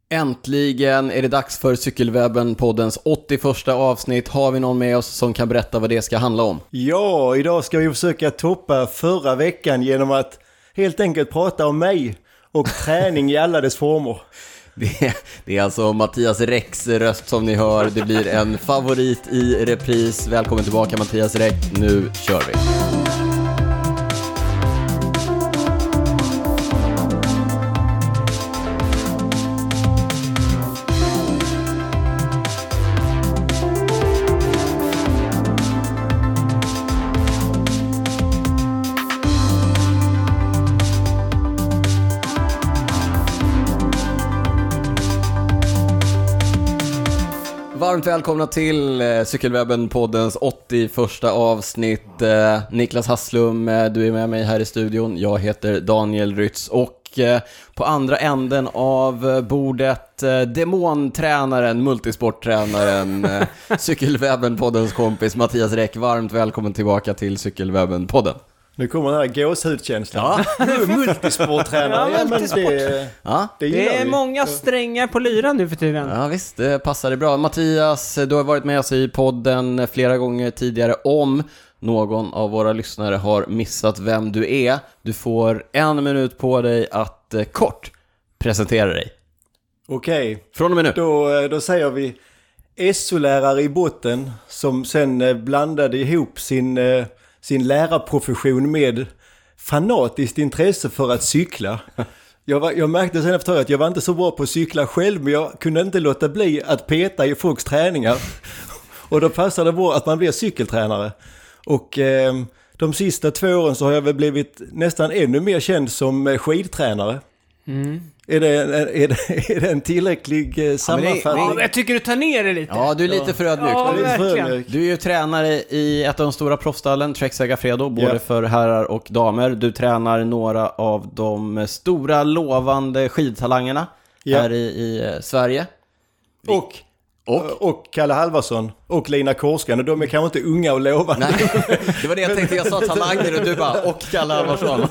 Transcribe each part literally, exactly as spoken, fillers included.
Äntligen är det dags för Cykelwebben-poddens åttioförsta avsnitt. Har vi någon med oss som kan berätta vad det ska handla om? Ja, idag ska vi försöka toppa förra veckan genom att helt enkelt prata om mig och träning i alla dess former. Det är, det är alltså Mattias Räcks röst som ni hör. Det blir en favorit i repris. Välkommen tillbaka Mattias Räck. Nu kör vi! Varmt välkomna till eh, Cykelwebben-poddens åttioförsta avsnitt. Eh, Niklas Hasslum, eh, du är med mig här i studion. Jag heter Daniel Rytz och eh, på andra änden av eh, bordet eh, demontränaren, multisporttränaren, eh, Cykelwebben-poddens kompis Mattias Räck. Varmt välkommen tillbaka till Cykelwebben-podden. Nu kommer den här gåshudkänslan. Ja. Du är multisporttränare. Ja, multisport. Ja, det, ja. det, det är vi. Många strängar på lyran nu för tiden. Ja visst, det passar det bra. Mattias, du har varit med oss i podden flera gånger tidigare. Om någon av våra lyssnare har missat vem du är, du får en minut på dig att eh, kort presentera dig. Okej. Okay. Från och med nu. Då, då säger vi S O-lärare i botten som sen blandade ihop sin... sin lärarprofession med fanatiskt intresse för att cykla. Jag, var, jag märkte sen efter att jag var inte så bra på att cykla själv, men jag kunde inte låta bli att peta i folks träningar. Och då passade det bra att man blir cykeltränare. Och eh, de sista två åren så har jag väl blivit nästan ännu mer känd som skidtränare. Mm. Är, det, är, det, är det en tillräcklig eh, sammanfattning? Ja, jag tycker du tar ner det lite. Ja, du är lite ja. för ödmjuk. Ja, du, är du är ju tränare i ett av de stora proffstallen, Trek Segafredo, både ja. för herrar och damer. Du tränar några av de stora lovande skidtalangerna ja. här i, i Sverige. Och, och och Kalle Halvarsson och Lina Korskan. Och de är kanske inte unga och lovande. Nej, det var det jag tänkte. Jag sa talanger och du bara, och Kalle Halvarsson.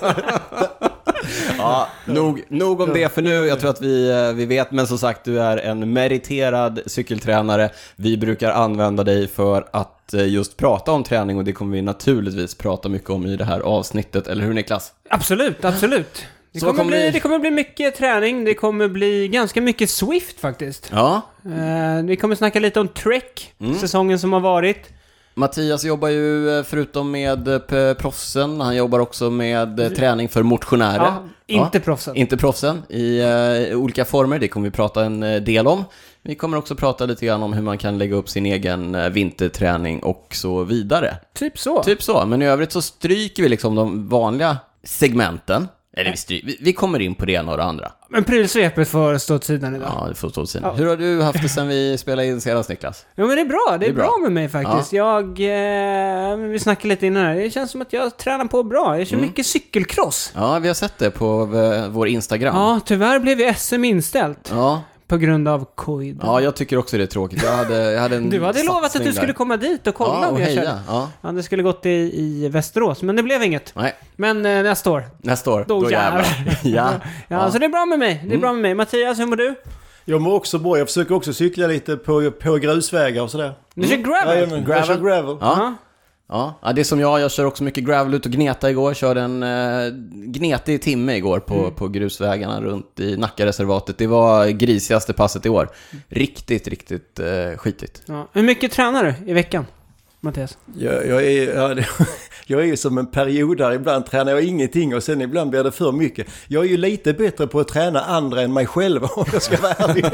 Ja, nog, nog om det för nu. Jag tror att vi, vi vet, men som sagt, du är en meriterad cykeltränare. Vi brukar använda dig för att just prata om träning, och det kommer vi naturligtvis prata mycket om i det här avsnittet. Eller hur, Niklas? Absolut, absolut. Det kommer, kommer, bli, det kommer bli mycket träning. Det kommer bli ganska mycket Swift faktiskt. Ja. Uh, vi kommer snacka lite om Trek, mm. säsongen som har varit. Mattias jobbar ju förutom med proffsen, han jobbar också med träning för motionärer. Ja, inte ja, proffsen. Inte proffsen i uh, olika former, det kommer vi prata en del om. Vi kommer också prata lite grann om hur man kan lägga upp sin egen uh, vinterträning och så vidare. Typ så. Typ så, men i övrigt så stryker vi liksom de vanliga segmenten. Eller vi, styr, vi, vi kommer in på det ena och det andra. Men prylsvepet får stå åt sidan idag. Ja, det får stå åt sidan. Ja. Hur har du haft det sen vi spelade in senast, Niklas? Jo, men det är bra. Det är, det är bra. bra med mig faktiskt. Ja. Jag, eh, vi snackade lite innan här. Det känns som att jag tränar på bra. Jag kör mm. mycket cykelcross. Ja, vi har sett det på v- vår Instagram. Ja, tyvärr blev ju S M inställt. Ja. På grund av covid. Ja, jag tycker också det är tråkigt. Jag hade, jag hade en du hade lovat att du skulle komma dit och kolla ja, om och jag heja. körde. Ja. Ja, det skulle gått i, i Västerås, men det blev inget. Nej. Men eh, nästa år. Nästa år, då, då jävlar. ja. ja, ja, så det är bra med mig. Det är mm. bra med mig. Mattias, hur mår du? Jag mår också bra. Jag försöker också cykla lite på, på grusvägar och sådär. Du kör gravel? Ja, men, gravel. Jag kör gravel. Ja. Ja. ja, det är som jag. Jag kör också mycket gravel ut och gneta igår. Jag körde en eh, gnetig timme igår på, mm. på grusvägarna runt i Nackareservatet. Det var grisigaste passet i år. Riktigt, riktigt eh, skitigt. Ja. Hur mycket tränar du i veckan, Mattias? Jag, jag, är, ja, jag är ju som en periodare. Ibland tränar jag ingenting och sen ibland blir det för mycket. Jag är ju lite bättre på att träna andra än mig själv, om jag ska vara ärlig.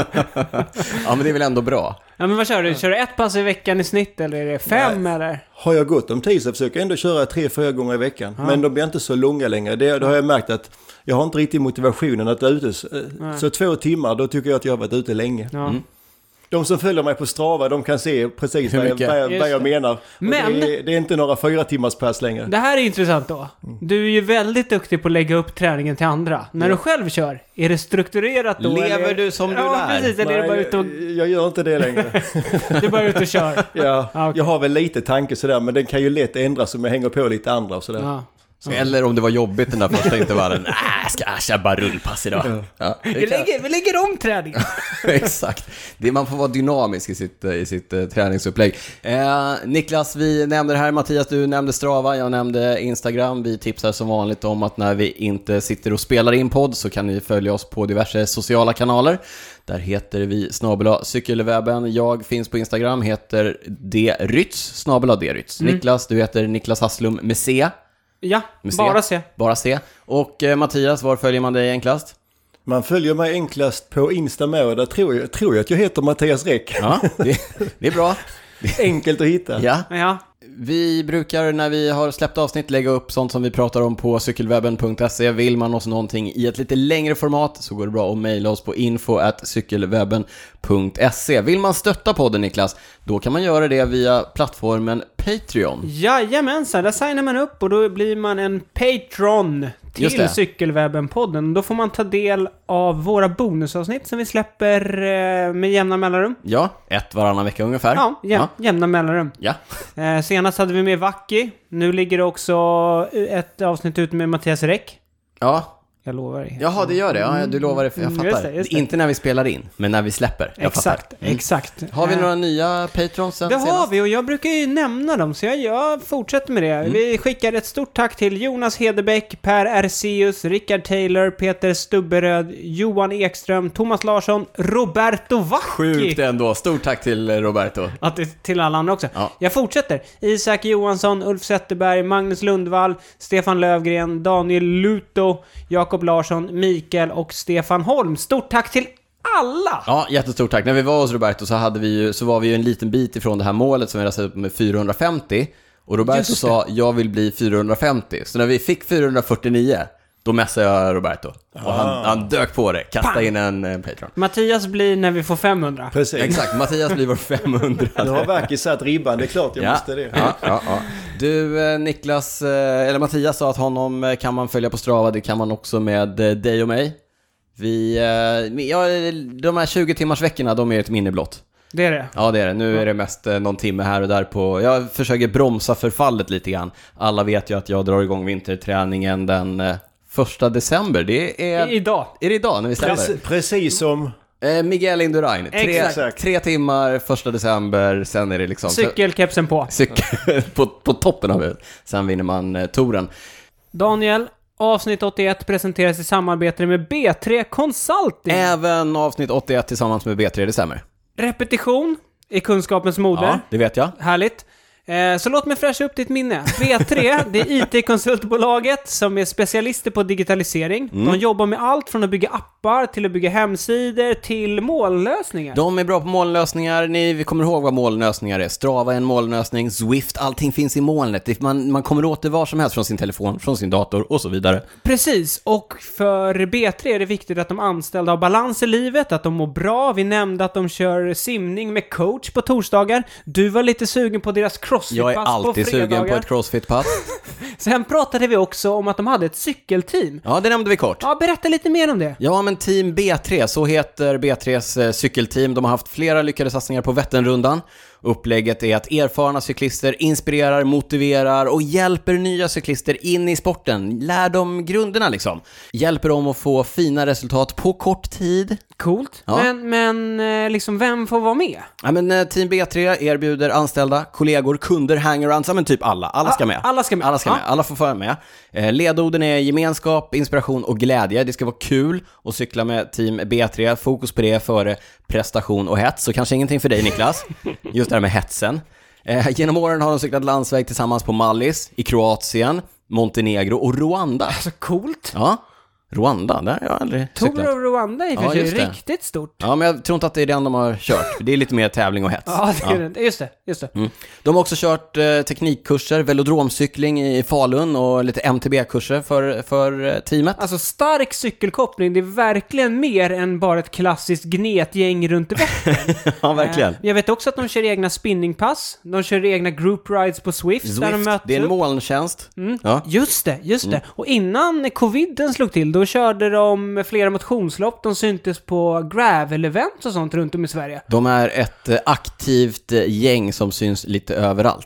Ja, men det är väl ändå bra. Ja, men vad kör du? Kör du ett pass i veckan i snitt eller är det fem? Nej. Eller? Har jag gått om tid så försöker jag ändå köra tre, fyra gånger i veckan. Ja. Men de blir inte så långa längre. Det, då har jag märkt att jag har inte riktigt motivationen att vara ute. Så, så två timmar, då tycker jag att jag har varit ute länge. Ja. Mm. De som följer mig på Strava, de kan se precis vad jag, vad, jag, vad jag menar. Men det är, det är inte några fyra timmars pass längre. Det här är intressant då. Du är ju väldigt duktig på att lägga upp träningen till andra. När ja. du själv kör, är det strukturerat då? Lever eller? du som du ja, lär? Precis, eller Nej, är det bara ut och... jag gör inte det längre. Du är bara ute och kör? Ja, ah, okay. Jag har väl lite tanke sådär, men den kan ju lätt ändras om jag hänger på lite andra och sådär. Ja. Så, eller om det var jobbigt den där första intervallen. Nej, jag ska jag köra bara rullpass idag. Ja. Ja, vi, lägger, vi lägger om träningen. Exakt. Det, man får vara dynamisk i sitt, i sitt uh, träningsupplägg. Eh, Niklas, vi nämnde det här. Mattias, du nämnde Strava. Jag nämnde Instagram. Vi tipsar som vanligt om att när vi inte sitter och spelar in podd så kan ni följa oss på diverse sociala kanaler. Där heter vi snabel-a cykelwebben. Jag finns på Instagram, heter drytz, snabel-a drytz. Mm. Niklas, du heter Niklas Hasslum med C. Ja, med C. bara C. Bara C. Och eh, Mattias, var följer man dig enklast? Man följer mig enklast på Insta med, och där tror jag, tror jag att jag heter Mattias Räck. Ja, det, det är bra. Enkelt att hitta. Ja. Ja. Vi brukar när vi har släppt avsnitt lägga upp sånt som vi pratar om på cykelwebben punkt se. Vill man oss någonting i ett lite längre format så går det bra att mejla oss på info at cykelwebben punkt se. Vill man stötta podden, Niklas, då kan man göra det via plattformen Patreon. Jajamensan, där signar man upp och då blir man en patron till Cykelwebben-podden. Då får man ta del av våra bonusavsnitt som vi släpper eh, med jämna mellanrum. Ja, ett varannan vecka ungefär. Ja, jäm, ja. jämna mellanrum. Ja. Eh, senast hade vi med Vacki. Nu ligger det också ett avsnitt ut med Mattias Räck. Ja. Jag lovar det. Jaha, det gör det. Ja, du lovar det, jag fattar. Just det, just det. Inte när vi spelar in, men när vi släpper. Jag exakt, mm. exakt. Har vi några nya patrons sen Det senast? har vi, och jag brukar ju nämna dem, så jag, jag fortsätter med det. Mm. Vi skickar ett stort tack till Jonas Hedebäck, Per Erseus, Rickard Taylor, Peter Stubberöd, Johan Ekström, Thomas Larsson, Roberto Vacchi. Sjukt ändå. Stort tack till Roberto. Att det, till alla andra också. Ja. Jag fortsätter. Isak Johansson, Ulf Zetterberg, Magnus Lundvall, Stefan Lövgren, Daniel Luto, Jakob Larsson, Mikael och Stefan Holm. Stort tack till alla! Ja, jättestort tack. När vi var hos Roberto så, hade vi ju, så var vi ju en liten bit ifrån det här målet som vi hade satt upp med fyrahundrafemtio. Och Roberto sa, jag vill bli fyrahundrafemtio. Så när vi fick fyrahundrafyrtionio, då mässade jag Roberto. Och han, han dök på det, kastade in en, en Patreon. Mattias blir när vi får femhundra. Precis. Exakt, Mattias blir vår femhundra. Du har verkligen satt ribban, det är klart jag ja. måste det. Ja, ja, ja. Du, Niklas, eller Mattias sa att honom kan man följa på Strava. Det kan man också med dig och mig. Vi, ja, de här tjugo timmars veckorna, de är ett minne blott. Det är det. Ja, det är det. Nu ja. är det mest någon timme här och där på... Jag försöker bromsa förfallet lite grann. Alla vet ju att jag drar igång vinterträningen den första december. Det är... I, idag. Är det idag när vi ställer? Precis, precis som... Eh, Miguel Indurain. Tre, Exakt. tre timmar första december, sen är det liksom... Cykelkepsen på. Cykel på, på toppen av huvudet. Sen vinner man eh, touren. Daniel, avsnitt åttioett presenteras i samarbete med B tre Consulting. Även avsnitt åttioett tillsammans med B tre December. Repetition är kunskapens moder. Ja, det vet jag. Härligt. Eh, så låt mig fräscha upp ditt minne. B tre, det är I T-konsultbolaget som är specialister på digitalisering. Mm. De jobbar med allt från att bygga appar till att bygga hemsidor till mållösningar. De är bra på mållösningar. Ni vi kommer ihåg vad mållösningar är. Strava är en mållösning, Zwift, allting finns i molnet. Man, man kommer åt det var som helst från sin telefon, från sin dator och så vidare. Precis, och för B tre är det viktigt att de anställda har balans i livet, att de mår bra. Vi nämnde att de kör simning med coach på torsdagar. Du var lite sugen på deras crossfit-pass på fredagar. Jag är alltid sugen på ett crossfit-pass. Sen pratade vi också om att de hade ett cykelteam. Ja, det nämnde vi kort. Ja, berätta lite mer om det. Ja, men Team B tre, så heter B tres eh, cykelteam. De har haft flera lyckade satsningar på Vätternrundan. Upplägget är att erfarna cyklister inspirerar, motiverar och hjälper nya cyklister in i sporten. Lär dem grunderna liksom. Hjälper dem att få fina resultat på kort tid. Coolt. Ja. Men, men liksom, vem får vara med? Ja, men Team B tre erbjuder anställda, kollegor, kunder, hangarounds, ja, men typ alla. Alla ska med. Alla ska med. Alla ska med. Alla får vara med. Ledorden är gemenskap, inspiration och glädje. Det ska vara kul att cykla med Team B tre. Fokus på det före prestation och hets. Så kanske ingenting för dig, Niklas. Just det här med hetsen. Genom åren har de cyklat landsväg tillsammans på Mallis, i Kroatien, Montenegro och Rwanda. Alltså coolt. Ja. Rwanda, där har jag aldrig cyklat. Tour of Rwanda är ja, ju riktigt stort. Ja, men jag tror inte att det är den de har kört. Det är lite mer tävling och hets. Ja, det är ja. det. Just det. Just det. Mm. De har också kört eh, teknikkurser, velodromcykling i Falun och lite M T B-kurser för, för eh, teamet. Alltså stark cykelkoppling, det är verkligen mer än bara ett klassiskt gnetgäng runt Vättern. Ja, verkligen. Eh, jag vet också att de kör egna spinningpass. De kör egna group rides på Swift. Swift, där de möts det är en upp. molntjänst. Mm. Ja. Just det, just Mm. det. Och innan coviden slog till, då körde de flera motionslopp. De syntes på gravel-event och sånt runt om i Sverige. De är ett aktivt gäng som syns lite överallt.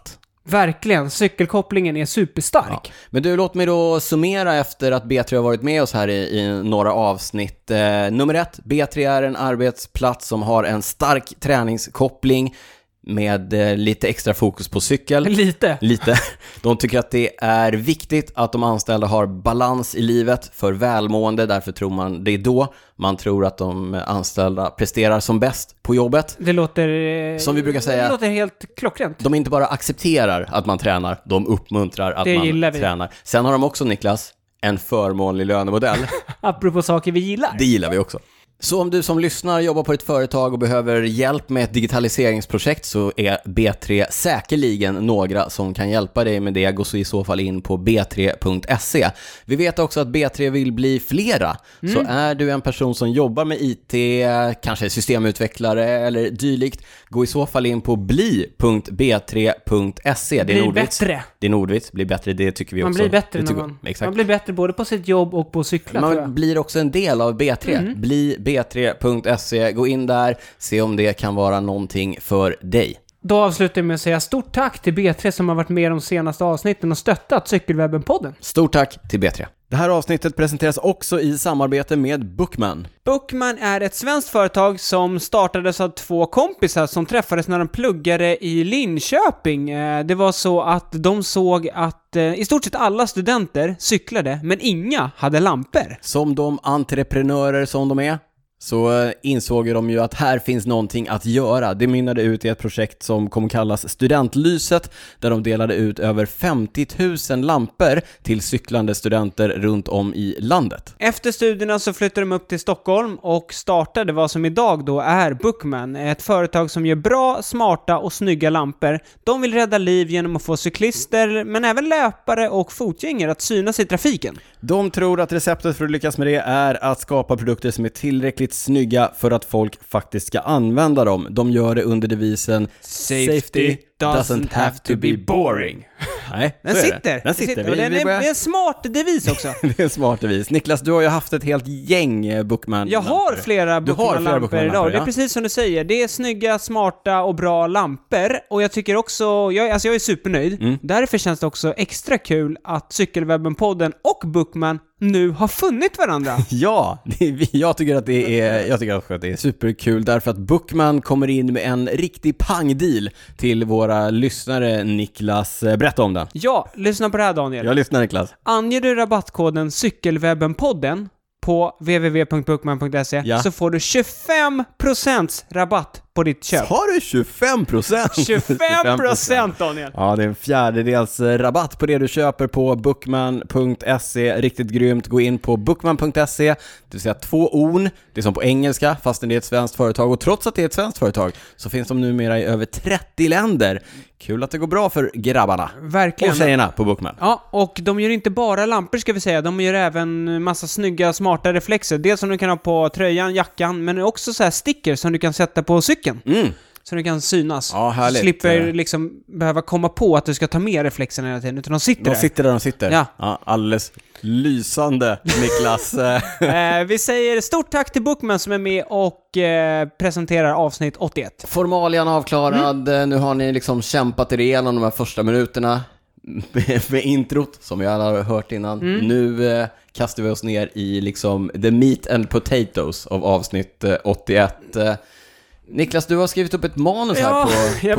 Verkligen, cykelkopplingen är superstark. Ja. Men du, låt mig då summera efter att B tre har varit med oss här i, i några avsnitt. Eh, nummer ett, B tre är en arbetsplats som har en stark träningskoppling med eh, lite extra fokus på cykel. Lite. Lite. De tycker att det är viktigt att de anställda har balans i livet för välmående. Därför tror man det är då man tror att de anställda presterar som bäst på jobbet. Det låter, som vi brukar säga, det låter helt klockrent. De inte bara accepterar att man tränar, de uppmuntrar att det man tränar. Sen har de också, Niklas, en förmånlig lönemodell. Apropå saker vi gillar. Det gillar vi också. Så om du som lyssnar jobbar på ett företag och behöver hjälp med ett digitaliseringsprojekt så är B tre säkerligen några som kan hjälpa dig med det. Gå så i så fall in på b tre punkt se. Vi vet också att B tre vill bli flera. Mm. Så är du en person som jobbar med I T, kanske systemutvecklare eller dylikt, gå i så fall in på bli punkt b tre punkt se. Det är bli bättre. Det är nordvits, bli bättre, det tycker vi man också. Blir bättre när man, man blir bättre både på sitt jobb och på cykla. Man blir också en del av B tre. Mm. Bli b tre punkt se, gå in där, se om det kan vara någonting för dig. Då avslutar jag med att säga stort tack till B tre som har varit med de senaste avsnitten och stöttat Cykelwebben-podden. Stort tack till B tre. Det här avsnittet presenteras också i samarbete med Bookman. Bookman är ett svenskt företag som startades av två kompisar som träffades när de pluggade i Linköping. Det var så att de såg att i stort sett alla studenter cyklade, men inga hade lampor. Som de entreprenörer som de är, så insåg de ju att här finns någonting att göra. Det mynnade ut i ett projekt som kommer kallas Studentlyset, där de delade ut över femtio tusen lampor till cyklande studenter runt om i landet. Efter studierna så flyttade de upp till Stockholm och startade vad som idag då är Bookman, ett företag som gör bra, smarta och snygga lampor. De vill rädda liv genom att få cyklister, men även löpare och fotgängare att synas i trafiken. De tror att receptet för att lyckas med det är att skapa produkter som är tillräckligt snygga för att folk faktiskt ska använda dem. De gör det under devisen Safety doesn't have to be boring. Nej, den sitter. Den sitter. Vi, vi den är, börjar... Det är en smart devis också. Det är en smart devis. Niklas, du har ju haft ett helt gäng Bookman. Jag har flera Bookman-lampor idag. Det är ja. precis som du säger. Det är snygga, smarta och bra lampor. Och jag tycker också, jag, alltså jag är supernöjd. Mm. Därför känns det också extra kul att Cykelwebben-podden och Bookman nu har funnit varandra. Ja, det, jag tycker att det är jag tycker också att det är superkul därför att Bookman kommer in med en riktig pangdeal till våra lyssnare. Niklas, berätta om den. Ja, lyssna på det här, Daniel. Jag lyssnar, Niklas. Anger du rabattkoden Cykelwebben-podden på w w w punkt bookman punkt se ja. så får du tjugofem procent rabatt på ditt köp. Har du tjugofem procent? tjugofem procent, Daniel! Ja, det är en fjärdedels rabatt på det du köper på bookman punkt se. Riktigt grymt. Gå in på bookman punkt se, det vill säga två on. Det är som på engelska, fastän det är ett svenskt företag. Och trots att det är ett svenskt företag så finns de numera i över trettio länder. Kul att det går bra för grabbarna. Verkligen. Och tjejerna på Bookman. Ja, och de gör inte bara lampor, ska vi säga. De gör även massa snygga, smarta reflexer. Dels som du kan ha på tröjan, jackan, men också så här stickers som du kan sätta på cykeln. Mm. Så du kan synas. Ja, härligt. Slipper liksom behöva komma på att du ska ta med reflexerna hela tiden, utan de sitter de där. De sitter där de sitter. Ja. Ja, alldeles lysande, Niklas. eh, vi säger stort tack till Bookman som är med och eh, presenterar avsnitt åttioett. Formalian avklarad. Mm. Nu har ni liksom kämpat er igenom de här första minuterna med, med introt som vi alla har hört innan. Mm. Nu eh, kastar vi oss ner i liksom the meat and potatoes av avsnitt eh, åttioett. Eh, Niklas, du har skrivit upp ett manus ja, här på... Jag,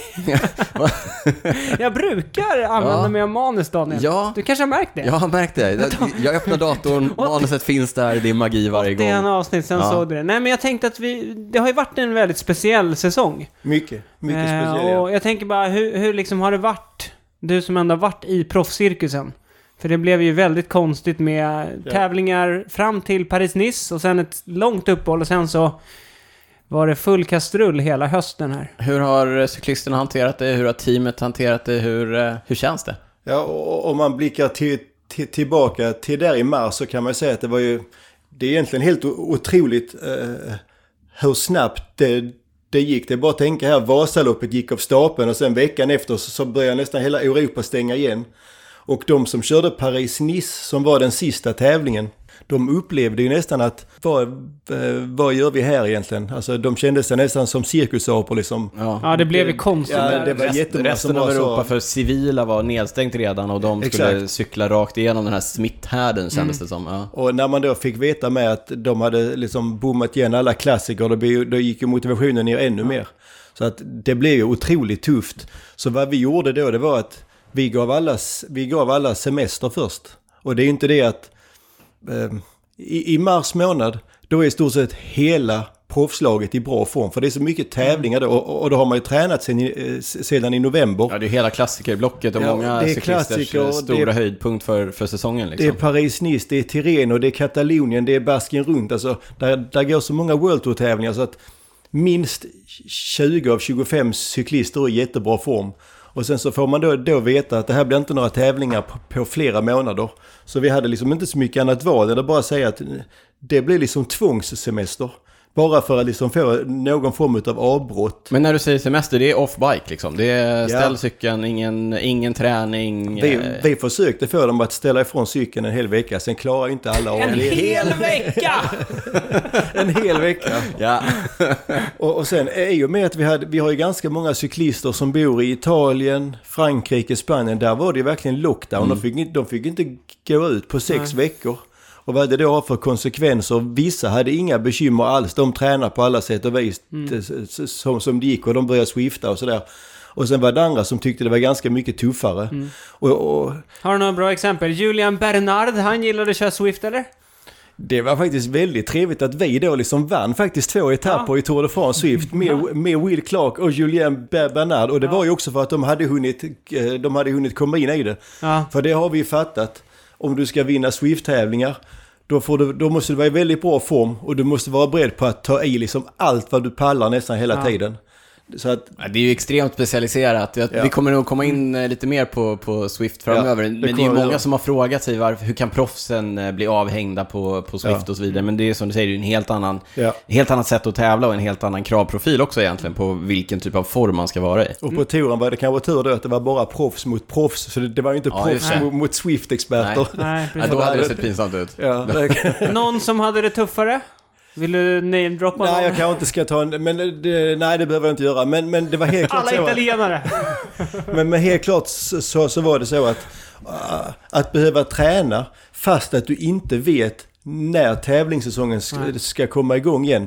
på... jag brukar använda ja. mig av manus, Daniel. Ja. Du kanske har märkt det? Jag har märkt det. Jag öppnar datorn, manuset finns där, det är magi varje gång. Det är en avsnitt, sen ja. såg du det. Nej, men jag tänkte att vi... Det har ju varit en väldigt speciell säsong. Mycket, mycket eh, speciell. Och jag tänker bara, hur, hur liksom har det varit? Du som ändå har varit i proffscirkusen. För det blev ju väldigt konstigt med ja. tävlingar fram till Paris-Nice och sen ett långt uppehåll och sen så... var det full kastrull hela hösten här. Hur har cyklisterna hanterat det? Hur har teamet hanterat det? Hur, hur känns det? Ja, och om man blickar till, till, tillbaka till där i mars så kan man säga att det var ju... Det är egentligen helt otroligt eh, hur snabbt det, det gick. Det är bara att tänka här, Vasaloppet gick av stapeln och sen veckan efter så, så började nästan hela Europa stänga igen. Och de som körde Paris-Nice som var den sista tävlingen, de upplevde ju nästan att vad, vad gör vi här egentligen? Alltså de kände sig nästan som cirkusapor liksom. Ja, ja det blev ju konstigt. Ja, det var Rest, resten av Europa så... för civila var nedstängt redan och de skulle Exakt. cykla rakt igenom den här smitthärden kändes mm. det som. Ja. Och när man då fick veta med att de hade liksom bommat igen alla klassiker, då, då gick ju motivationen ner ännu ja. mer. Så att det blev ju otroligt tufft. Så vad vi gjorde då, det var att vi gav alla, vi gav alla semester först. Och det är inte det att eh, i, i mars månad, då är i stort sett hela proffslaget i bra form. För det är så mycket tävlingar då, och, och då har man ju tränat sen i, sedan i november. Ja, det är hela klassikerblocket och ja, många cyklisters stora det, höjdpunkt för, för säsongen. Liksom. Det är Paris-Nice, det är Tirreno, det är Katalonien, det är Basken runt. Alltså, där, där går så många World Tour-tävlingar så att minst tjugo av tjugofem cyklister är i jättebra form. Och sen så får man då, då veta att det här blir inte några tävlingar på, på flera månader. Så vi hade liksom inte så mycket annat val än att bara säga att det blir liksom tvångssemester. Bara för att liksom få någon form av avbrott. Men när du säger semester, det är off-bike liksom? Det är ställ cykeln, ingen, ingen träning? Vi, vi försökte få dem att ställa ifrån cykeln en hel vecka. Sen klarar inte alla av en det. En hel vecka! en hel vecka. Ja. och, och sen är ju med att vi, hade, vi har ju ganska många cyklister som bor i Italien, Frankrike, Spanien. Där var det ju verkligen lockdown. Mm. De, fick, de fick inte gå ut på sex Nej. veckor. Och vad det då har för konsekvenser? Vissa hade inga bekymmer alls. De tränar på alla sätt och vis mm. som, som det gick och de började swifta och sådär. Och sen var det andra som tyckte det var ganska mycket tuffare. Mm. Och, och, har du några bra exempel? Julian Bernard, han gillade att köra Swift eller? Det var faktiskt väldigt trevligt att vi då liksom vann faktiskt två etapper ja. i Tour de France Swift med, ja. med Will Clark och Julien Bernard. Och det ja. var ju också för att de hade hunnit, de hade hunnit komma in i det. Ja. För det har vi fattat. Om du ska vinna Swift-tävlingar, då, får du, då måste du vara i väldigt bra form och du måste vara beredd på att ta i liksom allt vad du pallar nästan hela ja. tiden. Så att, ja, det är ju extremt specialiserat. Ja. Vi kommer nog komma in lite mer på, på Swift framöver. Ja, det men det är ju många som har frågat sig varför, hur kan proffsen bli avhängda på, på Swift ja. och så vidare. Men det är som du säger, det är en helt annan, ja. helt annat sätt att tävla och en helt annan kravprofil också egentligen på vilken typ av form man ska vara i. Och på touren var det kanske tur då att det var bara proffs mot proffs. Så det, det var ju inte ja, proffs mot, mot Swift-experter. Nej, Nej, då hade det sett pinsamt ut. Ja, någon som hade det tuffare? Vill du name-droppa Nej, någon? jag kanske inte ska ta en... Men det, nej, det behöver jag inte göra. Men, men det var helt klart alla så... italienare! men, men helt klart så, så var det så att... Uh, att behöva träna fast att du inte vet när tävlingssäsongen ska, ska komma igång igen.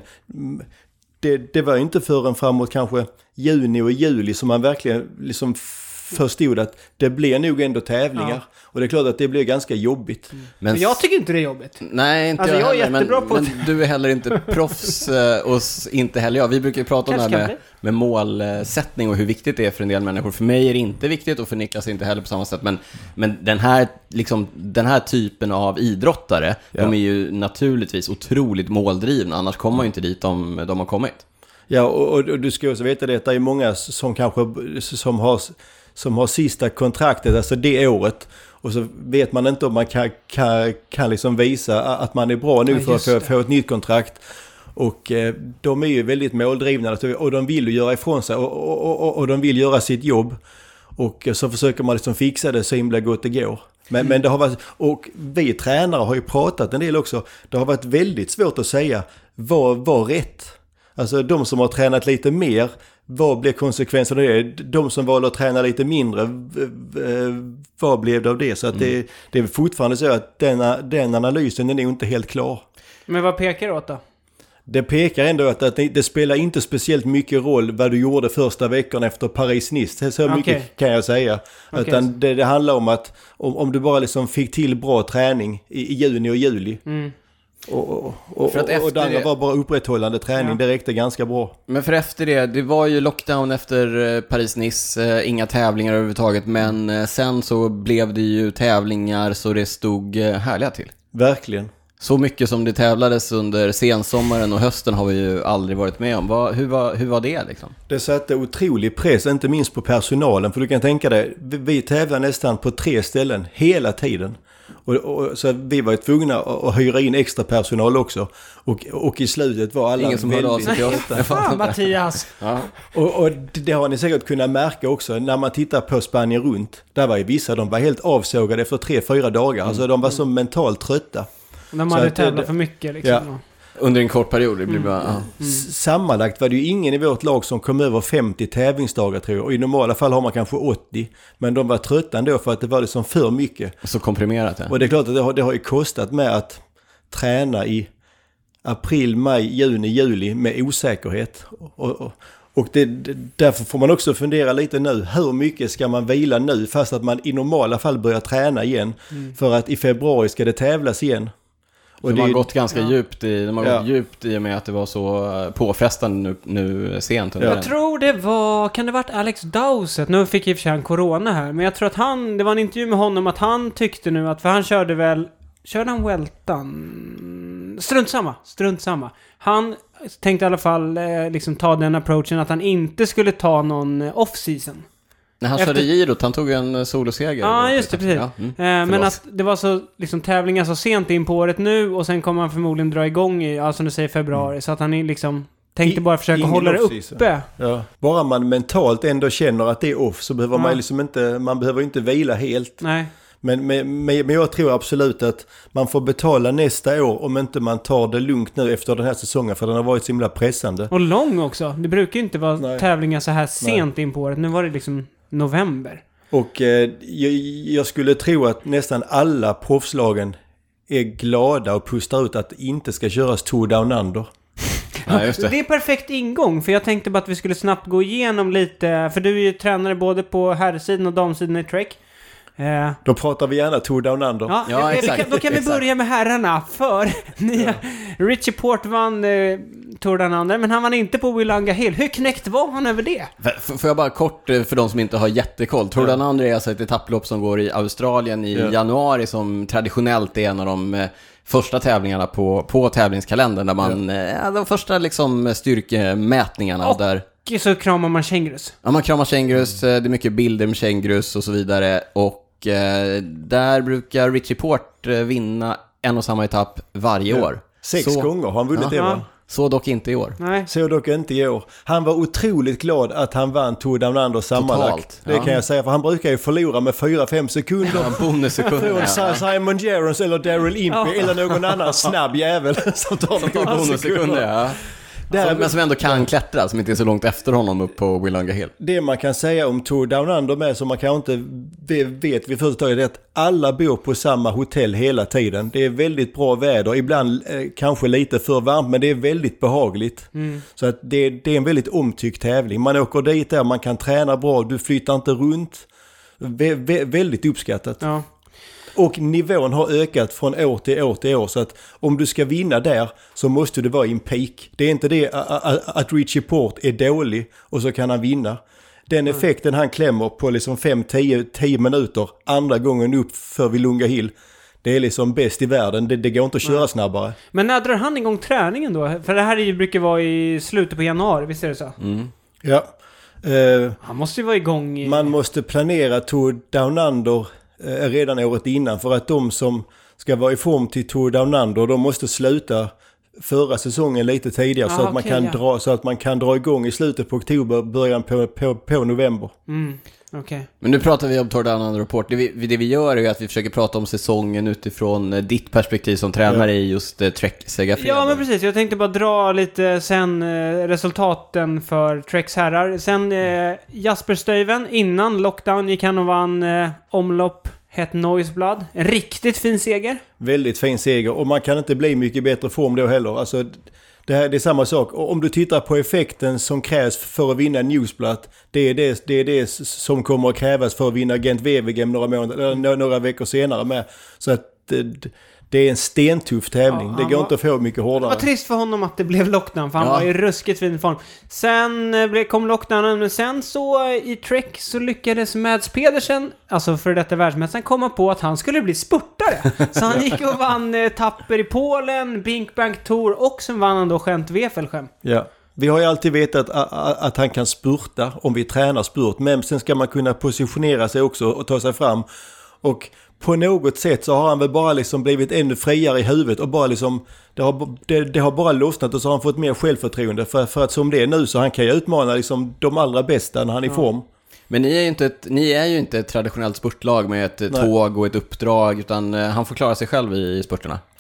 Det, det var inte förrän framåt kanske juni och juli som man verkligen liksom förstod att det blir nog ändå tävlingar. Ja. Och det är klart att det blir ganska jobbigt. Mm. Men jag tycker inte det är jobbigt. Nej, inte alltså, jag, jag är heller, jättebra men, på men du är heller inte proffs och inte heller jag. Vi brukar ju prata om det här med, med målsättning och hur viktigt det är för en del människor. För mig är det inte viktigt och för Niklas inte heller på samma sätt. Men, men den, här, liksom, den här typen av idrottare, ja. de är ju naturligtvis otroligt måldrivna. Annars kommer man ju inte dit de, de har kommit. Ja, och, och du ska också veta det att det är många som kanske som har... som har sista kontraktet, alltså det året. Och så vet man inte om man kan, kan, kan liksom visa att man är bra nu ja, för att få, få ett nytt kontrakt. Och eh, de är ju väldigt måldrivna och de vill ju göra ifrån sig och, och, och, och de vill göra sitt jobb. Och så försöker man liksom fixa det så himla gott det går. Men, mm. men det har varit, och vi tränare har ju pratat en del också. Det har varit väldigt svårt att säga vad var rätt. Alltså de som har tränat lite mer, vad blev konsekvenserna av det? De som valde att träna lite mindre, vad blev det av det? Så att mm. det, det är fortfarande så att denna, den analysen är nog inte helt klar. Men vad pekar det åt då? Det pekar ändå att, att det, det spelar inte speciellt mycket roll vad du gjorde första veckan efter Paris-Nice. Så mycket okay. kan jag säga. Okay. Utan det, det handlar om att om, om du bara liksom fick till bra träning i, i juni och juli. Mm. Och, och, och, för att efter och det andra var bara upprätthållande träning, ja. Det räckte ganska bra. Men för efter det, det var ju lockdown efter Paris-Nice, inga tävlingar överhuvudtaget. Men sen så blev det ju tävlingar så det stod härliga till. Verkligen. Så mycket som det tävlades under sensommaren och hösten har vi ju aldrig varit med om. Vad, hur, var, hur var det liksom? Det satte otrolig press, inte minst på personalen. För du kan tänka dig, vi, vi tävlar nästan på tre ställen hela tiden. Och, och, så vi var tvungna att, att hyra in extra personal också. Och, och i slutet var alla ingen som hörde av sig till oss. Fan, Mattias! Ja. Och, och det har ni säkert kunnat märka också när man tittar på Spanien runt. Där var ju vissa, de var helt avsågade efter tre, fyra dagar. Mm. Alltså de var så mentalt trötta. De hade tävlat för mycket liksom. Ja. Under en kort period. Det blir mm. bara, ja. mm. Sammanlagt var det ju ingen i vårt lag som kom över femtio tävlingsdagar tror jag. Och i normala fall har man kanske åttio. Men de var trötta ändå för att det var liksom för mycket. Så komprimerat, ja. Och det är klart att det har, det har ju kostat med att träna i april, maj, juni, juli med osäkerhet. Och, och, och det, därför får man också fundera lite nu. Hur mycket ska man vila nu fast att man i normala fall börjar träna igen? Mm. För att i februari ska det tävlas igen. Och de har gått ganska ja. djupt i, de har ja. gått djupt i och med att det var så påfrestande nu, nu sent under Jag den. tror det var, kan det varit Alex Dowsett? Nu fick i och för sig en corona här, men jag tror att han, det var en intervju med honom att han tyckte nu att, för han körde väl, körde han Weltan? Strunt samma, strunt samma. Han tänkte i alla fall eh, liksom ta den approachen att han inte skulle ta någon off-season. När han Efter... körde girot, han tog en soloseger. Ja, just det, precis. Ja, mm. eh, men att det var så liksom, tävlingar så sent in på året nu och sen kommer han förmodligen dra igång i, alltså som du säger, februari. Mm. Så att han liksom tänkte I, bara försöka hålla det uppe. Ja. Bara man mentalt ändå känner att det är off så behöver ja. man liksom inte, man behöver inte vila helt. Nej. Men, men, men jag tror absolut att man får betala nästa år om inte man tar det lugnt nu efter den här säsongen, för den har varit så himla pressande. Och lång också. Det brukar ju inte vara Nej. tävlingar så här sent Nej. in på året. Nu var det liksom november. Och eh, jag, jag skulle tro att nästan alla proffslagen är glada och pustar ut att det inte ska köras Tour Down Under. Ja, just det. Det är perfekt ingång, för jag tänkte bara att vi skulle snabbt gå igenom lite, för du är ju tränare både på herrsidan och damsidan i Trek. Eh. Då pratar vi gärna Tour Down Under. Ja, ja exakt. Kan, då kan vi börja med herrarna. För nya, ja. Richie Porte vann eh, Tour Down Under, men han vann inte på Willunga Hill. Hur knäckt var han över det? F- får jag bara kort, för de som inte har jättekoll. Tour Down Under är alltså ett etapplopp som går i Australien i ja. januari, som traditionellt är en av de eh, första tävlingarna på, på tävlingskalendern, där man, ja. eh, de första liksom styrkemätningarna och där. Och så kramar man kängurus. Ja, man kramar kängurus, det är mycket bilder med kängurus och så vidare. Och eh, där brukar Richie Porte vinna en och samma etapp varje ja. år. Sex så, gånger har han vunnit det, va? Så dock inte i år. Nej. Så dock inte i år. Han var otroligt glad att han vann Tour Down Under sammanlagt. Det ja. kan jag säga, för han brukar ju förlora med fyra fem sekunder. Ja, bonussekunder. Från ja. Simon Gerrans eller Daryl Impey ja. eller någon annan snabb jävel som tar några bonussekunder. Ja. Där, som, men som ändå kan klättra, som inte är så långt efter honom upp på Willunga Hill. Det man kan säga om Tour Down Under med, som man kanske inte vet vid första taget, är att alla bor på samma hotell hela tiden. Det är väldigt bra väder, ibland eh, kanske lite för varmt, men det är väldigt behagligt. Mm. Så att det, det är en väldigt omtyckt tävling. Man åker dit där, man kan träna bra, du flyttar inte runt. Vä- vä- väldigt uppskattat. Ja. Och nivån har ökat från år till år till år, så att om du ska vinna där så måste du vara i en peak. Det är inte det att Richie Porte är dålig och så kan han vinna. Den effekten han klämmer på liksom fem till tio minuter andra gången upp för Willunga Hill, det är liksom bäst i världen. Det, det går inte att köra snabbare. Men när drar han igång träningen då? För det här brukar vara i slutet på januari, visst är det så? Mm. Ja. Uh, han måste ju vara igång i... Man måste planera Tour Down Under redan året innan, för att de som ska vara i form till Tour Down Under, de måste sluta förra säsongen lite tidigare, ah, så, att man okay, kan ja. dra, så att man kan dra igång i slutet på oktober, början på, på, på november. Mm. Okay. Men nu pratar vi om Tour Down Under Report. Det vi, det vi gör är att vi försöker prata om säsongen utifrån ditt perspektiv som tränare ja. i just uh, Trek Segafredag. Ja, men precis. Jag tänkte bara dra lite sen uh, resultaten för Treks herrar. Sen uh, Jasper Stuyven, innan lockdown gick han och vann uh, omlopp Het Noisblad. En riktigt fin seger. Väldigt fin seger, och man kan inte bli mycket bättre form då heller. Alltså, det, här, det är samma sak. Om du tittar på effekten som krävs för att vinna Newsblad, det är det, det är det som kommer att krävas för att vinna Gent-Wevelgem några, månader, eller några veckor senare med. Så att det, det är en stentuff tävling. Ja, det går var, inte att få mycket hårdare. Det var trist för honom att det blev lockdown, för han ja. var i ruskigt fin form. Sen kom lockdownen, men sen så i Trek så lyckades Mads Pedersen, alltså för detta världsmästaren, komma på att han skulle bli spurtare. Så han gick och vann Tapper i Polen, Binkbank Tour, och sen vann han då Gent-Wevelgem. Ja. Vi har ju alltid vetat att, att, att han kan spurta om vi tränar spurt, men sen ska man kunna positionera sig också och ta sig fram. Och på något sätt så har han väl bara liksom blivit ännu friare i huvudet, och bara liksom det har, det, det har bara lossnat, och så har han fått mer självförtroende, för, för att som det är nu så han kan ju utmana liksom de allra bästa när han är i ja. form. Men ni är ju inte ett, ni är ju inte ett traditionellt spurtlag med ett Nej. tåg och ett uppdrag, utan han får klara sig själv i spurterna.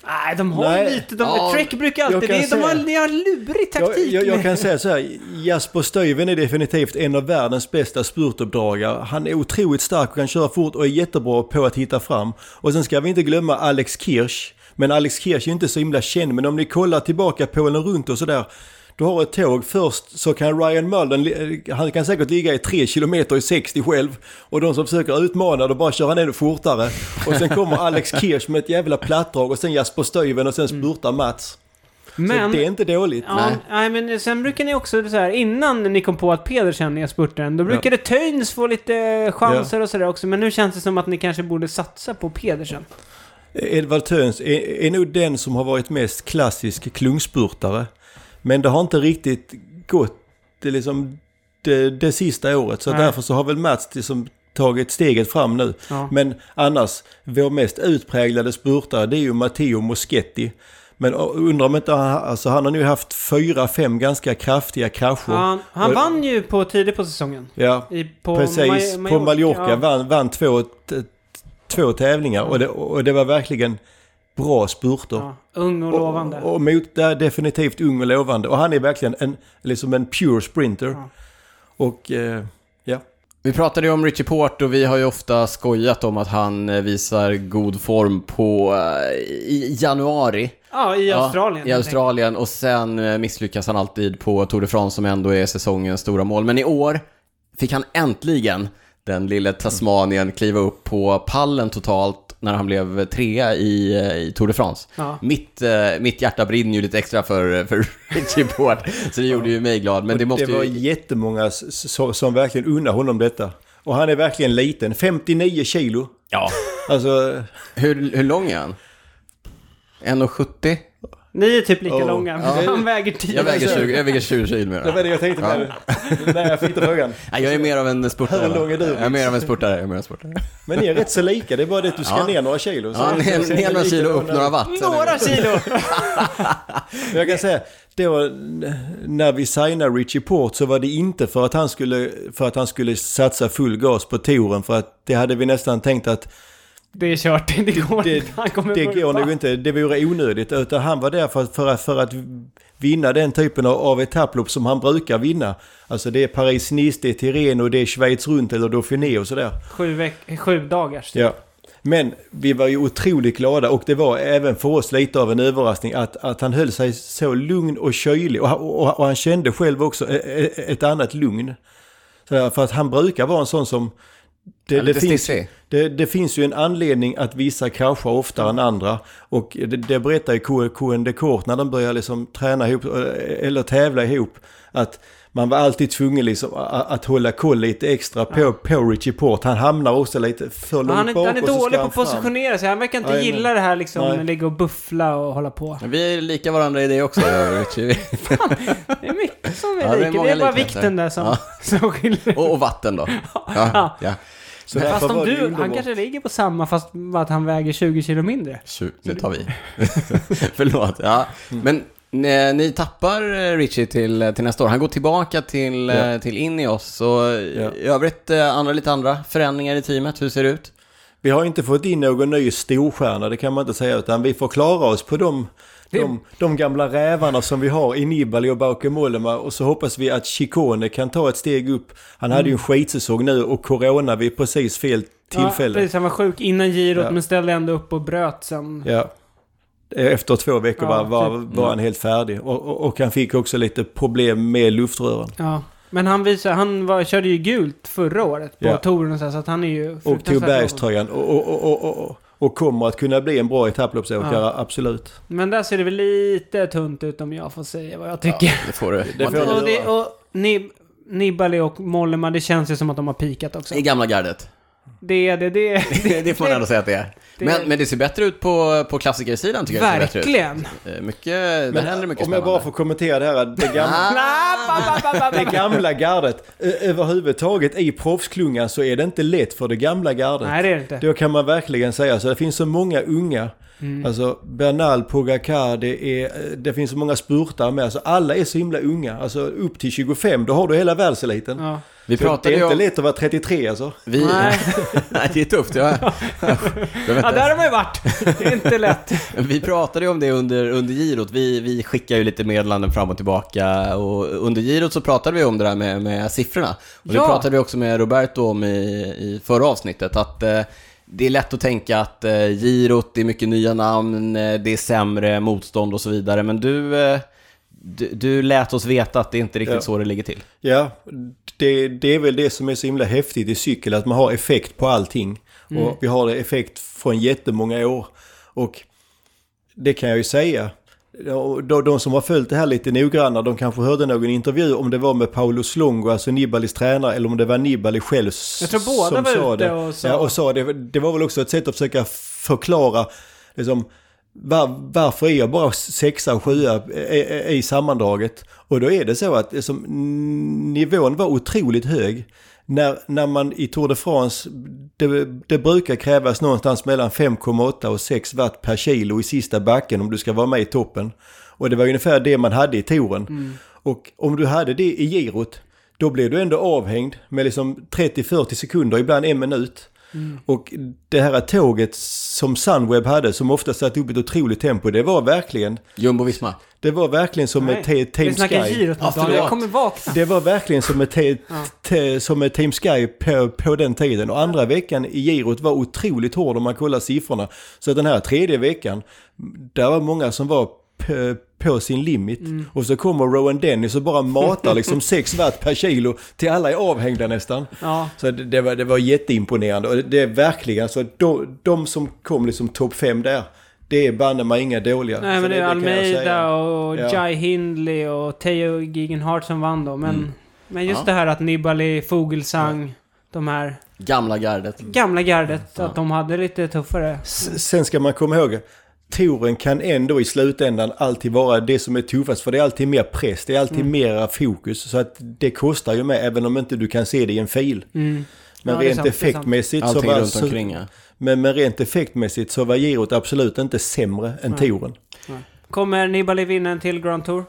Nej, de har Nej. lite... De, ja, Trek brukar alltid... Det, de, har, de har lurig taktik. Jag, jag, jag kan säga så här. Jasper Stuyven är definitivt en av världens bästa spurtuppdragare. Han är otroligt stark och kan köra fort och är jättebra på att hitta fram. Och sen ska vi inte glömma Alex Kirsch. Men Alex Kirsch är inte så himla känd. Men om ni kollar tillbaka Polen runt och sådär... Du har ett tåg först så kan Ryan Mullen, han kan säkert ligga i tre kilometer i sextio själv. Och de som försöker utmana då bara kör han ännu fortare. Och sen kommer Alex Kirsch med ett jävla plattdrag och sen Jasper Stuyven och sen spurtar Mats. Men, så det är inte dåligt. Ja, nej. nej, men sen brukar ni också så här, innan ni kom på att Pedersen är spurtaren, då brukade ja. Töjns få lite chanser ja. och sådär också. Men nu känns det som att ni kanske borde satsa på Pedersen. Edvard Töjns är, är nog den som har varit mest klassisk klungspurtare. Men det har inte riktigt gått det, liksom, det, det sista året. Så därför så har väl Mats liksom tagit steget fram nu. Ja. Men annars, vår mest utpräglade spurtare, det är ju Matteo Moschetti. Men undrar om inte, alltså han har nu haft fyra, fem ganska kraftiga krascher. Han, han och, vann ju på tidigt på säsongen. Ja, I, på precis. Maj- på Mallorca ja. vann, vann två, t- två tävlingar. Ja. Och, det, och det var verkligen... bra spurter. Ja, ung och lovande. Och, och mot där definitivt ung och lovande. Och han är verkligen en, liksom en pure sprinter. Ja. Och eh, ja. Vi pratade ju om Richie Port och vi har ju ofta skojat om att han visar god form på uh, i januari. Ja, i Australien. Ja, i Australien. Och sen misslyckas han alltid på Tour de France som ändå är säsongens stora mål. Men i år fick han äntligen den lilla Tasmanien kliva upp på pallen totalt när han blev trea i, i Tour de France. Ja. Mitt, uh, mitt hjärta brinner ju lite extra för, för Richie Port, så det gjorde ju mig glad. Men det, måste det var ju... jättemånga som, som verkligen unnar honom detta. Och han är verkligen liten, femtionio kilo. Ja. Alltså... Hur, hur lång är han? en komma sjuttio? Ni är typ lika oh. långa, men ja. han väger tio. Jag väger tjugo, jag väger tjugo kilo mer. Det var det jag tänkte med ja. när jag fick frågan. Ja, jag är mer av en spurtare. Hur lång är du? Jag är mer av en spurtare. Jag är mer av en spurtare. Men ni är rätt så lika, det är bara det att du ska ja. ner några kilo. Så ja, ner, ner några kilo, upp några watt. Några kilo! Men jag kan säga, det var, när vi signade Richie Port så var det inte för att han skulle, för att han skulle satsa full gas på touren. För att det hade vi nästan tänkt att det är kört, det går, det, han kommer det går nog inte, det vore onödigt, utan han var där för, för, för att vinna den typen av, av etapplopp som han brukar vinna. Alltså det är Paris-Nice, det är Tirreno, det är Schweiz runt eller Dauphiné och sådär. Sju, veck- sju dagars. Typ. Ja. Men vi var ju otroligt glada och det var även för oss lite av en överraskning att, att han höll sig så lugn och kylig och, och, och han kände själv också ett, ett annat lugn. Så för att han brukar vara en sån som Det, det, finns, det, det finns ju en anledning att vissa kraschar oftare än andra. Och det, det berättar ju Koen de Kort när de börjar liksom träna ihop eller tävla ihop. Att man var alltid tvungen liksom att, att hålla koll lite extra på, ja. på Richie Port. Han hamnar också lite för långt han är, bak. Han är dålig på att positionera sig. Han verkar inte Nej, gilla men, det här liksom, ligga och buffla och hålla på. Vi är lika varandra i det också, Richie. Fan, det är mycket som är ja, lika. Det är, det är bara vikten där som, ja. som skiljer. Och, och vatten då. Ja, ja. ja. Så fast om du, han kanske ligger på samma fast att han väger tjugo kilo mindre. tjugo, det tar vi. Förlåt. Ja. Mm. Men ni, ni tappar Richie till, till nästa år. Han går tillbaka till, ja. till Ineos. Och ja. i övrigt andra, lite andra förändringar i teamet. Hur ser det ut? Vi har inte fått in någon ny storstjärna, det kan man inte säga. Utan vi får klara oss på de... De, de gamla rävarna som vi har i Nibali och Bauke Mollema, och så hoppas vi att Ciccone kan ta ett steg upp. Han mm. hade ju en skitsäsong nu och corona vid precis fel tillfälle. Ja, precis, han var sjuk innan girot ja. men ställde ändå upp och bröt sen. Ja. Efter två veckor ja, var, var, typ. var han helt färdig. Och, och, och han fick också lite problem med luftrören. Ja. Men han visade, han var, körde ju gult förra året på ja. touren och så, så att han är ju... Och tog bergströjan och... och, och, och, och Och kommer att kunna bli en bra etapploppsåkare, ja. absolut. Men där ser det väl lite tunt ut om jag får säga vad jag tycker. Ja, det får du. Det får och, det, och Nib- Nibali och Mollema, det känns ju som att de har pikat också. I gamla gardet. Det, det, det, det, det får man ändå säga att det är. Det, men, men det ser bättre ut på, på klassikersidan tycker jag. Verkligen. Mycket, det men, händer mycket om spännande. jag bara får kommentera det här. Det gamla, det gamla gardet. Överhuvudtaget i proffsklungan så är det inte lätt för det gamla gardet. Nej, det är det inte. Då kan man verkligen säga. Så det finns så många unga. Mm. Alltså Bernal, Pogacar, det, är, det finns så många spurtar med. Alltså alla är så himla unga. Alltså upp till tjugofem, då har du hela världseliten. Ja. Vi pratade det är inte om... lätt att vara trettiotre alltså. Vi... Nej. Nej, det är tufft. Jag... ja, där har man ju varit. Det är inte lätt. Vi pratade ju om det under, under girot. Vi, vi skickar ju lite meddelanden fram och tillbaka. Och under girot så pratade vi om det där med, med siffrorna. Och ja. Det pratade vi också med Roberto om i, i förra avsnittet. Att eh, det är lätt att tänka att eh, girot, det är mycket nya namn, eh, det är sämre motstånd och så vidare. Men du... Eh, Du, du lät oss veta att det inte är riktigt ja. så det ligger till. Ja, det, det är väl det som är så himla häftigt i cykel, att man har effekt på allting. Mm. Och vi har det effekt från jättemånga år. Och det kan jag ju säga. De, de som har följt det här lite noggrannare, de kanske hörde någon intervju om det var med Paolo Slongo, alltså Nibalis tränare, eller om det var Nibali själv jag tror båda som var sa ute det. Och sa. Ja, och sa det. Det var väl också ett sätt att försöka förklara liksom, Var, varför är jag bara sexa och sjua i, i sammandraget? Och då är det så att liksom, nivån var otroligt hög. När, när man i Tour de France, det, det brukar krävas någonstans mellan fem komma åtta och sex watt per kilo i sista backen om du ska vara med i toppen. Och det var ungefär det man hade i touren. Mm. Och om du hade det i girot, då blev du ändå avhängd med liksom trettio till fyrtio sekunder, ibland en minut. Mm. Och det här tåget som Sunweb hade, som ofta satt upp ett otroligt tempo, det var verkligen Jumbo Visma. Det var verkligen som ett te- Team Sky. Girot, ja, jag kommer vakna. Det var verkligen som ett, te- te- som ett Team Sky på, på den tiden. Och andra veckan i girot var otroligt hård om man kollar siffrorna. Så den här tredje veckan, där var många som var på, på sin limit. Mm. Och så kommer Rowan Dennis och bara matar liksom sex watt per kilo till alla är avhängda nästan. Ja. Så det, det, var, det var jätteimponerande. Och det, det är verkligen så att de, de som kom liksom topp fem där, det är banne mig inga dåliga. Nej, men det, det är Almeida och ja. Jai Hindley och Theo Gegenhardt som vann då. Men, mm. men just ja. det här att Nibali, Fogelsang, ja. de här... Gamla gardet. Gamla gardet, ja. att de hade lite tuffare. S- sen ska man komma ihåg, touren kan ändå i slutändan alltid vara det som är tuffast. För det är alltid mer press, det är alltid mm. mera fokus. Så att det kostar ju med, även om inte du kan se det i en fil. Mm. Men ja, rent sant, effektmässigt så var... runt omkring, ja. Men, men rent effektmässigt så var girot absolut inte sämre än Nej. touren. Nej. Kommer Nibali vinna en till Grand Tour?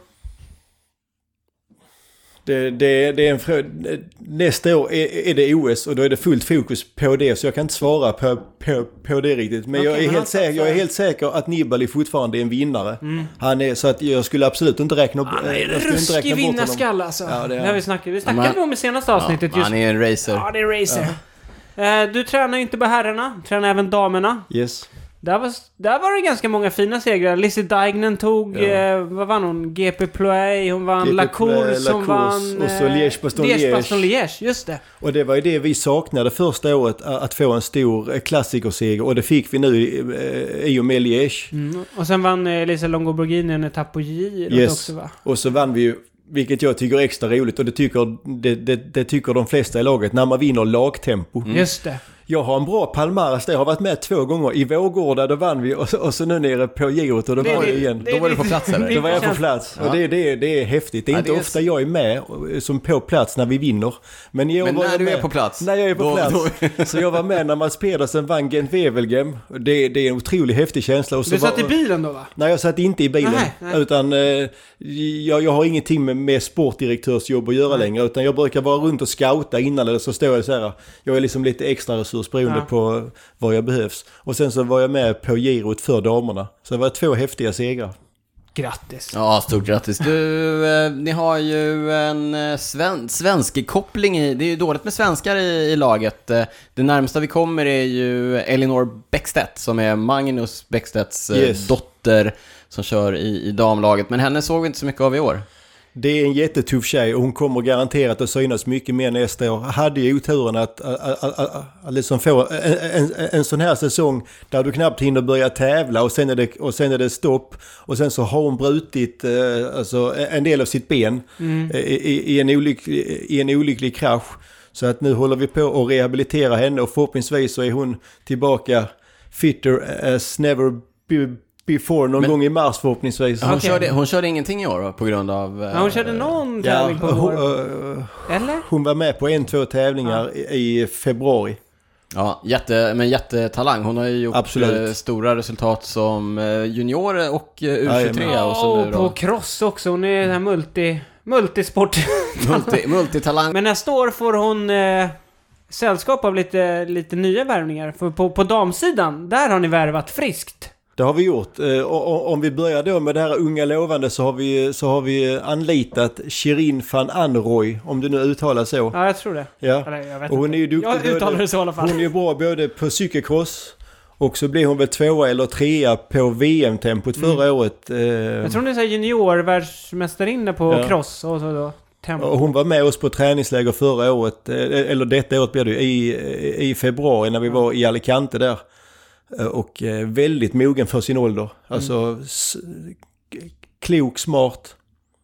Det, det, det är en frö- nästa år är, är det O S och då är det fullt fokus på det, så jag kan inte svara på, på, på det riktigt. Men, okay, jag, är men helt säker, jag är helt säker att Nibali fortfarande är en vinnare. Mm. Han är, så att jag skulle absolut inte räkna upp Han är en ruskig vinnarskall alltså. Ja, det, är. Det vi snackade, vi snackade ja, om i senaste avsnittet. Ja, just. Han är en racer. Ja, det är en racer. Ja. Du tränar ju inte bara herrarna, tränar även damerna. Yes. Där var, där var det ganska många fina segrar. Lizzie Deignan tog, ja. eh, vad vann hon? G P Ploy, hon vann Lacour som vann... Och så Liège-Bastogne-Liège. Just det. Och det var ju det vi saknade första året, att få en stor klassikerseger. Och det fick vi nu eh, i och med Liège. Mm. Och sen vann eh, Lisa Longoborghini en etapp på Girot yes. också, va? Och så vann vi ju, vilket jag tycker är extra roligt, och det tycker, det, det, det tycker de flesta i laget, när man vinner lagtempo. Mm. Just det. Jag har en bra palmares där. Jag har varit med två gånger. I Vårgårda då vann vi och så, och så nu nere på girot och då det, var det igen. Det, då var du på plats eller? Då var jag på plats. Ja. Och det, det, det är häftigt. Det är ja, inte det är... ofta jag är med som på plats när vi vinner. Men, jag Men var när du med. är på plats? När jag är på då, plats. Då... Så jag var med när Mats Pedersen vann Gent-Wevelgem. Det, det är en otroligt häftig känsla. Och så du satt var... i bilen då, va? Nej, jag satt inte i bilen. Nej, nej. Utan eh, jag, jag har ingenting med, med sportdirektörsjobb att göra nej. längre. Utan jag brukar vara runt och scouta innan. Eller så står jag så här. Jag är liksom lite extra resursberoende ja. på var jag behövs. Och sen så var jag med på girot för damerna. Så det var två häftiga segrar. Grattis. Ja, stort grattis. Du, eh, ni har ju en eh, sven- svensk koppling i, det är ju dåligt med svenskar i, i laget. Eh, det närmsta vi kommer är ju Elinor Bäckstedt som är Magnus Bäckstedts eh, yes. dotter som kör i, i damlaget. Men henne såg vi inte så mycket av i år. Det är en jättetuff tjej och hon kommer garanterat att synas mycket mer nästa år. Hade ju oturen att, att, att, att, att liksom få en, en, en sån här säsong där du knappt hinner börja tävla och sen är det, och sen är det stopp. Och sen så har hon brutit eh, alltså, en del av sitt ben mm. i, i, i, en olycklig, i en olycklig krasch. Så att nu håller vi på att rehabilitera henne och förhoppningsvis så är hon tillbaka fitter as never be. Before, någon Men, gång i mars förhoppningsvis. Hon, okay. körde, hon körde ingenting i år då, på grund av... Ja, hon körde någon tävling ja, på hon, uh, Eller? Hon var med på en, två tävlingar ja. i, i februari. Ja, jätte, men jättetalang. Hon har ju gjort Absolut. stora resultat som junior och U tjugotre. Ja, och så och nu då. på cross också. Hon är den här multi... multisport. Multi, multitalang. Men nästa år får hon eh, sällskap av lite, lite nya värvningar. För på, på damsidan, där har ni värvat friskt. Det har vi gjort. Eh, och, och, om vi börjar då med det här unga lovande så har vi, så har vi anlitat Shirin van Anrooy, om du nu uttalar så. Ja, jag tror det. Ja. Eller, jag vet och hon inte. är ju duktig. Jag uttalar det så i alla fall. Hon är bra både på cykelcross och så blev hon väl tvåa eller trea på V M-tempot förra mm. året. Eh, jag tror hon är så här junior-världsmästarinne på ja. cross och så då. Tempo. Och hon var med oss på träningsläger förra året, eller detta året blev det i, i februari när vi var i Alicante där. Och väldigt mogen för sin ålder. Alltså mm. s- klok, smart.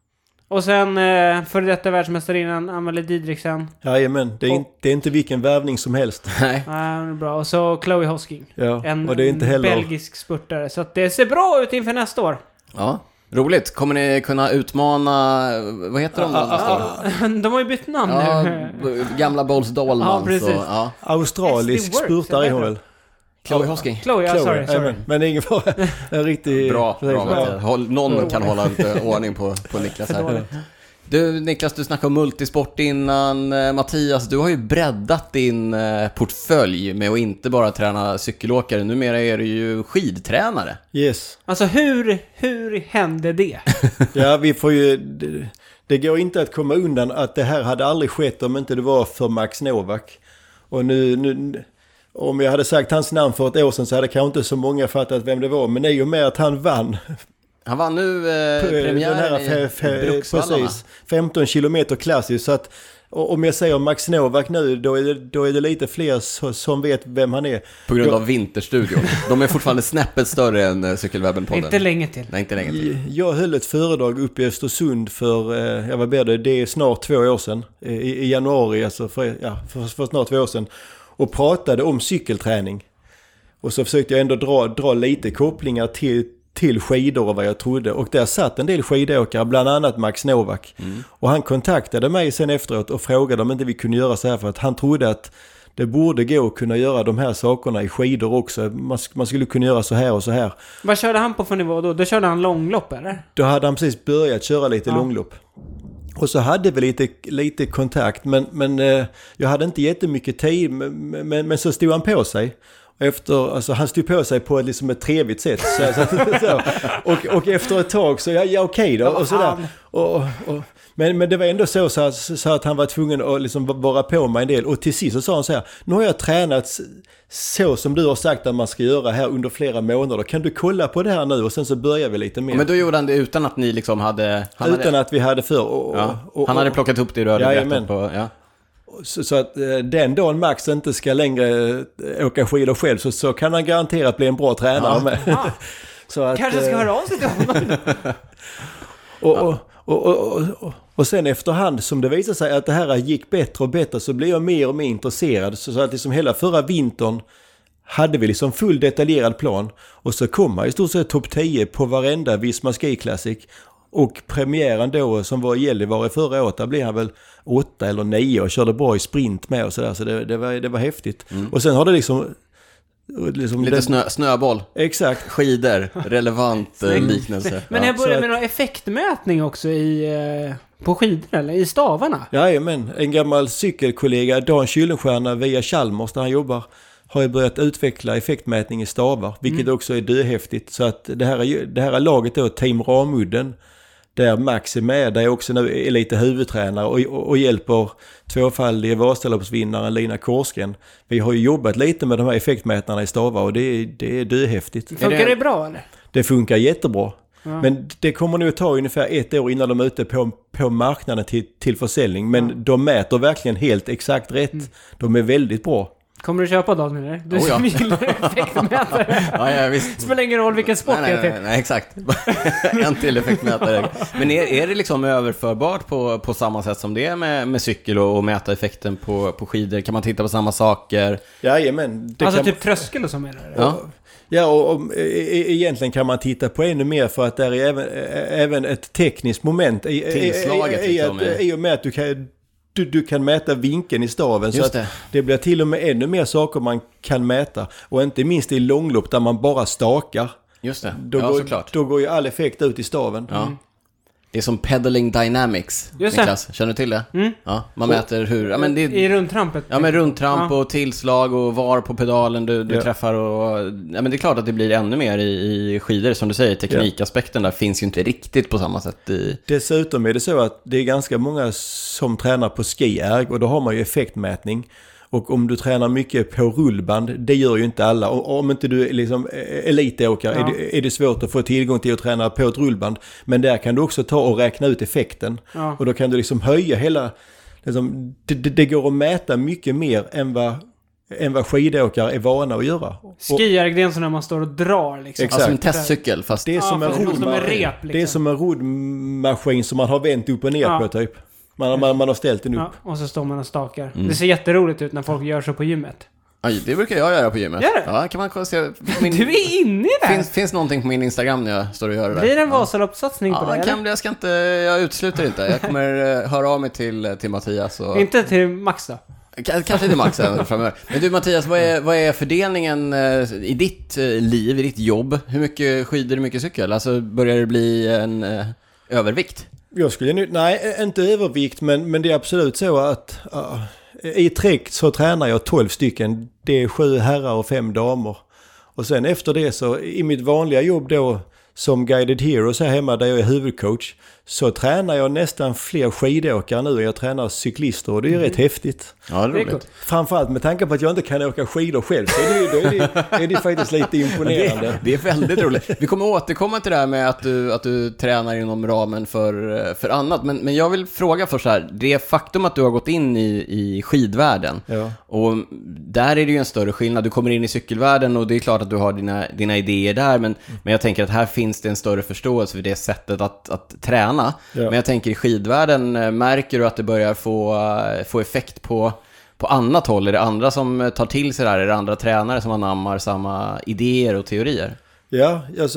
Och sen eh, för detta världsmästarinnan Amalie Didriksen. Jajamän, det är, och, in, det är inte vilken värvning som helst. Nej. Ja, bra. Och så Chloe Hosking. Ja, en och det är inte heller... belgisk spurtare. Så att det ser bra ut inför nästa år. Ja, roligt. Kommer ni kunna utmana, vad heter de då nästa år? De har ju bytt namn ja, nu. Gamla Bowles Dolman. Ja, precis. Så, ja. Australisk spurtare är hon väl? Chloe Hosking. Chloe, ja, sorry, sorry. Amen. Men det är ingen fara. En riktig... Bra, bra. bra. Håll, någon bra. Kan hålla lite ordning på, på Niklas här. Du, Niklas, du snackade om multisport innan. Mattias, du har ju breddat din portfölj med att inte bara träna cykelåkare. Numera är du ju skidtränare. Yes. Alltså, hur, hur hände det? Ja, vi får ju... Det, det går inte att komma undan att det här hade aldrig skett om inte det var för Max Novak. Och nu... nu om jag hade sagt hans namn för ett år sedan så hade kanske inte så många fattat vem det var. Men i och med att han vann... Han vann nu eh, premiären i, fe, fe, i Bruksvallarna. Precis, femton kilometer klassiskt. Så att om jag säger Max Novak nu, då är det, då är det lite fler som vet vem han är. På grund jag, av Vinterstudion. De är fortfarande snäppet större än Cykelwebben-podden. Inte länge till. Nej, inte länge till. Jag höll ett föredrag uppe i Östersund för, jag var bättre, det är snart två år sedan. I, i januari, alltså för, ja, för, för snart två år sedan. Och pratade om cykelträning. Och så försökte jag ändå dra, dra lite kopplingar till, till skidor och vad jag trodde. Och där satt en del skidåkare, bland annat Max Novak. Mm. Och han kontaktade mig sen efteråt och frågade om inte vi kunde göra så här. För att han trodde att det borde gå att kunna göra de här sakerna i skidor också. Man, man skulle kunna göra så här och så här. Vad körde han på för nivå då? Då körde han långlopp, eller? Då hade han precis börjat köra lite ja. långlopp. Och så hade vi lite, lite kontakt, men, men eh, jag hade inte jättemycket tid, men, men, men så stod han på sig. Efter, alltså, han stod på sig på ett, liksom ett trevligt sätt. Så, så, så, och, och efter ett tag så, ja, ja okej då. Och sådär. Och, och, men, men det var ändå så, så, att, så att han var tvungen att liksom vara på mig en del. Och till sist så sa han så här, nu har jag tränat så som du har sagt att man ska göra här under flera månader. Kan du kolla på det här nu? Och sen så börjar vi lite mer. Ja, men då gjorde han det utan att ni liksom hade... Han utan hade, att vi hade för. Och, ja, och, och, han hade plockat upp det i röda på... Ja. Så, så att den dagen Max inte ska längre åka skidor själv så, så kan han garanterat bli en bra tränare ja. med. Ah. Så att, kanske ska höra av sig till honom. och, och, och, och, och, och sen efterhand som det visar sig att det här gick bättre och bättre så blir jag mer och mer intresserad. Så, så att liksom hela förra vintern hade vi liksom full detaljerad plan. Och så kom man i stort sett topp tio på varenda Visma Ski Classic. Och premiären då som var i Gällivare förra året, där blev han väl åtta eller nio och körde bra i sprint med och sådär. Så det, det, var, det var häftigt. Mm. Och sen har det liksom... liksom lite det, snö, snöboll. Exakt. Skidor. Relevant liknelse. Men jag började med någon effektmätning också i, på skidor eller i stavarna. Ja, men en gammal cykelkollega, Dan Kyllenstierna via Chalmers där han jobbar, har ju börjat utveckla effektmätning i stavar, vilket mm. också är döhäftigt. Så att det här, det här laget då, Team Ramudden, där Max är med, där jag också nu är lite huvudtränare och, och, och hjälper tvåfaldige Vasaloppsvinnaren Lina Korsgren. Vi har ju jobbat lite med de här effektmätarna i stavar och det är, det är döhäftigt. Funkar det, det bra eller? Det funkar jättebra. Ja. Men det kommer nog ta ungefär ett år innan de är ute på, på marknaden till, till försäljning. Men ja. de mäter verkligen helt exakt rätt. Mm. De är väldigt bra. Kommer du köpa dagen eller? Du oh, ja. som gillar effektmätare. Ja, ja, visst. Spelar ingen roll vilken sport nej, det är till. Nej, nej, exakt. En till effektmätare. Men är, är det liksom överförbart på, på samma sätt som det är med, med cykel och, och mäta effekten på, på skidor? Kan man titta på samma saker? Jajamän. Alltså kan... typ tröskel och så menar du? Ja. Ja, och, och e- egentligen kan man titta på ännu mer för att där är även, även ett tekniskt moment i, Tillslaget, i, i, liksom, i, i och med att du kan... Du, du kan mäta vinkeln i staven. Just så att det. det blir till och med ännu mer saker man kan mäta. Och inte minst i långlopp där man bara stakar. Just det, då ja går, såklart. Då går ju all effekt ut i staven. Ja. Mm. Det är som pedaling dynamics, Just Niklas. Känner du till det? Mm. Ja, man mäter hur... Ja, men det är, I rundtrampet? Ja, men rundtramp ja. och tillslag och var på pedalen du, du ja. träffar. Och, ja, men det är klart att det blir ännu mer i, i skidor, som du säger. Teknikaspekten där finns ju inte riktigt på samma sätt i... Dessutom är det så att det är ganska många som tränar på skierg och då har man ju effektmätning. Och om du tränar mycket på rullband, det gör ju inte alla. Och om inte du är liksom elitåkare ja. är, det, är det svårt att få tillgång till att träna på ett rullband. Men där kan du också ta och räkna ut effekten. Ja. Och då kan du liksom höja hela... Liksom, det, det, det går att mäta mycket mer än vad, än vad skidåkare är vana att göra. Skierg, det är en sån när man står och drar. Liksom. Exakt. Alltså en testcykel. Fast det är som, ja, en, roddma- rep, liksom. Det är som en roddmaskin som man har vänt upp och ner ja. på typ. Man, man, man har ställt den upp. Ja, och så står man och stakar. Mm. Det ser jätteroligt ut när folk gör så på gymmet. Aj, det brukar jag göra på gymmet. Gör det? Ja, kan man se. Min, du är inne i det här. Finns, finns någonting på min Instagram när jag står och gör det där. Blir det en Vasaloppssatsning ja. på det? Ja, kan bli, jag ska inte, jag utesluter inte. Jag kommer höra av mig till, till Mattias. Och... Inte till Max då? K- kanske till Max även framöver. Men du Mattias, vad är, vad är fördelningen i ditt liv, i ditt jobb? Hur mycket skidor, hur mycket cykel? Alltså börjar det bli en eh, övervikt? Jag skulle nu, nej, inte övervikt, men, men det är absolut så att uh, i Trek så tränar jag tolv stycken. Det är sju herrar och fem damer. Och sen efter det så, i mitt vanliga jobb då som Guided Heroes här hemma där jag är huvudcoach, så tränar jag nästan fler skidåkare nu än jag tränar cyklister, och det är mm. rätt häftigt. Ja, det är roligt. Framförallt med tanke på att jag inte kan åka skidor själv, så är det, då är det, är det faktiskt lite imponerande. Det, det är väldigt roligt. Vi kommer återkomma till det här med att du, att du tränar inom ramen för, för annat. Men, men jag vill fråga för så här, det faktum att du har gått in i, i skidvärlden, ja. och där är det ju en större skillnad. Du kommer in i cykelvärlden och det är klart att du har dina, dina idéer där, men, mm. men jag tänker att här finns det en större förståelse för det sättet att, att träna. Ja. Men jag tänker i skidvärlden, märker du att det börjar få, få effekt på, på annat håll? Är det andra som tar till sig det här? Är det andra tränare som anammar samma idéer och teorier? Ja, alltså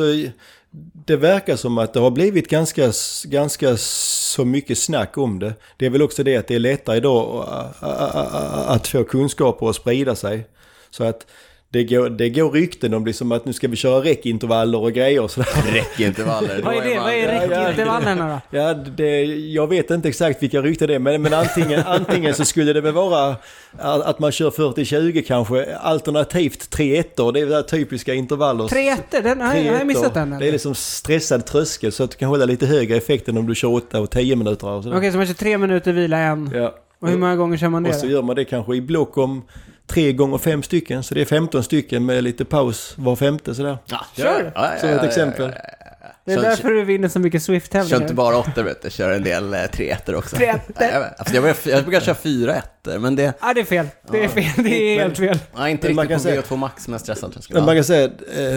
det verkar som att det har blivit ganska, ganska så mycket snack om det. Det är väl också det att det är lättare idag att få kunskaper och sprida sig. Så att Det går, det går rykten om liksom att nu ska vi köra räckintervaller och grejer och sådär. Räckintervaller? Vad är det? Vad är räckintervallerna då? Ja, det, jag vet inte exakt vilka rykten det är, men, men antingen, antingen så skulle det väl vara att man kör fyrtio tjugo kanske, alternativt tre ettor, det är det typiska intervaller. tre ettor? Den har jag missat den. Eller? Det är liksom stressad tröskel så att du kan hålla lite högre effekt än om du kör åtta och tio minuter. Okej, okay, så man kör tre minuter, vila en. Ja. Och hur många gånger kör man det? Och så gör man det kanske i block om tre gånger fem stycken, så det är femton stycken med lite paus var femte sådär. Ja, kör! Ja, som ett exempel. Det är därför du vinner så mycket Swift-tävlingar. Kör inte bara åtta, vet du. Kör en del eh, tre ettor också. Tre ettor? Alltså, jag, jag brukar köra fyra ettor, men det... Ja, det är fel. Det är fel. Det är helt fel. Ja, inte riktigt på V två Max med stressad. Men man kan säga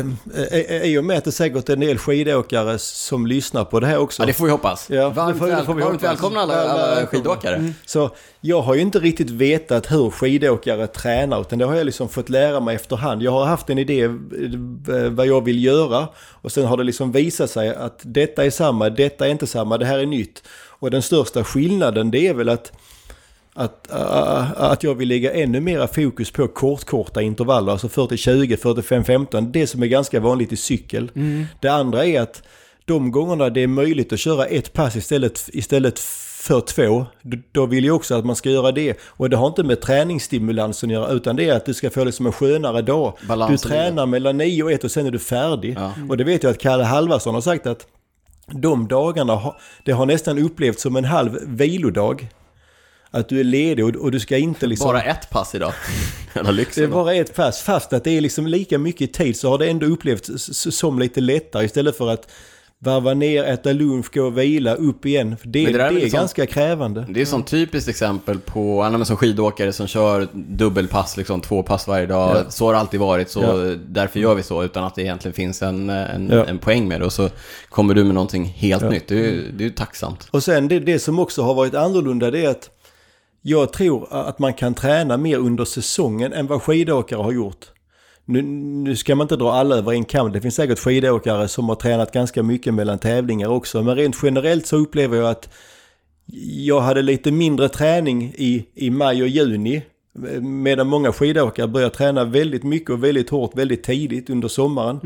att i och med att det är säkert en del skidåkare som lyssnar på det här också. Ja, det får vi hoppas. Ja, varmt väl, får vi varmt välkomna alla, alla skidåkare. Mm. Så jag har ju inte riktigt vetat hur skidåkare tränar, utan det har jag liksom fått lära mig efterhand. Jag har haft en idé vad jag vill göra, och sen har det liksom visat sig att detta är samma, detta är inte samma, det här är nytt. Och den största skillnaden, det är väl att Att, uh, att jag vill lägga ännu mera fokus på kortkorta intervaller, alltså fyrtio tjugo, fyrtiofem femton, det som är ganska vanligt i cykel. Mm. Det andra är att de gångerna det är möjligt att köra ett pass istället, istället för två, då vill jag också att man ska göra det. Och det har inte med träningsstimulansen att göra, utan det är att du ska få det som en skönare dag. Balans du tränar mellan nio och ett och sen är du färdig. Ja. Mm. Och det vet jag att Kalle Halvarsson har sagt att de dagarna, det har nästan upplevt som en halv vilodag. Att du är ledig och, och du ska inte liksom... Bara ett pass idag. Det är bara ett pass. Fast att det är liksom lika mycket tid, så har det ändå upplevts som lite lättare istället för att varva ner, äta lunch, gå och vila, upp igen. För det, det, det är, är liksom, ganska krävande. Det är ett sånt typiskt exempel på alla som skidåkare som kör dubbelpass, liksom två pass varje dag. Ja. Så har det alltid varit, så ja. Därför gör vi så, utan att det egentligen finns en, en, ja. en poäng med det. Och så kommer du med någonting helt ja. nytt. Det är ju det är tacksamt. Och sen det, det som också har varit annorlunda, det är att jag tror att man kan träna mer under säsongen än vad skidåkare har gjort. Nu, nu ska man inte dra alla över en kam. Det finns säkert skidåkare som har tränat ganska mycket mellan tävlingar också. Men rent generellt så upplever jag att jag hade lite mindre träning i, i maj och juni Medan många skidåkare börjar träna väldigt mycket och väldigt hårt väldigt tidigt under sommaren.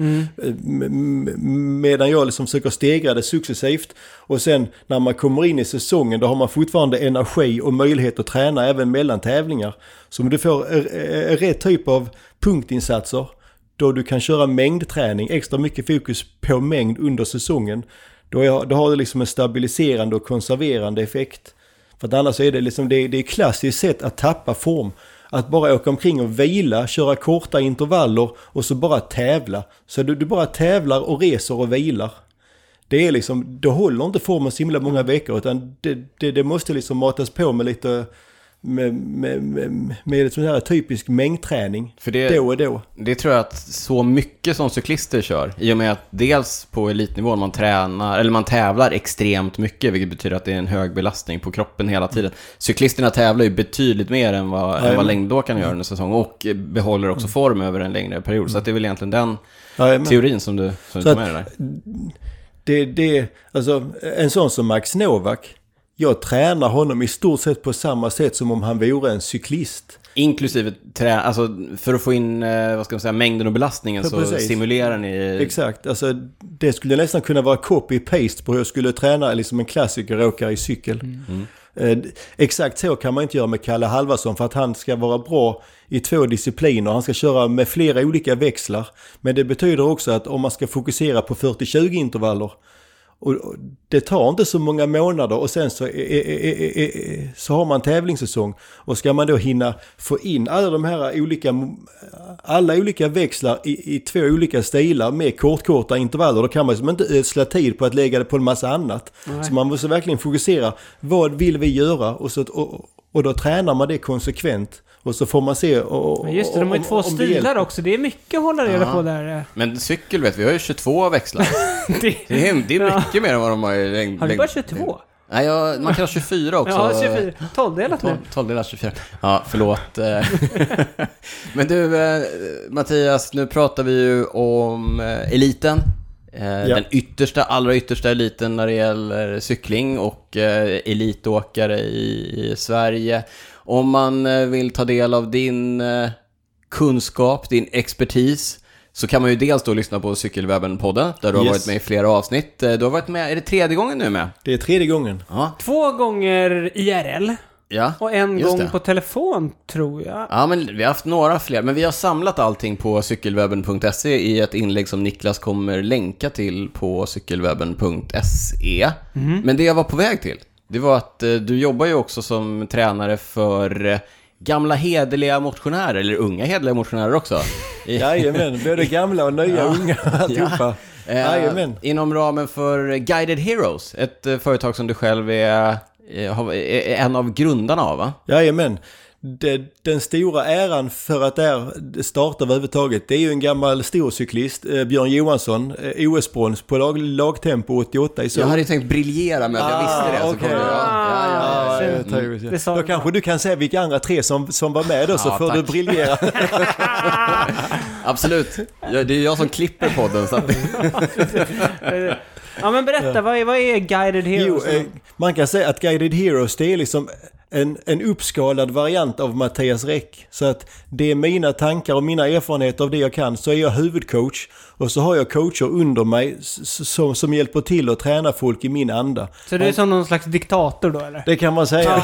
Mm. Medan jag liksom försöker stegra det successivt. Och sen när man kommer in i säsongen, då har man fortfarande energi och möjlighet att träna även mellan tävlingar. Så om du får rätt typ av punktinsatser, då du kan köra mängdträning, extra mycket fokus på mängd under säsongen, då, är, då har du liksom en stabiliserande och konserverande effekt. För att annars är det liksom, det, det är klassiskt sätt att tappa form. Att bara åka omkring och vila, köra korta intervaller och så bara tävla. Så du, du bara tävlar och reser och vilar. Det är liksom, då håller inte formen så himla många veckor, utan det, det, det måste liksom matas på med lite... med, med, med, med ett sån här typisk mängdträning. För det, då och då. Det tror jag att så mycket som cyklister kör, i och med att dels på elitnivå man tränar, eller man tävlar extremt mycket, vilket betyder att det är en hög belastning på kroppen hela tiden. Cyklisterna tävlar ju betydligt mer än vad, än vad längdåkarna gör under säsong, och behåller också form över en längre period. Så att det är väl egentligen den Jajamän. teorin som du, som du tar med dig där. Det, det, alltså, en sån som Max Novak, jag tränar honom i stort sett på samma sätt som om han vore en cyklist. Inklusive trä, alltså för att få in, vad ska man säga, mängden och belastningen, så precis. Simulerar ni... Exakt, alltså det skulle nästan kunna vara copy-paste på hur jag skulle träna liksom en klassikeråkare i cykel. Mm. Mm. Eh, exakt så kan man inte göra med Kalle Halvarsson, för att han ska vara bra i två discipliner. Han ska köra med flera olika växlar. Men det betyder också att om man ska fokusera på fyrtio tjugo intervaller, och det tar inte så många månader, och sen så, är, är, är, är, så har man tävlingssäsong, och ska man då hinna få in alla de här olika alla olika växlar i, i två olika stilar med kortkorta intervaller, då kan man liksom inte ödsla tid på att lägga det på en massa annat. Nej. Så man måste verkligen fokusera, vad vill vi göra, och, så, och, och då tränar man det konsekvent. Och så får man se... Och, och, just det, de har ju två stilar också. Det är mycket att hålla reda på där. Men cykel, vet vi, har ju tjugotvå växlar. det, det är, det är mycket ja. mer än vad de har i längd. Har du bara tjugotvå? Nej, jag, man kan ha tjugofyra också. Ja, tjugofyra. tolv delat nu. tolv delat tjugofyra. Ja, förlåt. Men du, Mattias, nu pratar vi ju om eliten. Ja. Den yttersta, allra yttersta eliten när det gäller cykling och elitåkare i, i Sverige. Om man vill ta del av din kunskap, din expertis, så kan man ju dels då lyssna på Cykelwebben-podden, där du har yes. varit med i flera avsnitt. Du har varit med, är det tredje gången nu med? Det är tredje gången. Ja. Två gånger I R L. Ja, och en gång det. på telefon, tror jag. Ja, men vi har haft några fler. Men vi har samlat allting på cykelwebben punkt se i ett inlägg som Niklas kommer länka till på cykelwebben punkt se. Mm. Men det jag var på väg till, det var att eh, du jobbar ju också som tränare för eh, gamla hederliga motionärer, eller unga hederliga motionärer också. Jajamän, både gamla och nya ja. unga allihopa. Ja. Eh, inom ramen för Guided Heroes, ett eh, företag som du själv är, är, är en av grundarna av, va? Jajamän. Det, den stora äran för att det startar överhuvudtaget, det är ju en gammal storcyklist, eh, Björn Johansson, eh, O S-brons på lag, lagtempo åttioåtta i så. Jag hade ju tänkt briljera med att jag visste det. Ah, okay. så ja. Ja, ja, ja, ja, mm. det då kanske du kan säga vilka andra tre som, som var med då, så ja, får tack. du briljera. Absolut. Ja, det är jag som klipper podden. Så att... ja, men berätta, ja. vad, är, vad är Guided Heroes? Jo, eh, man kan säga att Guided Heroes, det är liksom en, en uppskalad variant av Mattias Räck. Så att det är mina tankar och mina erfarenheter av det jag kan. Så är jag huvudcoach, och så har jag coacher under mig som, som hjälper till att träna folk i min anda. Så du är som någon slags diktator då, eller? Det kan man säga.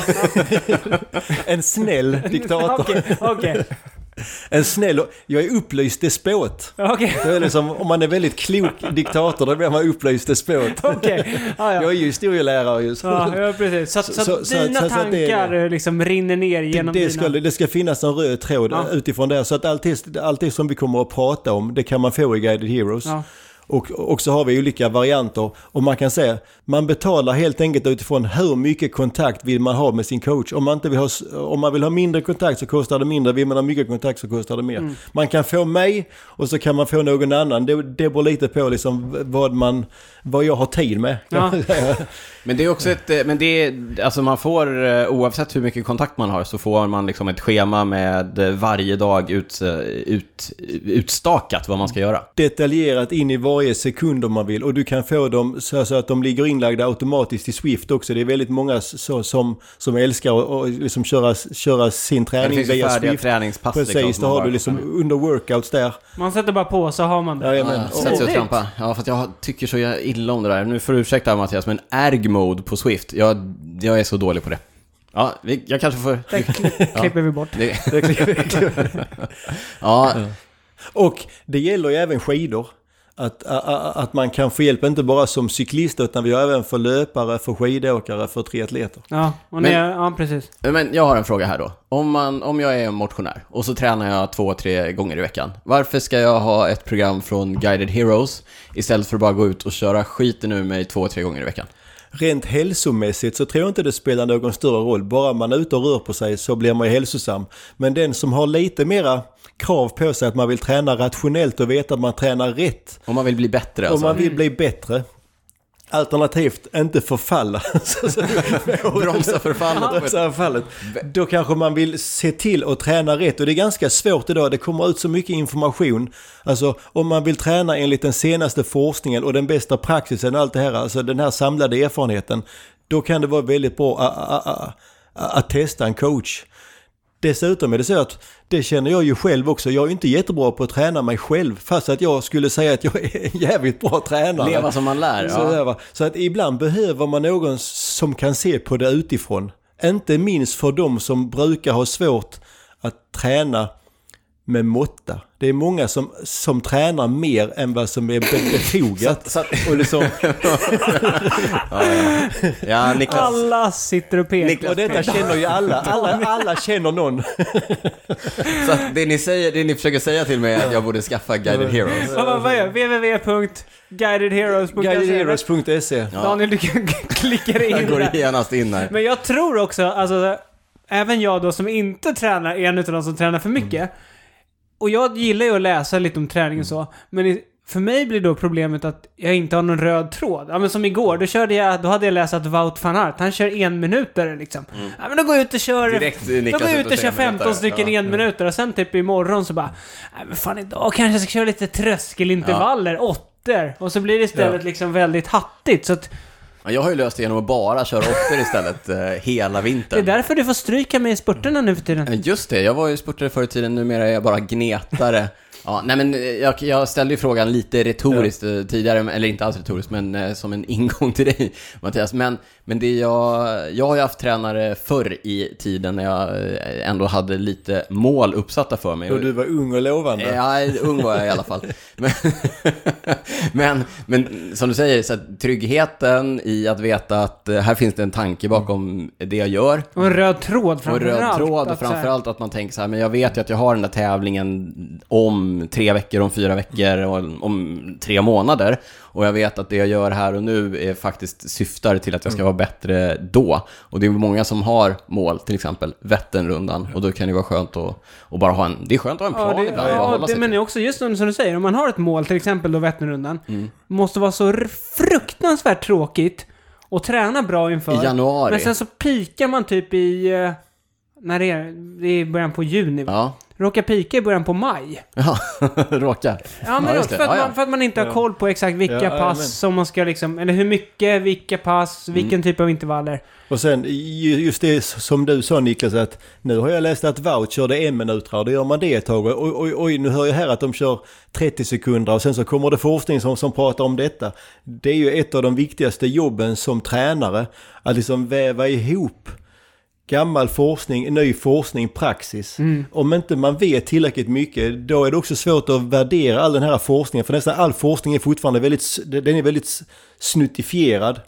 En snäll diktator. Okej, okay, okay. En snäll, jag är upplyst despot. Okay. Det är liksom, om man är väldigt klok diktator, då blir man upplyst despot. Okay. Ah, ja. Jag är ju historielärare just. Ja, ja, precis. Så, så, så, så, så dina så, tankar det, liksom rinner ner genom det, det dina... Ska, det ska finnas en röd tråd ja. utifrån det. Så att allt det, allt det som vi kommer att prata om, det kan man få i Guided Heroes. Ja. Och, och så har vi olika varianter, och man kan säga, man betalar helt enkelt utifrån hur mycket kontakt vill man ha med sin coach. Om man inte vill ha, om man vill ha mindre kontakt så kostar det mindre, vill man ha mycket kontakt så kostar det mer. Mm. Man kan få mig, och så kan man få någon annan. Det, det beror lite på liksom vad man vad jag har tid med. Ja. Men det är också ett, men det är, alltså man får, oavsett hur mycket kontakt man har, så får man liksom ett schema med varje dag ut, ut, utstakat vad man ska göra. Detaljerat in i varje varje sekund om man vill. Och du kan få dem så, så att de ligger inlagda automatiskt i Swift också. Det är väldigt många så, som, som älskar att liksom köra, köra sin träning via Swift. Träningspass. Precis, då har du liksom under workouts där. Man sätter bara på så har man det. Ja, men, ja, sätter sig och trampa. Ja, för att jag tycker så illa om det där. Nu får du ursäkta Mattias, men erg-mode på Swift, jag, jag är så dålig på det. Ja, vi, jag kanske får... Det klipper vi bort. Det, det klipper vi. ja. Och det gäller ju även skidor. Att, att, att man kan få hjälp inte bara som cyklist utan vi har även för löpare, för skidåkare, för triatleter. Ja, och men, är, ja precis. Men jag har en fråga här då. Om, man, om jag är en motionär och så tränar jag två, tre gånger i veckan. Varför ska jag ha ett program från Guided Heroes istället för att bara gå ut och köra skiten ur mig två, tre gånger i veckan? Rent hälsomässigt så tror jag inte det spelar någon större roll. Bara man är ute och rör på sig så blir man ju hälsosam. Men den som har lite mera krav på sig att man vill träna rationellt och veta att man tränar rätt. Om man vill bli bättre alltså. Om man vill bli bättre. Alternativt inte förfalla. Bromsa förfallet. Bromsa förfallet. Då kanske man vill se till att träna rätt. Och det är ganska svårt idag. Det kommer ut så mycket information. Alltså om man vill träna enligt den senaste forskningen och den bästa praxisen och allt det här. Alltså den här samlade erfarenheten. Då kan det vara väldigt bra att, att, att, att testa en coach. Dessutom är det så att det känner jag ju själv också. Jag är inte jättebra på att träna mig själv. Fast att jag skulle säga att jag är en jävligt bra tränare. Leva som man lär. Så, ja. så att ibland behöver man någon som kan se på det utifrån. Inte minst för de som brukar ha svårt att träna med måtta. Det är många som, som tränar mer än vad som är befogat. så, så, och liksom... ja, ja. Ja, Niklas. Alla sitter och pekar. Och detta känner ju alla. Alla, alla känner någon. Så att det ni säger, det ni försöker säga till mig är att jag borde skaffa Guided Heroes. Vad vad är w w w punkt guided heroes punkt se? guided heroes punkt se. Ja. Daniel, du kan klicka in. Jag går genast in här. Men jag tror också, alltså, även jag då som inte tränar är en av de som tränar för mycket. Mm. Och jag gillar ju att läsa lite om träning och så. Men för mig blir då problemet att jag inte har någon röd tråd. Ja, men som igår, då körde jag, då hade jag läst att Wout van Aert, han kör en minuter liksom. Mm. Ja, men då går jag ut och kör Direkt, då går jag ut och kör femton stycken ja, en ja. minuter. Och sen typ imorgon så bara, nej men fan idag kanske jag ska köra lite tröskelintervaller, ja. åttor. Och så blir det istället ja. liksom väldigt hattigt. Så att jag har ju löst det genom att bara köra åttor istället eh, hela vintern. Det är därför du får stryka med i spurterna nu för tiden. Just det, jag var ju spurtare förr i tiden, numera är jag bara gnetare. Ja, nej men jag, jag ställde ju frågan lite retoriskt ja. tidigare, eller inte alls retoriskt, men eh, som en ingång till dig, Mattias. Men, men det jag, jag har ju haft tränare förr i tiden när jag ändå hade lite mål uppsatta för mig. Och du var ung och lovande. Ja, ung var jag i alla fall. Men, men, men som du säger, så att tryggheten i att veta att här finns det en tanke bakom det jag gör. Och en röd tråd framförallt. Och röd tråd och framförallt att man tänker så här, men jag vet ju att jag har den där tävlingen om tre veckor, om fyra veckor och om tre månader. Och jag vet att det jag gör här och nu är faktiskt syftar till att jag ska vara bättre då. Och det är många som har mål, till exempel Vätternrundan. Och då kan det vara skönt att, att bara ha en... Det är skönt att ha en plan ja, det, ibland. Ja, det, men det är också just som du säger. Om man har ett mål, till exempel då Vätternrundan. Mm. Måste vara så fruktansvärt tråkigt att träna bra inför. I januari. Men sen så pikar man typ i... När det är, det är början på juni. Ja. Råkar pika i början på maj. Ja, råkar. Ja, men ja, för, att ja, ja. Man, för att man inte har koll på exakt vilka ja, pass ja, som man ska liksom... Eller hur mycket, vilka pass, vilken mm. typ av intervaller. Och sen, just det som du sa Niklas, att nu har jag läst att Wout körde en minuter och då gör man det ett tag. Och, och, och nu hör jag här att de kör trettio sekunder och sen så kommer det forskning som, som pratar om detta. Det är ju ett av de viktigaste jobben som tränare, att liksom väva ihop gammal forskning, ny forskning, praxis. Mm. Om inte man vet tillräckligt mycket, då är det också svårt att värdera all den här forskningen. För nästan all forskning är fortfarande väldigt, den är väldigt snuttifierad.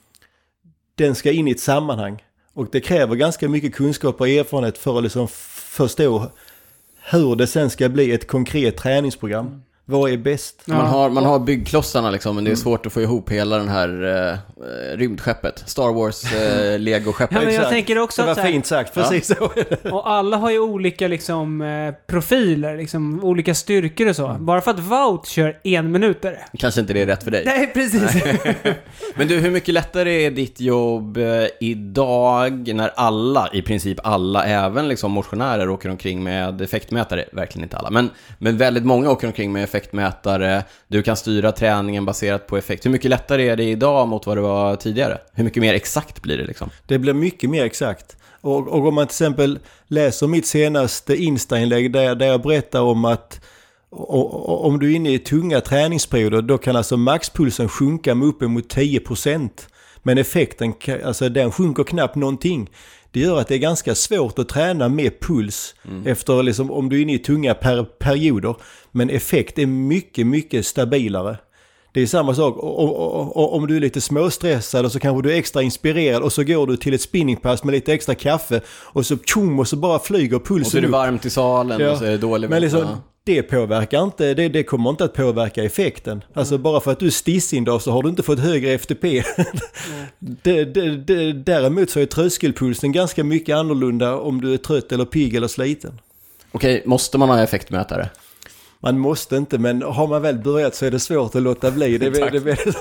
Den ska in i ett sammanhang. Och det kräver ganska mycket kunskap och erfarenhet för att liksom förstå hur det sen ska bli ett konkret träningsprogram. Vad är bäst? Man har, man har byggklossarna liksom, men det är svårt att få ihop hela den här eh, rymdskeppet. Star Wars eh, Lego-skeppet. Ja, men jag tänker också det var att, fint sagt, precis ja. så. Och alla har ju olika liksom, eh, profiler, liksom, olika styrkor och så. Mm. Bara för att Wout kör en minuter. Kanske inte det är rätt för dig. Nej, precis. Nej. Men du, hur mycket lättare är ditt jobb eh, idag när alla, i princip alla, även liksom motionärer åker omkring med effektmätare? Verkligen inte alla, men, men väldigt många åker omkring med effektmätare effektmätare, du kan styra träningen baserat på effekt. Hur mycket lättare är det idag mot vad det var tidigare? Hur mycket mer exakt blir det liksom? Det blir mycket mer exakt. Och, och om man till exempel läser mitt senaste Insta-inlägg där, där jag berättar om att och, och, om du är inne i tunga träningsperioder, då kan alltså maxpulsen sjunka med uppemot tio procent. Men effekten, alltså den sjunker knappt någonting. Det gör att det är ganska svårt att träna med puls mm. efter liksom, om du är inne i tunga per, perioder. Men effekt är mycket, mycket stabilare. Det är samma sak om, om, om du är lite småstressad och så kanske du är extra inspirerad och så går du till ett spinningpass med lite extra kaffe och så tjum och så bara flyger pulsen upp. Och så är det varmt i salen ja. Och så är det dåligt. Men liksom, det påverkar inte, det, det kommer inte att påverka effekten. Alltså bara för att du är stissig idag så har du inte fått högre F T P. Mm. det, det, det, däremot så är tröskelpulsen ganska mycket annorlunda om du är trött eller pigg eller sliten. Okej, måste man ha effektmätare? Man måste inte, men har man väl börjat så är det svårt att låta bli. Det, det,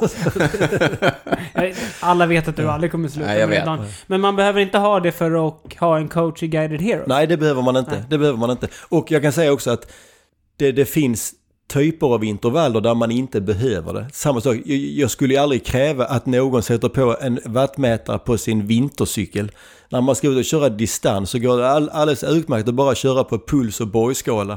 det, alla vet att du aldrig kommer sluta. Nej, jag vet. Men man behöver inte ha det för att ha en coach i Guided Hero. Nej, det behöver man inte. Det behöver man inte. Och jag kan säga också att det, det finns typer av intervaller där man inte behöver det. Samma sak, jag, jag skulle aldrig kräva att någon sätter på en wattmätare på sin vintercykel. När man ska ut och köra distans så går det all, alldeles utmärkt att bara köra på puls och borgskala.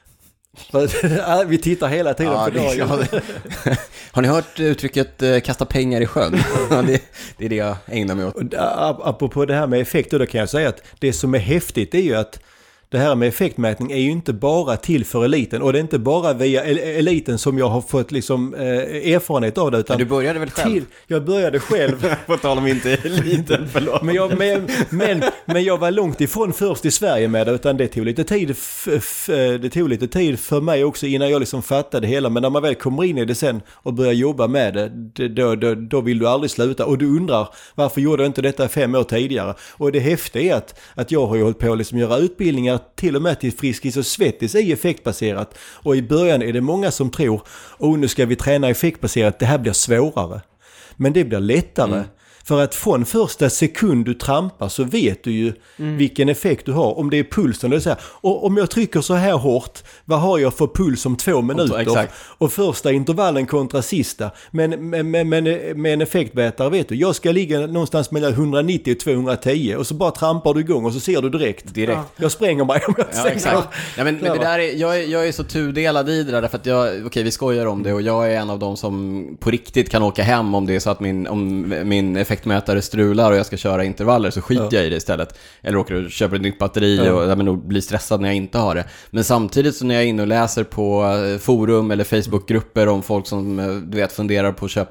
Vi tittar hela tiden ja, på dagen. Har ni hört uttrycket eh, kasta pengar i sjön? det, det är det jag ägnar mig åt. Och, apropå det här med effekt, då kan jag säga att det som är häftigt är ju att det här med effektmätning är ju inte bara till för eliten. Och det är inte bara via eliten som jag har fått liksom, eh, erfarenhet av det. Utan men du började väl själv? Till, jag började själv. På tal om inte eliten, förlåt. men, jag, men, men, men jag var långt ifrån först i Sverige med det. Utan det tog lite tid, f, f, det tog lite tid för mig också innan jag liksom fattade det hela. Men när man väl kommer in i det sen och börjar jobba med det, då, då, då vill du aldrig sluta. Och du undrar, varför gjorde jag inte detta fem år tidigare? Och det häftiga är att, att jag har ju hållit på att liksom göra utbildningar till och med till Friskis och Svettis är effektbaserat. Och i början är det många som tror, och nu ska vi träna effektbaserat, det här blir svårare. Men det blir lättare. Mm. För att från första sekund du trampar så vet du ju mm. vilken effekt du har. Om det är pulsen, det är så här, och om jag trycker så här hårt, vad har jag för puls om två minuter? Exakt. Och första intervallen kontra sista. Men med, med, med, med en effektmätare vet du, jag ska ligga någonstans mellan hundranittio och tvåhundratio och så bara trampar du igång och så ser du direkt. direkt. Ja. Jag spränger mig om jag ja, ser exakt. Ja, men, men det där är, jag, är, jag är så tudelad i det där därför att jag, okej okay, vi skojar om det och jag är en av dem som på riktigt kan åka hem om det är så att min, om min effekt mätare strular och jag ska köra intervaller så skiter ja. jag i det istället. Eller åker och köper ett nytt batteri ja. och jag nog blir stressad när jag inte har det. Men samtidigt så när jag är inne och läser på forum eller Facebookgrupper om folk som du vet funderar på att köpa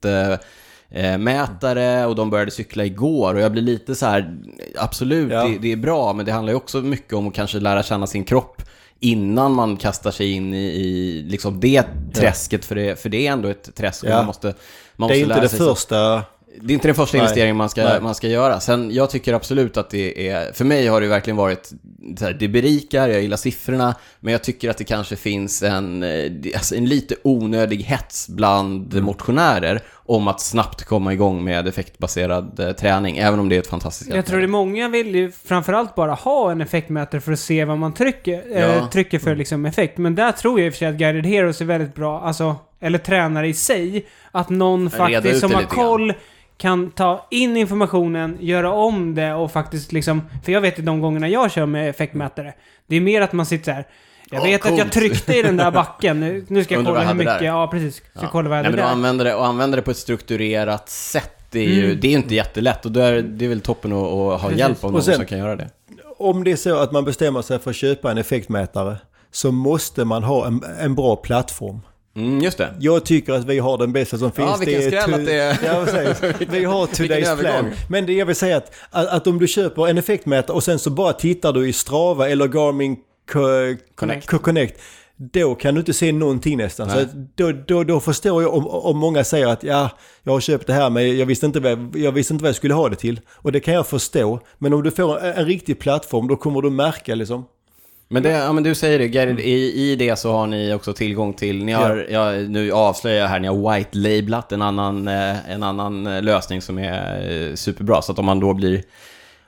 effektmätare och de började cykla igår och jag blir lite så här absolut, ja. det, det är bra men det handlar ju också mycket om att kanske lära känna sin kropp innan man kastar sig in i, i liksom det träsket ja. för, det, för det är ändå ett träsk och ja. man måste, man det är måste inte det första. Det är inte den första Nej. investeringen man ska, man ska göra. Sen jag tycker absolut att det är, för mig har det verkligen varit så här, det berikar, jag gillar siffrorna, men jag tycker att det kanske finns en, alltså en lite onödig hets bland mm. motionärer om att snabbt komma igång med effektbaserad eh, träning, även om det är ett fantastiskt. Jag tror det många vill ju framförallt bara ha en effektmätare för att se vad man trycker, ja. eh, trycker för liksom effekt. Men där tror jag i och för sig att Guided Heroes är väldigt bra, alltså, eller tränare i sig, att någon faktiskt som har koll grann. Kan ta in informationen, göra om det och faktiskt liksom, för jag vet att de gångerna jag kör med effektmätare, det är mer att man sitter så här. Jag vet oh, att jag tryckte i den där backen. Nu, nu ska jag kolla hur mycket. Ja, precis. Ska ja. kolla vad jag Nej, hade men där. Använder det, och använder det på ett strukturerat sätt. Det är ju mm. det är inte jättelätt. Och då är, det är väl toppen att, att ha precis. hjälp av någon sen, som kan göra det. Om det är så att man bestämmer sig för att köpa en effektmätare så måste man ha en, en bra plattform. Mm, just det. Jag tycker att vi har den bästa som finns. Ja, vilken skräll att det är. Ja, vi har Today's Plan. Men det jag vill säga att, att, att om du köper en effektmätare och sen så bara tittar du i Strava eller Garmin Co- Connect. Co- Connect, då kan du inte se någonting nästan. Så då, då, då förstår jag om, om många säger att ja, jag har köpt det här men jag visste, inte vad, jag visste inte vad jag skulle ha det till. Och det kan jag förstå. Men om du får en, en riktig plattform då kommer du märka liksom. Men, det, ja, men du säger det, Gary, i, i det så har ni också tillgång till, ni har, ja. jag, nu avslöjar jag här, ni har white-labelat en annan, en annan lösning som är superbra, så att om man då blir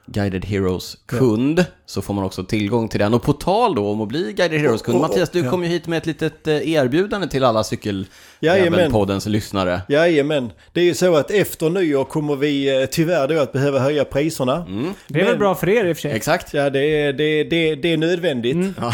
Guided Heroes-kund ja. så får man också tillgång till den. Och på tal då om att bli Guided Heroes-kund, oh, oh, Mattias, du ja. kom ju hit med ett litet erbjudande till alla Cykelwebben-poddens lyssnare. Jajamän, det är ju så att efter nyår kommer vi tyvärr då att behöva höja priserna. Mm. Det är men, väl bra för er i och för sig. Exakt. Ja, det är, det, det, det är nödvändigt. Mm. Ja.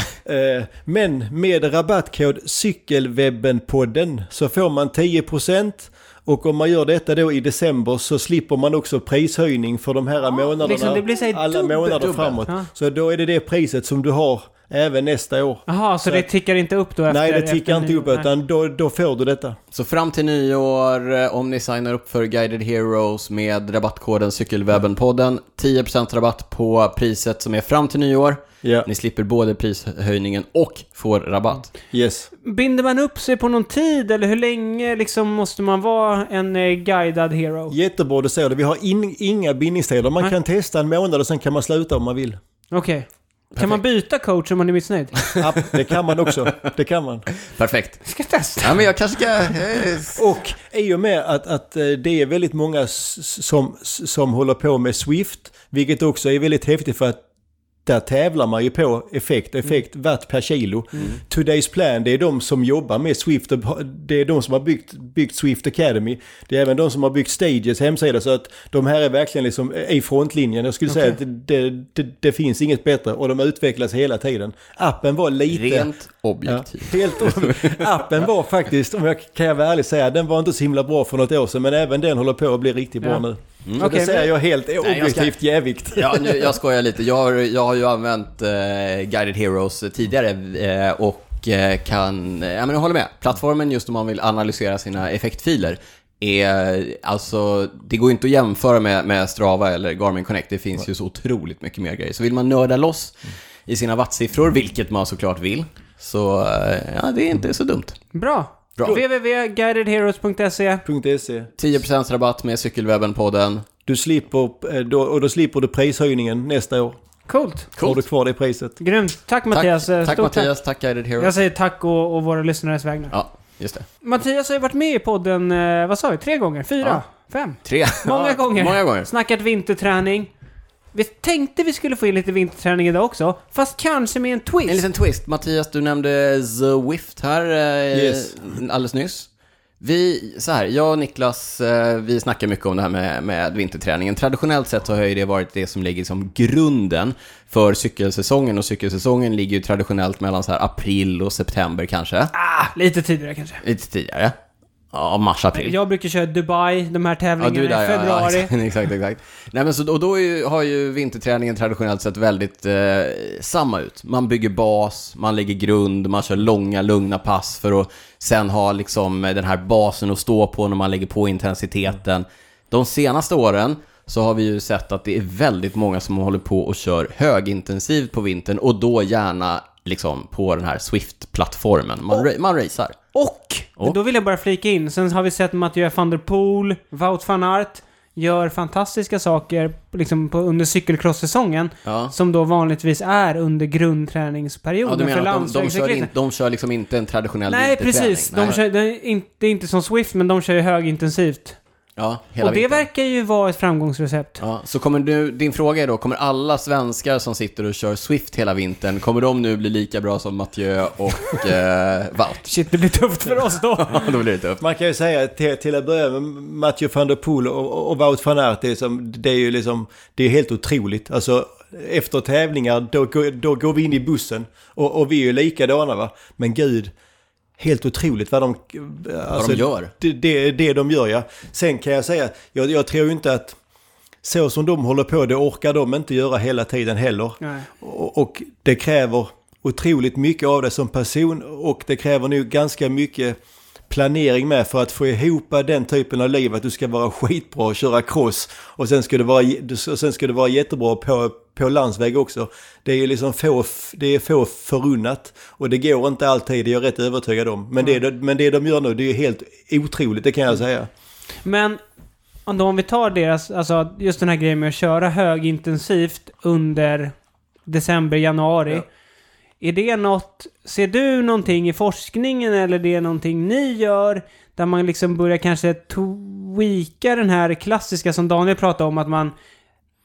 Men med rabattkod Cykelwebben-podden så får man tio procent. Och om man gör detta då i december så slipper man också prishöjning för de här ja, månaderna. Liksom det blir så alla dubbel, månader dubbel. framåt. Ja. Så då är det det priset som du har även nästa år. Jaha, så, så det tickar inte upp då efter? Nej, det tickar inte upp utan då, då får du detta. Så fram till nyår, om ni signar upp för Guided Heroes med rabattkoden Cykelwebben-podden, tio procent rabatt på priset som är fram till nyår. Yeah. Ni slipper både prishöjningen och får rabatt. Yes. Binder man upp sig på någon tid eller hur länge liksom måste man vara en eh, guidad hero? Jättebra, du säger det. Vi har in, inga bindningstider. Man Nej. kan testa en månad och sen kan man sluta om man vill. Okej. Okay. Kan man byta coach om man är missnöjd? Ja, det kan man också. Det kan man. Perfekt. Ska testa. Ja, men jag kanske ska... Och i och med att, att det är väldigt många som, som håller på med Swift, vilket också är väldigt häftigt för att där tävlar man ju på effekt, effekt mm. watt per kilo. Mm. Today's Plan, det är de som jobbar med Swift. Det är de som har byggt, byggt Swift Academy. Det är även de som har byggt Stages hemsida. Så att de här är verkligen liksom i frontlinjen. Jag skulle okay. säga att det, det, det finns inget bättre. Och de utvecklas hela tiden. Appen var lite... Rent objektivt. Ja, helt, appen var faktiskt, om jag kan jag väl ärligt säga, den var inte så himla bra för något år sedan. Men även den håller på att bli riktigt bra ja. nu. Mm. Så okay, det säger men... jag helt Nej, objektivt jag ska... jävigt. Ja, nu, jag skojar lite. Jag har, jag har ju använt eh, Guided Heroes tidigare eh, och eh, kan... Ja, men jag håller med. Plattformen just om man vill analysera sina effektfiler är... Alltså, det går ju inte att jämföra med, med Strava eller Garmin Connect. Det finns ju så otroligt mycket mer grejer. Så vill man nörda loss mm. i sina wattsiffror, vilket man såklart vill, så ja, det är inte så dumt. Bra. Bra. w w w punkt guided heroes punkt se tio procent rabatt med Cykelwebben-podden. Du slipper, då, och då slipper du prishöjningen nästa år. Coolt. Får du kvar det priset. Grymt. Tack Mattias. Tack, tack Mattias, tack. tack Guided Heroes. Jag säger tack och, och våra lyssnares vägnar. Ja, just det. Mattias har ju varit med i podden, vad sa vi, tre gånger? Fyra? Ja. Fem? Tre. Många ja, gånger. Många gånger. Snackat vinterträning. Vi tänkte vi skulle få in lite vinterträning idag också, fast kanske med en twist. En liten twist. Mattias, du nämnde Zwift här eh, yes. alldeles nyss. Vi, så här, jag och Niklas, eh, vi snackar mycket om det här med, med vinterträningen. Traditionellt sett så har ju det varit det som ligger som grunden för cykelsäsongen. Och cykelsäsongen ligger ju traditionellt mellan så här april och september kanske. Ah, lite tidigare kanske. Lite tidigare. Ja, mars, april. Jag brukar köra Dubai, de här tävlingarna ja, där, i februari. Ja, ja, exakt, exakt. Nej, men så, och då är ju, har ju vinterträningen traditionellt sett väldigt eh, samma ut. Man bygger bas, man lägger grund, man kör långa, lugna pass för att sen ha liksom den här basen att stå på när man lägger på intensiteten. De senaste åren så har vi ju sett att det är väldigt många som håller på och kör högintensivt på vintern och då gärna liksom på den här Swift-plattformen. Man, oh. man racear. Och, och då vill jag bara flika in. Sen har vi sett Mathieu van der Poel, Wout van Aert gör fantastiska saker liksom på, under cykelcross-säsongen ja. som då vanligtvis är under grundträningsperioden. Ja, du menar att de, de, kör in, de kör liksom inte en traditionell Nej, precis. De kör, det, är inte, det är inte som Swift, men de kör ju högintensivt. Ja, hela och det vintern. verkar ju vara ett framgångsrecept. Ja, så kommer du, din fråga är då, kommer alla svenskar som sitter och kör Swift hela vintern, kommer de nu bli lika bra som Mathieu och eh, Wout? Shit, det blir tufft för oss då. Ja, då blir det tufft. Man kan ju säga till, till att börja med Mathieu van der Poel och, och Wout van Aert, det är, som, det är ju liksom, det är helt otroligt. Alltså, efter tävlingar, då, då går vi in i bussen och, och vi är ju likadana, va? Men gud, helt otroligt vad de, alltså, vad de gör. Det, det, det de gör, ja. Sen kan jag säga, jag, jag tror inte att så som de håller på, det orkar de inte göra hela tiden heller. Och, och det kräver otroligt mycket av det som person och det kräver nog ganska mycket planering med för att få ihop den typen av liv att du ska vara skitbra och köra cross och sen ska det vara, sen ska det vara jättebra på, på landsväg också. Det är ju liksom få, det är få förunnat och det går inte alltid, det är jag rätt övertygad om. Men, mm. det, men det de gör nu, det är helt otroligt, det kan jag säga. Men om vi tar deras, alltså just den här grejen med att köra högintensivt under december, januari. Ja. Är det något, ser du någonting i forskningen eller det är någonting ni gör där man liksom börjar kanske tweaka den här klassiska som Daniel pratade om att man, ah,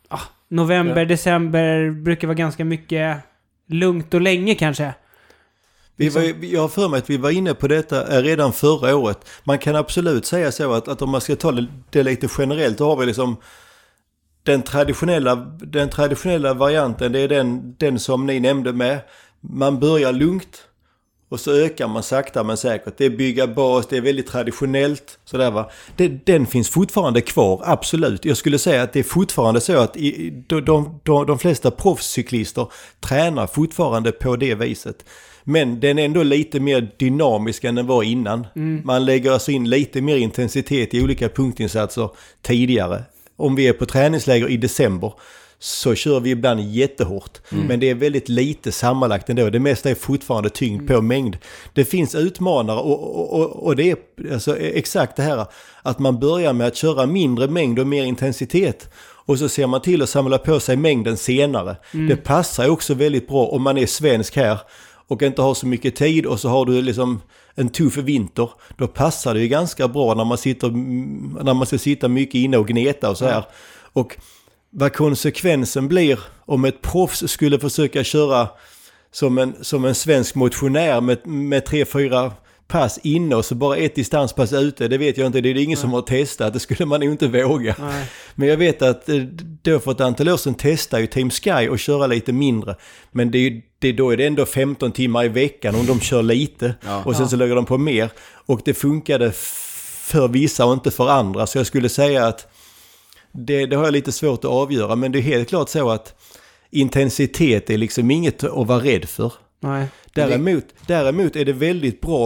november, ja. december brukar vara ganska mycket lugnt och länge kanske. Vi var, jag har för mig att vi var inne på detta redan förra året. Man kan absolut säga så att, att om man ska ta det, det lite generellt, då har vi liksom den traditionella, den traditionella varianten, det är den, den som ni nämnde med. Man börjar lugnt och så ökar man sakta men säkert. Det är bygga bas, det är väldigt traditionellt. Sådär, va? Det, den finns fortfarande kvar, absolut. Jag skulle säga att det är fortfarande så att i, de, de, de, de flesta proffscyklister tränar fortfarande på det viset. Men den är ändå lite mer dynamisk än den var innan. Mm. Man lägger alltså in lite mer intensitet i olika punktinsatser tidigare. Om vi är på träningsläger i december så kör vi ibland jättehårt. Mm. Men det är väldigt lite sammanlagt ändå. Det mesta är fortfarande tyngd mm. på mängd. Det finns utmanare och, och, och det är alltså exakt det här att man börjar med att köra mindre mängd och mer intensitet. Och så ser man till att samla på sig mängden senare. Mm. Det passar också väldigt bra om man är svensk här och inte har så mycket tid och så har du liksom en tuff vinter, då passar det ju ganska bra när man sitter när man ska sitta mycket inne och gneta och så här. Ja. Och vad konsekvensen blir om ett proffs skulle försöka köra som en, som en svensk motionär med, med tre, fyra pass inne och så bara ett distanspass ute, det vet jag inte, det är det ingen Nej. som har testat, det skulle man ju inte våga. Nej. Men jag vet att då för ett antal år sedan testade ju Team Sky och köra lite mindre, men det är ju det, då är det ändå femton timmar i veckan om de kör lite ja. och sen så lägger de på mer och det funkade för vissa och inte för andra, så jag skulle säga att det, det har jag lite svårt att avgöra, men det är helt klart så att intensitet är liksom inget att vara rädd för. Nej. Däremot, däremot är det väldigt bra.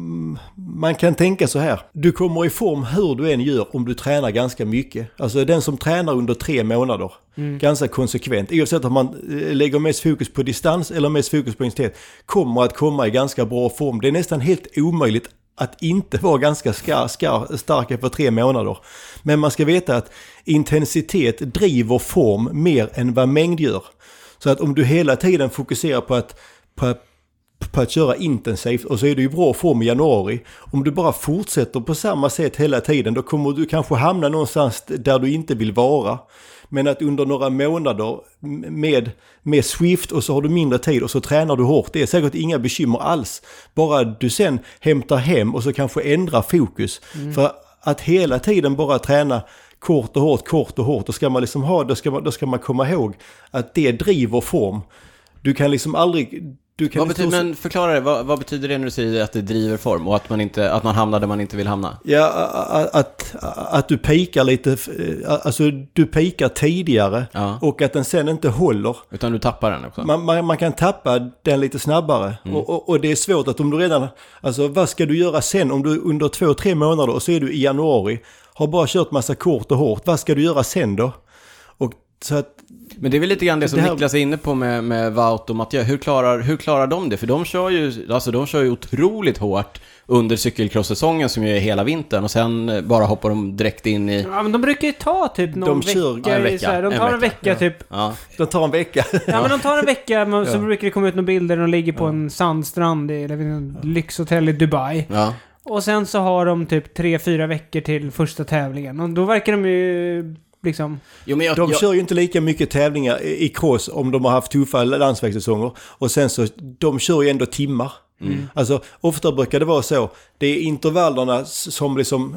Man kan tänka så här. Du kommer i form hur du än gör om du tränar ganska mycket. Alltså den som tränar under tre månader. Mm. Ganska konsekvent. Oavsett om man lägger mest fokus på distans eller mest fokus på intensitet. Kommer att komma i ganska bra form. Det är nästan helt omöjligt att inte vara ganska skar, skar, starka på tre månader. Men man ska veta att intensitet driver form mer än vad mängd gör. Så att om du hela tiden fokuserar på att På, på att köra intensivt och så är du i bra form i januari. Om du bara fortsätter på samma sätt hela tiden, då kommer du kanske hamna någonstans där du inte vill vara. Men att under några månader med, med Swift och så har du mindre tid och så tränar du hårt, det är säkert inga bekymmer alls. Bara du sen hämtar hem och så kanske ändrar fokus. Mm. För att hela tiden bara träna kort och hårt, kort och hårt, då ska man liksom ha, då ska man, då ska man komma ihåg att det driver form. Du kan liksom aldrig... Du kan vad betyder, så... Men förklara det, vad, vad betyder det när du säger att det driver form och att man, inte, att man hamnar där man inte vill hamna? Ja, att, att, att du pikar lite, alltså du pikar tidigare ja. och att den sen inte håller. Utan du tappar den också? Man, man, man kan tappa den lite snabbare mm. och, och, och det är svårt att om du redan, alltså vad ska du göra sen om du under två, tre månader och så är du i januari, har bara kört massa kort och hårt, vad ska du göra sen då? Och så att men det är väl lite grann det som det här... Niklas är inne på med, med Wout och Mathieu. Hur klarar, hur klarar de det? För de kör ju, alltså de kör ju otroligt hårt under cykelcross-säsongen som ju är hela vintern och sen bara hoppar de direkt in i... Ja, men de brukar ju ta typ någon de kör, vecka. En vecka. Så här, de tar en vecka, en vecka typ. Ja. De tar en vecka. Ja, men de tar en vecka så ja. brukar det komma ut några bilder. De ligger på ja. en sandstrand i eller en lyxhotell i Dubai. Ja. Och sen så har de typ tre, fyra veckor till första tävlingen. Och då verkar de ju... Liksom. Jo, men jag, de jag... kör ju inte lika mycket tävlingar i cross om de har haft tuffa landsvägssäsonger. Och sen så, de kör ju ändå timmar. Mm. Alltså, ofta brukar det vara så. Det är intervallerna som liksom...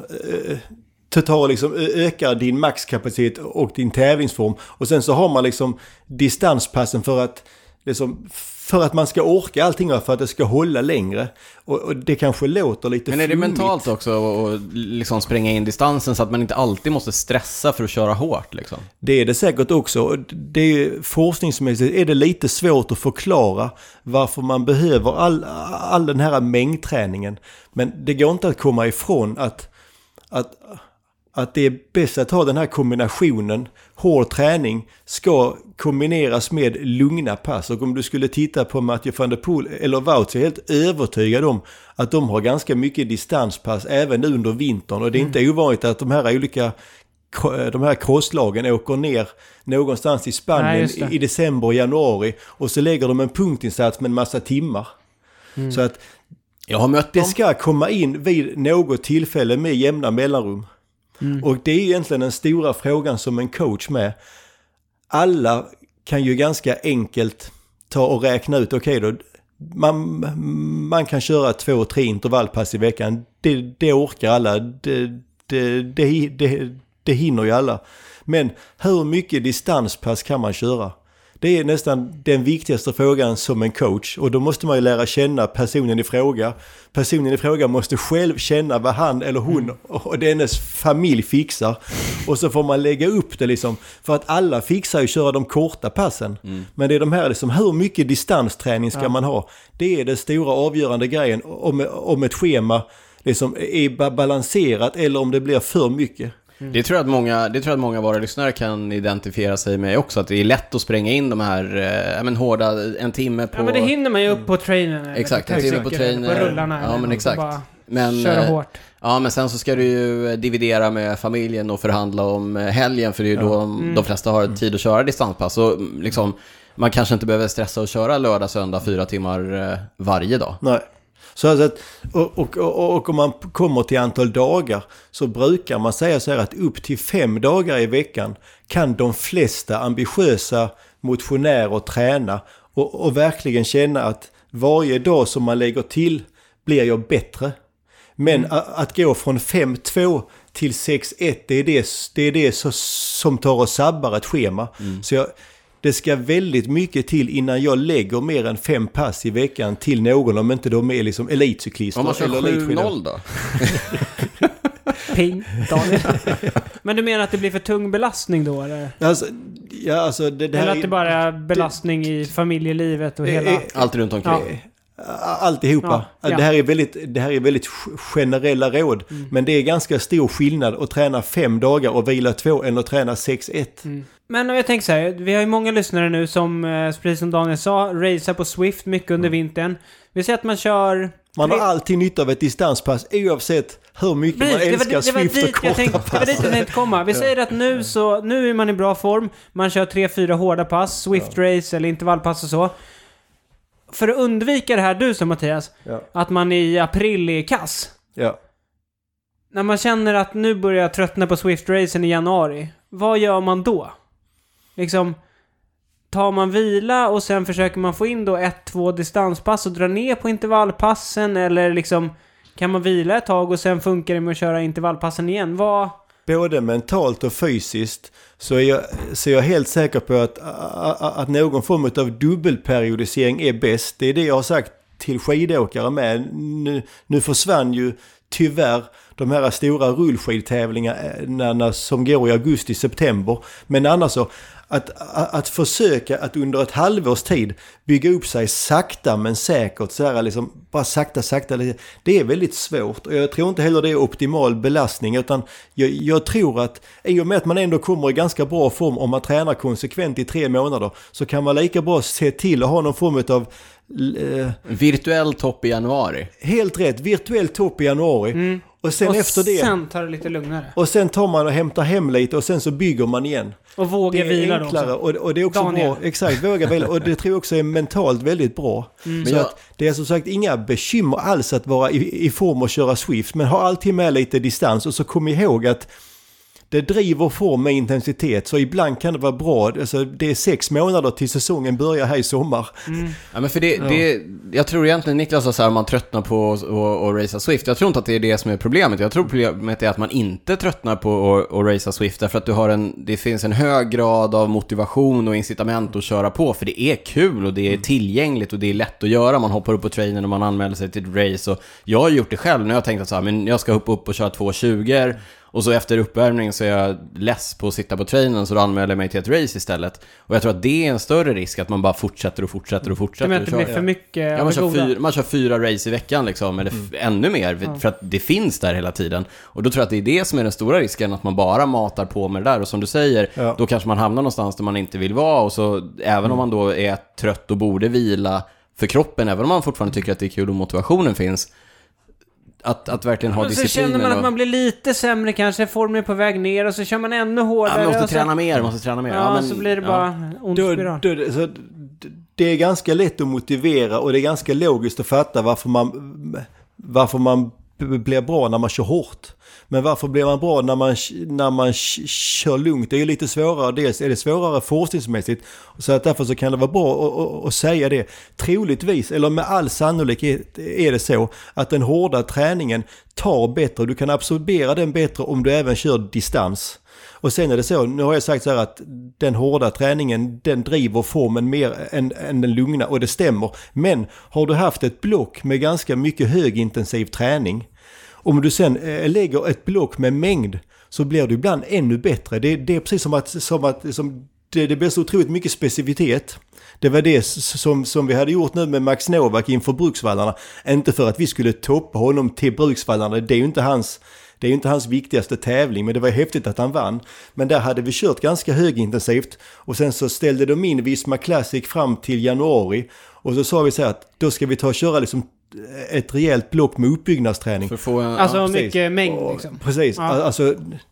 Eh, tar liksom, ökar din maxkapacitet och din tävlingsform. Och sen så har man liksom distanspassen för att... Liksom, för att man ska orka allting för att det ska hålla längre. Och, och det kanske låter lite men är det flummigt. Mentalt också att liksom spränga in distansen så att man inte alltid måste stressa för att köra hårt? Liksom? Det är det säkert också. Det är, forskningsmässigt är det lite svårt att förklara varför man behöver all, all den här mängdträningen. Men det går inte att komma ifrån att... att att det är bäst att ha den här kombinationen. Hård träning ska kombineras med lugna pass. Och om du skulle titta på Mathieu van der Poel eller Wout så är jag helt övertygad om att de har ganska mycket distanspass även under vintern. Och det är inte mm. ovanligt att de här olika de här crosslagen åker ner någonstans i Spanien Nej, i december och januari. Och så lägger de en punktinsats med en massa timmar. Mm. Så att jag har mött det ska komma in vid något tillfälle med jämna mellanrum. Mm. Och det är egentligen den stora frågan som en coach med. alla kan ju ganska enkelt ta och räkna ut, okej okay då, man, man kan köra två, tre intervallpass i veckan. Det, det orkar alla. Det, det, det, det, det hinner ju alla. Men hur mycket distanspass kan man köra? Det är nästan den viktigaste frågan som en coach. Och då måste man ju lära känna personen i fråga. Personen i fråga måste själv känna vad han eller hon mm. och dennes familj fixar. Och så får man lägga upp det liksom. För att alla fixar ju köra de korta passen. Mm. Men det är de här liksom, hur mycket distansträning ska ja. man ha? Det är den stora avgörande grejen. Om, om ett schema liksom är balanserat eller om det blir för mycket. Mm. Det tror jag att många, det tror jag att många av våra lyssnare kan identifiera sig med också, att det är lätt att spränga in de här äh, men hårda en timme på. Ja, men det hinner man ju upp på trainen. Mm. Exakt, en timme på trainen. På rullarna. Ja, men exakt. Bara men köra hårt. Ja, men sen så ska du ju dividera med familjen och förhandla om helgen, för det är ju ja. då de, mm. de flesta har tid att köra distanspass. Så liksom, man kanske inte behöver stressa och köra lördag, söndag fyra timmar äh, varje dag. Nej. Så att, och, och, och, och om man kommer till antal dagar så brukar man säga så här att upp till fem dagar i veckan kan de flesta ambitiösa motionärer träna och, och verkligen känna att varje dag som man lägger till blir jag bättre. Men mm. att, att gå från fem två till sex ett, det är det, det, är det så, som tar och sabbar ett schema. Mm. Så jag... Det ska väldigt mycket till innan jag lägger mer än fem pass i veckan till någon, om inte de är liksom elitcyklister. Om man kör sju noll då? Ping, Daniel. Men du menar att det blir för tung belastning då? Eller, alltså, ja, alltså det, det eller här att det bara är belastning det, i familjelivet och det, hela... Allt runt omkring. Ja. Alltihopa. Ja, ja. Det här är väldigt, det här är väldigt generella råd. Mm. Men det är ganska stor skillnad att träna fem dagar och vila två än att träna sex ett. Mm. Men jag tänker så här, vi har ju många lyssnare nu som, precis som Daniel sa, racear på Swift mycket under mm. vintern. Vi ser att man kör... Man har alltid nytta av ett distanspass oavsett hur mycket Precis, man älskar det var, det Swift och korta tänkte, pass. Det var dit jag tänkte komma. Vi ja. säger att nu, så, nu är man i bra form. Man kör tre, fyra hårda pass, Swift ja. race eller intervallpass och så. För att undvika det här du som Mattias, ja. att man i april är kass. Ja. När man känner att nu börjar jag tröttna på Swift-racen i januari, vad gör man då? Liksom, tar man vila och sen försöker man få in då ett, två distanspass och dra ner på intervallpassen, eller liksom, kan man vila ett tag och sen funkar det med att köra intervallpassen igen? Vad... Både mentalt och fysiskt så är jag, så är jag helt säker på att, att någon form av dubbelperiodisering är bäst. Det är det jag har sagt till skidåkare med. Nu, nu försvann ju tyvärr de här stora rullskidtävlingarna som går i augusti-september. Men annars så, att, att, att försöka att under ett halvårs tid bygga upp sig sakta men säkert, så här liksom, bara sakta, sakta, det är väldigt svårt. Och jag tror inte heller det är optimal belastning, utan jag, jag tror att i och med att man ändå kommer i ganska bra form om man tränar konsekvent i tre månader, så kan man lika bra se till att ha någon form av Uh, virtuell topp i januari. Helt rätt, virtuell topp i januari. Mm. Och sen och efter det sen tar det lite lugnare. Och sen tar man och hämtar hem lite och sen så bygger man igen. Och våga vila då också. Och, och det är också Daniel. bra. Exakt, våga vila. Och det tror jag också är mentalt väldigt bra. Mm. Så jag... att det är som sagt inga bekymmer alls att vara i, i form och köra Swift. Men ha alltid med lite distans. Och så kom ihåg att det driver form med intensitet, så ibland kan det vara bra. Alltså, det är sex månader till säsongen börjar här i sommar. Mm. Ja, men för det, ja. det, jag tror egentligen Niklas sa så här, man tröttnar på att och, och racea Swift. Jag tror inte att det är det som är problemet. Jag tror problemet är att man inte tröttnar på att och racea Swift, därför att du har en, det finns en hög grad av motivation och incitament att köra på, för det är kul och det är tillgängligt och det är lätt att göra. Man hoppar upp på trainen och man anmäler sig till ett race, och jag har gjort det själv när jag tänkt att så här, men jag ska hoppa upp och köra två tjugo. Och så efter uppvärmning så är jag less på att sitta på trainen, så då anmäler jag mig till ett race istället. Och jag tror att det är en större risk, att man bara fortsätter och fortsätter och fortsätter. Men att det blir för mycket. Ja, man, kör fyra, man kör fyra race i veckan liksom, eller mm. ännu mer, ja. För att det finns där hela tiden. Och då tror jag att det är det som är den stora risken, att man bara matar på med det där. Och som du säger, ja. Då kanske man hamnar någonstans där man inte vill vara. Och så även mm. om man då är trött och borde vila för kroppen, även om man fortfarande tycker att det är kul och motivationen finns, Att, att verkligen ha disciplinen. Så känner man att man blir lite sämre, kanske formen är på väg ner, och så kör man ännu hårdare. Ja, man måste så... träna mer, måste träna mer. Ja, ja, men så blir det bara ja. ont spiral. Då, då, så, det är ganska lätt att motivera, och det är ganska logiskt att fatta varför man, varför man blir bra när man kör hårt. Men varför blir man bra när man, när man kör lugnt? Det är ju lite svårare. Dels är det svårare forskningsmässigt. Så att därför så kan det vara bra att, att, att säga det. Troligtvis, eller med all sannolikhet är det så att den hårda träningen tar bättre. Du kan absorbera den bättre om du även kör distans. Och sen är det så, nu har jag sagt så här att den hårda träningen, den driver formen mer än, än den lugna, och det stämmer. Men har du haft ett block med ganska mycket högintensiv träning, om du sen äh, lägger ett block med mängd, så blir du ibland ännu bättre. Det, det är precis som att, som att som det, det blir så otroligt mycket specificitet. Det var det som, som vi hade gjort nu med Max Novak inför Bruksvallarna. Inte för att vi skulle toppa honom till Bruksvallarna, det är ju inte hans... Det är ju inte hans viktigaste tävling, men det var häftigt att han vann. Men där hade vi kört ganska högintensivt, och sen så ställde de in Visma Classic fram till januari, och så sa vi så här att då ska vi ta och köra liksom ett rejält block med uppbyggnadsträning. För få en, alltså ja, mycket mängd liksom. Och, precis, ja. Alltså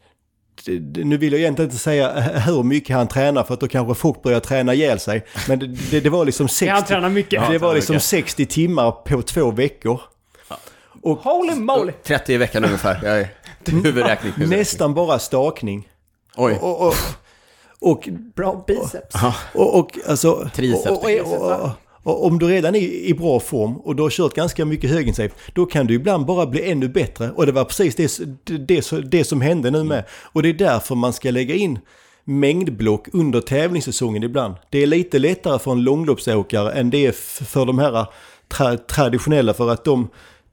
nu vill jag egentligen inte säga hur mycket han tränar, för att då kanske folk börjar träna ihjäl sig. Men det, det, det var liksom sextio, han tränar mycket. Det var liksom sextio timmar på två veckor. Och holy moly. trettio i veckan ungefär. Jag är huvudräkning. Nästan bara stakning. Oj. Och, och, och bra biceps. Och, och alltså triceps. Och, och, och, och om du redan är i bra form och du har kört ganska mycket högintensivt, då kan du ibland bara bli ännu bättre. Och det var precis det, det, det som hände nu med. Och det är därför man ska lägga in mängdblock under tävlingssäsongen ibland. Det är lite lättare för en långloppsåkare än det är för de här tra- traditionella, för att de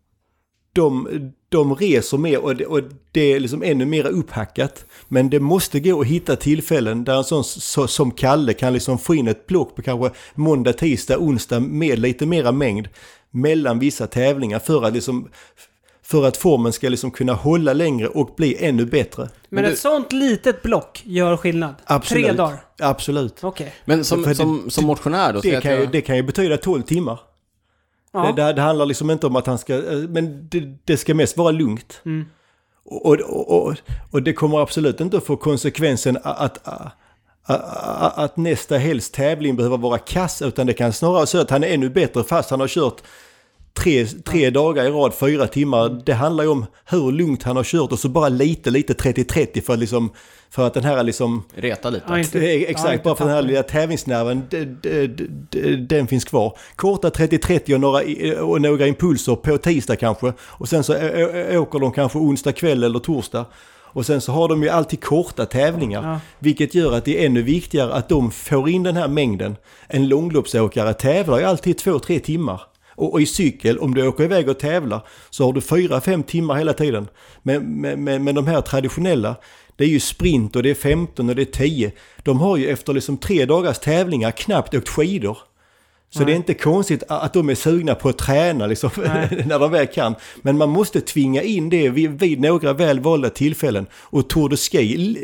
De, de reser mer, och det, och det är liksom ännu mer upphackat. Men det måste gå att hitta tillfällen där en sån så, som Kalle kan liksom få in ett block på kanske måndag, tisdag, onsdag med lite mera mängd mellan vissa tävlingar, för att liksom, för att formen ska liksom kunna hålla längre och bli ännu bättre. Men, Men ett det, sånt litet block gör skillnad? Absolut, Tre dagar? Absolut. Okay. Men som, det, som, som motionär då? Det, kan ju, det kan ju betyda tolv timmar. Ja. Det, det handlar liksom inte om att han ska, men det, det ska mest vara lugnt. Mm. Och, och, och, och det kommer absolut inte att få konsekvensen att, att, att, att nästa helgs tävling behöver vara kass, utan det kan snarare så att han är ännu bättre fast han har kört tre, tre ja. dagar i rad, fyra timmar. Det handlar ju om hur lugnt han har kört, och så bara lite, lite trettio trettio för, liksom, för att den här liksom... Reta lite. Ja, inte, exakt, ja, bara för den här lilla tävlingsnerven, d- d- d- den finns kvar. Korta trettio trettio och några, och några impulser på tisdag kanske. Och sen så å- åker de kanske onsdag kväll eller torsdag. Och sen så har de ju alltid korta tävlingar. Ja. Vilket gör att det är ännu viktigare att de får in den här mängden. En långloppsåkare tävlar ju alltid två, tre timmar. Och, och i cykel, om du åker iväg och tävlar, så har du fyra, fem timmar hela tiden. Men, men, men, men de här traditionella, det är ju sprint och det är femton och det är tio. De har ju efter liksom tre dagars tävlingar knappt åkt skidor. Så Nej. Det är inte konstigt att de är sugna på att träna liksom, när de väl kan. Men man måste tvinga in det vid, vid några välvalda tillfällen. Och Tour de Ski,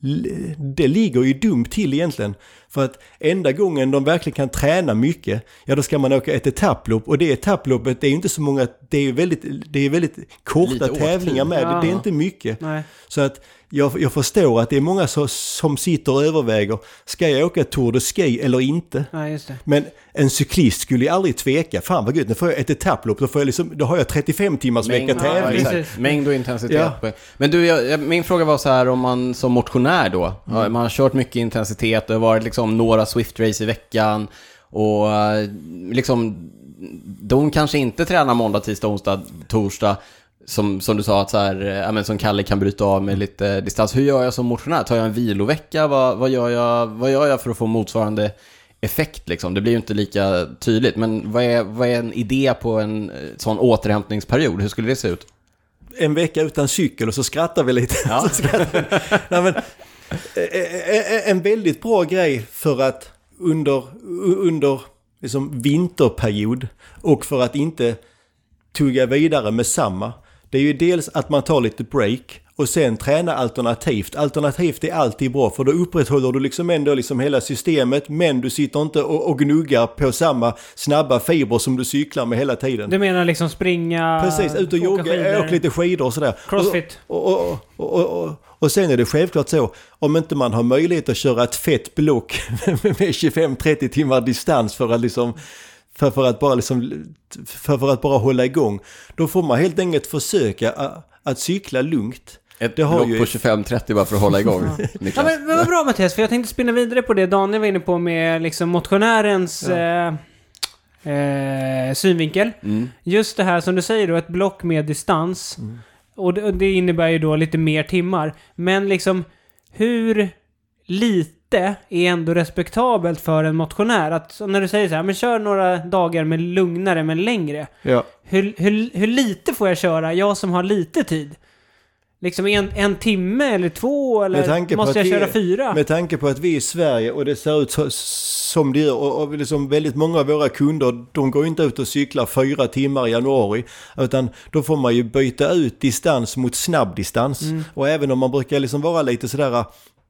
det ligger ju dumt till egentligen. För att enda gången de verkligen kan träna mycket, ja då ska man åka ett etapplopp. Och det etapploppet, det är ju inte så många, det är väldigt, det är väldigt korta Lite tävlingar med. Ja. Det är inte mycket. Nej. Så att jag, jag förstår att det är många så, som sitter och överväger, ska jag åka Tour de Ski eller inte? Nej, just det. Men en cyklist skulle ju aldrig tveka. Fan vad gud, nu får jag ett etapplopp, då, får jag liksom, då har jag trettiofem timmars vecka tävling. Ja, mängd och intensitet. Ja. Men du, jag, min fråga var så här, om man som motionär då, mm. man har kört mycket intensitet, det har varit liksom några Swift-race i veckan, och liksom de kanske inte tränar måndag, tisdag, onsdag, torsdag, som, som du sa, att så här, ja, men som Kalle kan bryta av med lite distans. Hur gör jag som motionär? Tar jag en vilovecka? Vad, vad, gör jag, vad gör jag för att få motsvarande effekt? Liksom? Det blir ju inte lika tydligt. Men vad är, vad är en idé på en sån återhämtningsperiod? Hur skulle det se ut? En vecka utan cykel, och så skrattar vi lite. Ja. Nej, men, en väldigt bra grej för att under, under liksom vinterperiod, och för att inte tugga vidare med samma, det är ju dels att man tar lite break och sen träna alternativt. Alternativt är alltid bra, för då upprätthåller du liksom ändå liksom hela systemet, men du sitter inte och, och gnuggar på samma snabba fibrer som du cyklar med hela tiden. Du menar liksom springa... Precis, ut och jogga, åka lite skidor och sådär. Crossfit. Och, och, och, och, och, och sen är det självklart så, om inte man har möjlighet att köra ett fett block med tjugofem trettio timmar distans för att liksom... för, för, att bara liksom, för, för att bara hålla igång. Då får man helt enkelt försöka att, att cykla lugnt. Ett block ju... på tjugofem trettio bara för att hålla igång. Ja, men vad bra Mattias, för jag tänkte spinna vidare på det Daniel var inne på med liksom motionärens ja. eh, eh, synvinkel. Mm. Just det här som du säger då, ett block med distans. Mm. Och det, det innebär ju då lite mer timmar. Men liksom, hur lite är ändå respektabelt för en motionär? Att när du säger så här, men kör några dagar med lugnare men längre. Ja. Hur, hur, hur lite får jag köra? Jag som har lite tid. Liksom en, en timme eller två eller måste jag köra vi, fyra? Med tanke på att vi är i Sverige och det ser ut så, som det gör och, och liksom väldigt många av våra kunder, de går inte ut och cyklar fyra timmar i januari, utan då får man ju byta ut distans mot snabbdistans. Mm. Och även om man brukar liksom vara lite sådär,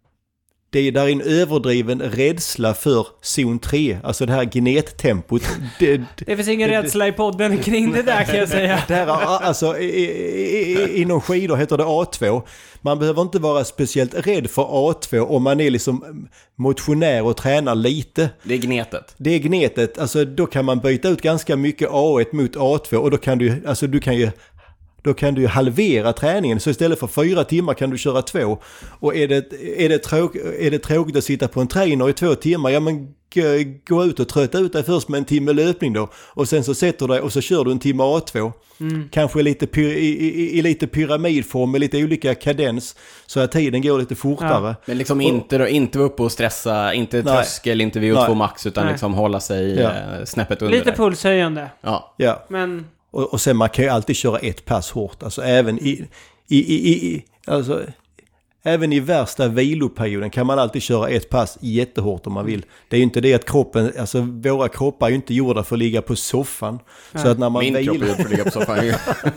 det är där en överdriven rädsla för zon tre, alltså det här gnettempot. Det, det, det finns ingen det, rädsla i podden kring det där kan jag säga. Det här, alltså, i, i, inom skidor heter det A två. Man behöver inte vara speciellt rädd för A två om man är liksom motionär och tränar lite. Det är gnetet. Det är gnetet, alltså då kan man byta ut ganska mycket A ett mot A två och då kan du, alltså du kan ju Då kan du ju halvera träningen. Så istället för fyra timmar kan du köra två. Och är det, är det, tråk, är det tråkigt att sitta på en trainer i två timmar, ja men gå ut och trötta ut dig först med en timme löpning då. Och sen så sätter du dig och så kör du en timme A två. Mm. Kanske lite py, i, i, i lite pyramidform med lite olika kadens. Så att tiden går lite fortare. Ja. Men liksom inte, då, inte vara uppe och stressa, inte tröskel, inte V O två max, utan Nej. liksom hålla sig ja. snäppet under. Lite pulshöjande. Ja. ja. Men... Och, och sen man kan ju alltid köra ett pass hårt. Alltså även i, i, i, i, alltså, även i värsta viloperioden kan man alltid köra ett pass jättehårt om man vill. Det är ju inte det att kroppen, alltså våra kroppar är ju inte gjorda för att ligga på soffan. Ja. Så att när man Min vilar... kropp är gjord för att ligga på soffan.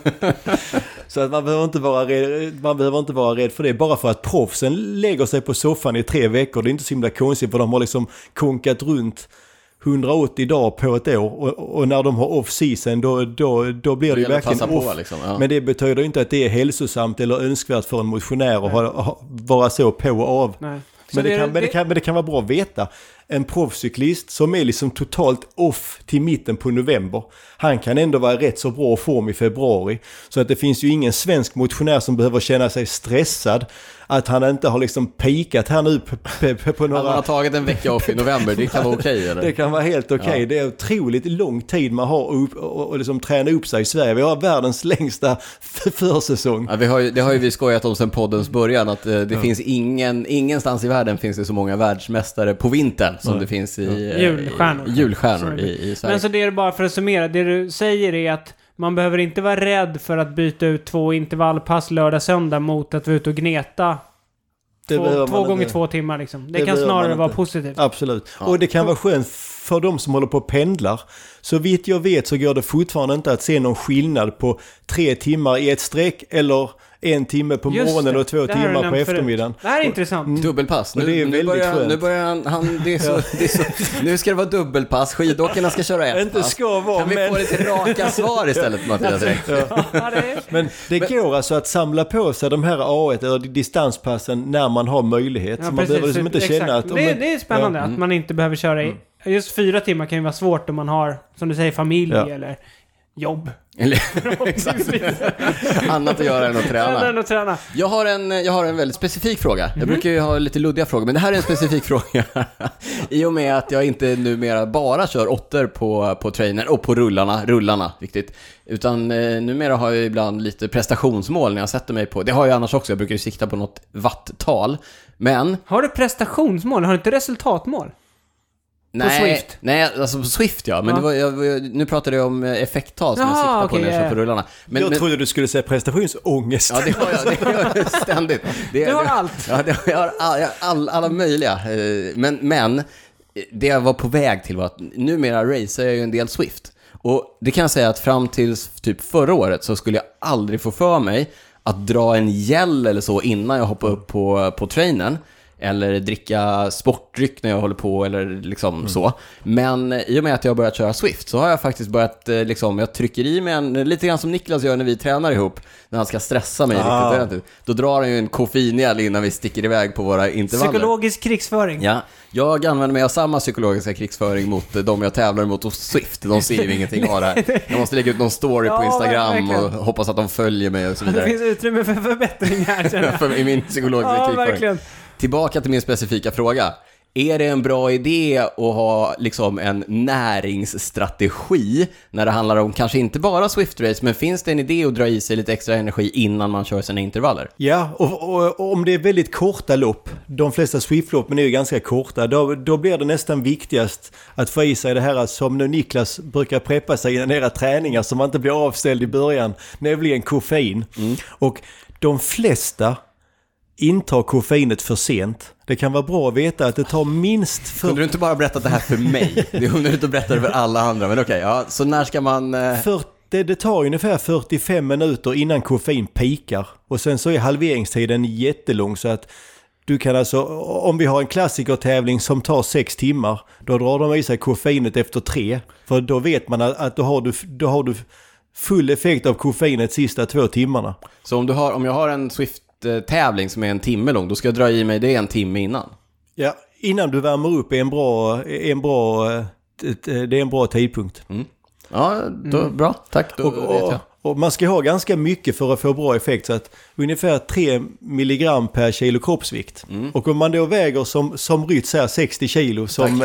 Så att man behöver inte vara rädd, man behöver inte vara rädd för det. Bara för att proffsen lägger sig på soffan i tre veckor. Det är inte så himla konstigt för de har liksom konkat runt hundraåttio dagar på ett år och, och när de har off-season då, då, då blir det, det verkligen off. På, liksom, ja. Men det betyder inte att det är hälsosamt eller önskvärt för en motionär att ha, ha, vara så på och av. Nej. Men, det, det, kan, det... Men, det kan, men det kan vara bra att veta. En proffscyklist som är liksom totalt off till mitten på november, han kan ändå vara rätt så bra form i februari. Så att det finns ju ingen svensk motionär som behöver känna sig stressad att han inte har liksom pikat här nu på, på, på några... Han har tagit en vecka off i november, det kan vara okej okay, eller? Det kan vara helt okej. Okay. Ja. Det är otroligt lång tid man har upp och, och liksom träna upp sig i Sverige. Vi har världens längsta försäsong. Ja, vi har ju, det har ju vi skojat om sedan poddens början att eh, det ja. finns ingen, ingenstans i världen finns det så många världsmästare på vintern som ja. det finns i ja. julstjärnor, i, julstjärnor i, i Sverige. Men så det är bara för att summera, det du säger är att man behöver inte vara rädd för att byta ut två intervallpass lördag-söndag mot att vara ute och gneta två, två gånger två timmar liksom. Det, det kan snarare vara positivt. Absolut. Ja. Och det kan vara skönt för de som håller på och pendlar. Så vitt jag vet så går det fortfarande inte att se någon skillnad på tre timmar i ett streck eller en timme på Just morgonen det. och två timmar på eftermiddagen. Det här är intressant. Mm. Dubbelpass. Nu, det är nu, börjar, skönt. nu börjar han, han det är så, det är så, nu ska det vara dubbelpass. Skidåkarna ska köra ett inte pass. Ska vara, kan vi men... få lite raka svar istället, Mattias? Ja. Men det men... går alltså att samla på sig de här A ett eller distanspassen när man har möjlighet. Ja, så man precis, behöver liksom inte exakt. känna att... Det, det är spännande ja. att man inte behöver köra i... Mm. Just fyra timmar kan ju vara svårt om man har, som du säger, familj ja. eller jobb. Eller, annat att göra än att träna. Än att träna. Jag har en, jag har en väldigt specifik fråga. Jag mm-hmm. brukar ju ha lite luddiga frågor, men det här är en specifik fråga. I och med att jag inte numera bara kör åttor på, på trainer och på rullarna, rullarna, viktigt. Utan eh, numera har jag ibland lite prestationsmål när jag sätter mig på. Det har jag annars också, jag brukar ju sikta på något watttal. Men... Har du prestationsmål? Har du inte resultatmål? Nej, på Swift? Nej, alltså på Swift ja. Men ja. Det var, jag, nu pratade jag om effekttal som Jaha, jag siktar okay, på när jag kör på rullarna. Men, jag men, trodde du skulle säga prestationsångest. Ja, det har jag, det har jag ständigt. Det, du har det, allt. Ja, det, jag har all, jag har all, alla möjliga. Men, men det jag var på väg till var att numera racear jag ju en del Swift. Och det kan jag säga att fram till typ förra året så skulle jag aldrig få för mig att dra en gäll eller så innan jag hoppar upp på, på trainern. eller dricka sportdryck när jag håller på eller liksom mm. så. Men i och med att jag har börjat köra Swift så har jag faktiskt börjat liksom, jag trycker i mig en, lite grann som Niklas gör när vi tränar ihop, när han ska stressa mig ah. riktigt. Då drar han ju en koffeinjäl innan vi sticker iväg på våra intervaller. Psykologisk krigsföring. Ja, jag använder mig av samma psykologiska krigsföring mot de jag tävlar mot hos Swift. De ser ju ingenting av det här. Jag måste lägga ut någon story ja, på Instagram och hoppas att de följer mig och så vidare. Det finns utrymme för förbättringar. I min psykologiska ja, krigsföring. Verkligen. Tillbaka till min specifika fråga. Är det en bra idé att ha liksom en näringsstrategi när det handlar om kanske inte bara Swift-race, men finns det en idé att dra i sig lite extra energi innan man kör sina intervaller? Ja, och, och, och om det är väldigt korta lopp, de flesta Swift-loppen är ju ganska korta, då, då blir det nästan viktigast att få i sig det här som nu Niklas brukar preppa sig innan era träningar som man inte blir avställd i början, nämligen koffein. Mm. Och de flesta intar koffeinet för sent. Det kan vara bra att veta att det tar minst... För... Kunde du inte bara berätta det här för mig? Det är onödigt att berätta det för alla andra. Men okej, okay, ja. Så när ska man... Eh... För det, det tar ungefär fyrtiofem minuter innan koffein pikar. Och sen så är halveringstiden jättelång så att du kan alltså... Om vi har en klassikertävling som tar sex timmar, då drar de i sig koffeinet efter tre. För då vet man att, att då har du... Då har du full effekt av koffeinet sista två timmarna. Så om, du har, om jag har en Swift tävling som är en timme lång, då ska jag dra i mig det en timme innan. Ja, innan du värmer upp är en bra, är en bra, det är en bra tidpunkt. Mm. Ja, då, mm. bra. Tack. Då och, vet jag. Och man ska ha ganska mycket för att få bra effekt, så att ungefär tre milligram per kilo kroppsvikt. Mm. Och om man då väger som, som Rytz här sextio kilo, som,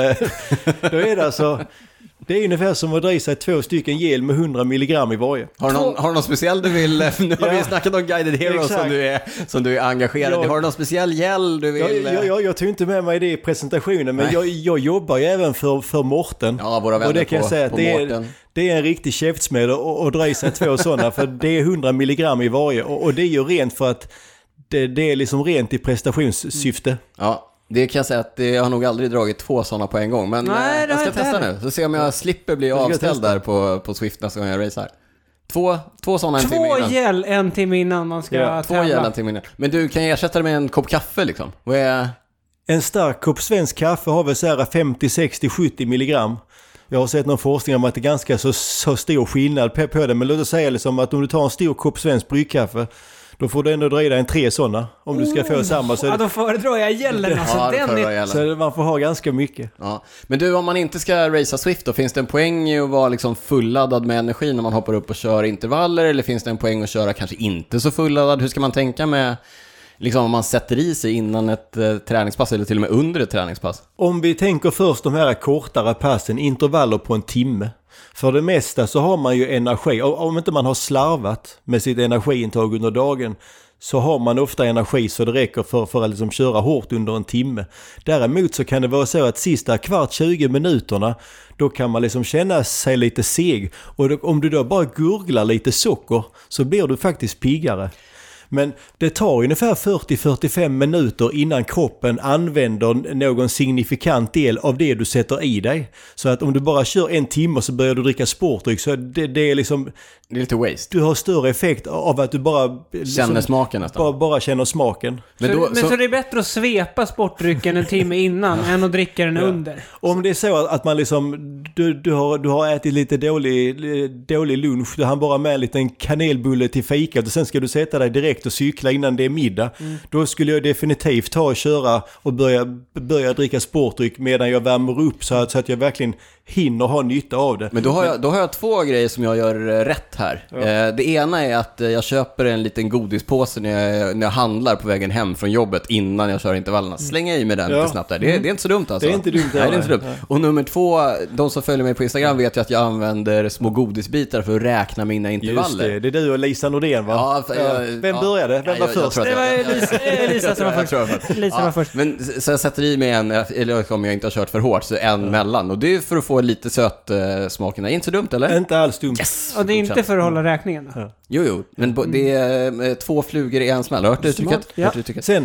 då är det alltså... Det är ungefär som att dra i sig två stycken gel med hundra milligram i varje. Har du någon, har du någon speciell du vill... Nu har ja. vi snackat om Guided Hero som du, är, som du är engagerad i. Ja. Har du någon speciell gel du vill... Ja, ja, jag tog inte med mig det i presentationen, men jag, jag jobbar ju även för, för Morten. Ja, våra vänner och det kan på, jag säga, på det Morten. Är, det är en riktig käftsmäll att, att dra i sig två sådana, för det är hundra milligram i varje. Och, och det är ju rent för att det, det är liksom rent i prestationssyfte. Ja. Det kan jag säga att jag har nog aldrig dragit två sådana på en gång. Men Nej, jag ska testa nu. Så se om jag slipper bli avställd där på, på Swift nästa gång jag racear. Två, två sådana en två timme innan. Två gel en timme innan man ska ja, Två gel en timme innan. Men du, kan jag ersätta det med en kopp kaffe liksom? Vad är... En stark kopp svensk kaffe har väl så här femtio, sextio, sjuttio milligram. Jag har sett någon forskning om att det är ganska så, så stor skillnad på, på det. Men låt oss säga liksom att om du tar en stor kopp svensk bryggkaffe, då får du ändå dra i dig en tre sådana om du ska få samma. Så ja, då föredrar jag gällen. Alltså, ja, den är... Så man får ha ganska mycket. Ja. Men du, om man inte ska racea Swift då, finns det en poäng i att vara liksom fulladdad med energi när man hoppar upp och kör intervaller? Eller finns det en poäng att köra kanske inte så fulladdad? Hur ska man tänka med... Liksom om man sätter i sig innan ett eh, träningspass eller till och med under ett träningspass? Om vi tänker först de här kortare passen, intervaller på en timme. För det mesta så har man ju energi. Om inte man har slarvat med sitt energiintag under dagen, så har man ofta energi så det räcker för, för att liksom köra hårt under en timme. Däremot så kan det vara så att sista kvart tjugo minuterna, då kan man liksom känna sig lite seg. Och då, om du då bara gurglar lite socker, så blir du faktiskt piggare. Men det tar ungefär fyrtio till fyrtiofem minuter innan kroppen använder någon signifikant del av det du sätter i dig. Så att om du bara kör en timme så börjar du dricka sportdryck, så det, det är liksom... Det är lite waste. Du har större effekt av att du bara... Liksom, känner smaken nästan. Bara, bara känner smaken. Men, då, så, men så... så det är bättre att svepa sportdrycken en timme innan än att dricka den ja. under? Om det är så att man liksom... Du, du, har, du har ätit lite dålig, dålig lunch, du har bara med en liten kanelbulle till fikat och sen ska du sätta dig direkt och cykla innan det är middag. Mm. Då skulle jag definitivt ta och köra och börja, börja dricka sportdryck medan jag värmer upp, så att, så att jag verkligen hinner ha nytta av det. Men då har jag, då har jag två grejer som jag gör rätt här. Ja. Eh, det ena är att jag köper en liten godispåse när jag, när jag handlar på vägen hem från jobbet innan jag kör intervallerna. Slänger i mig den ja. lite snabbt där. Det, det är inte så dumt alltså. Det är inte dumt. Nej, det är inte dumt. Ja. Och nummer två, de som följer mig på Instagram vet ju att jag använder små godisbitar för att räkna mina intervaller. Just det, det är du och Lisa Nordén va? Ja, för, jag, Vem ja, började? Vem ja, var först? Det var Lisa, Lisa som var först. Lisa ja, var först. Men så jag sätter i mig en, eller om jag inte har kört för hårt, så en ja. mellan. Och det är för att få lite söt smaken. Är inte så dumt, eller? Inte alls dumt. Yes! Och det är inte för att hålla räkningen då? Ja. Jo, jo. Men mm. det är två flugor i en smäll. Har du uttrycket? Ja. Sen,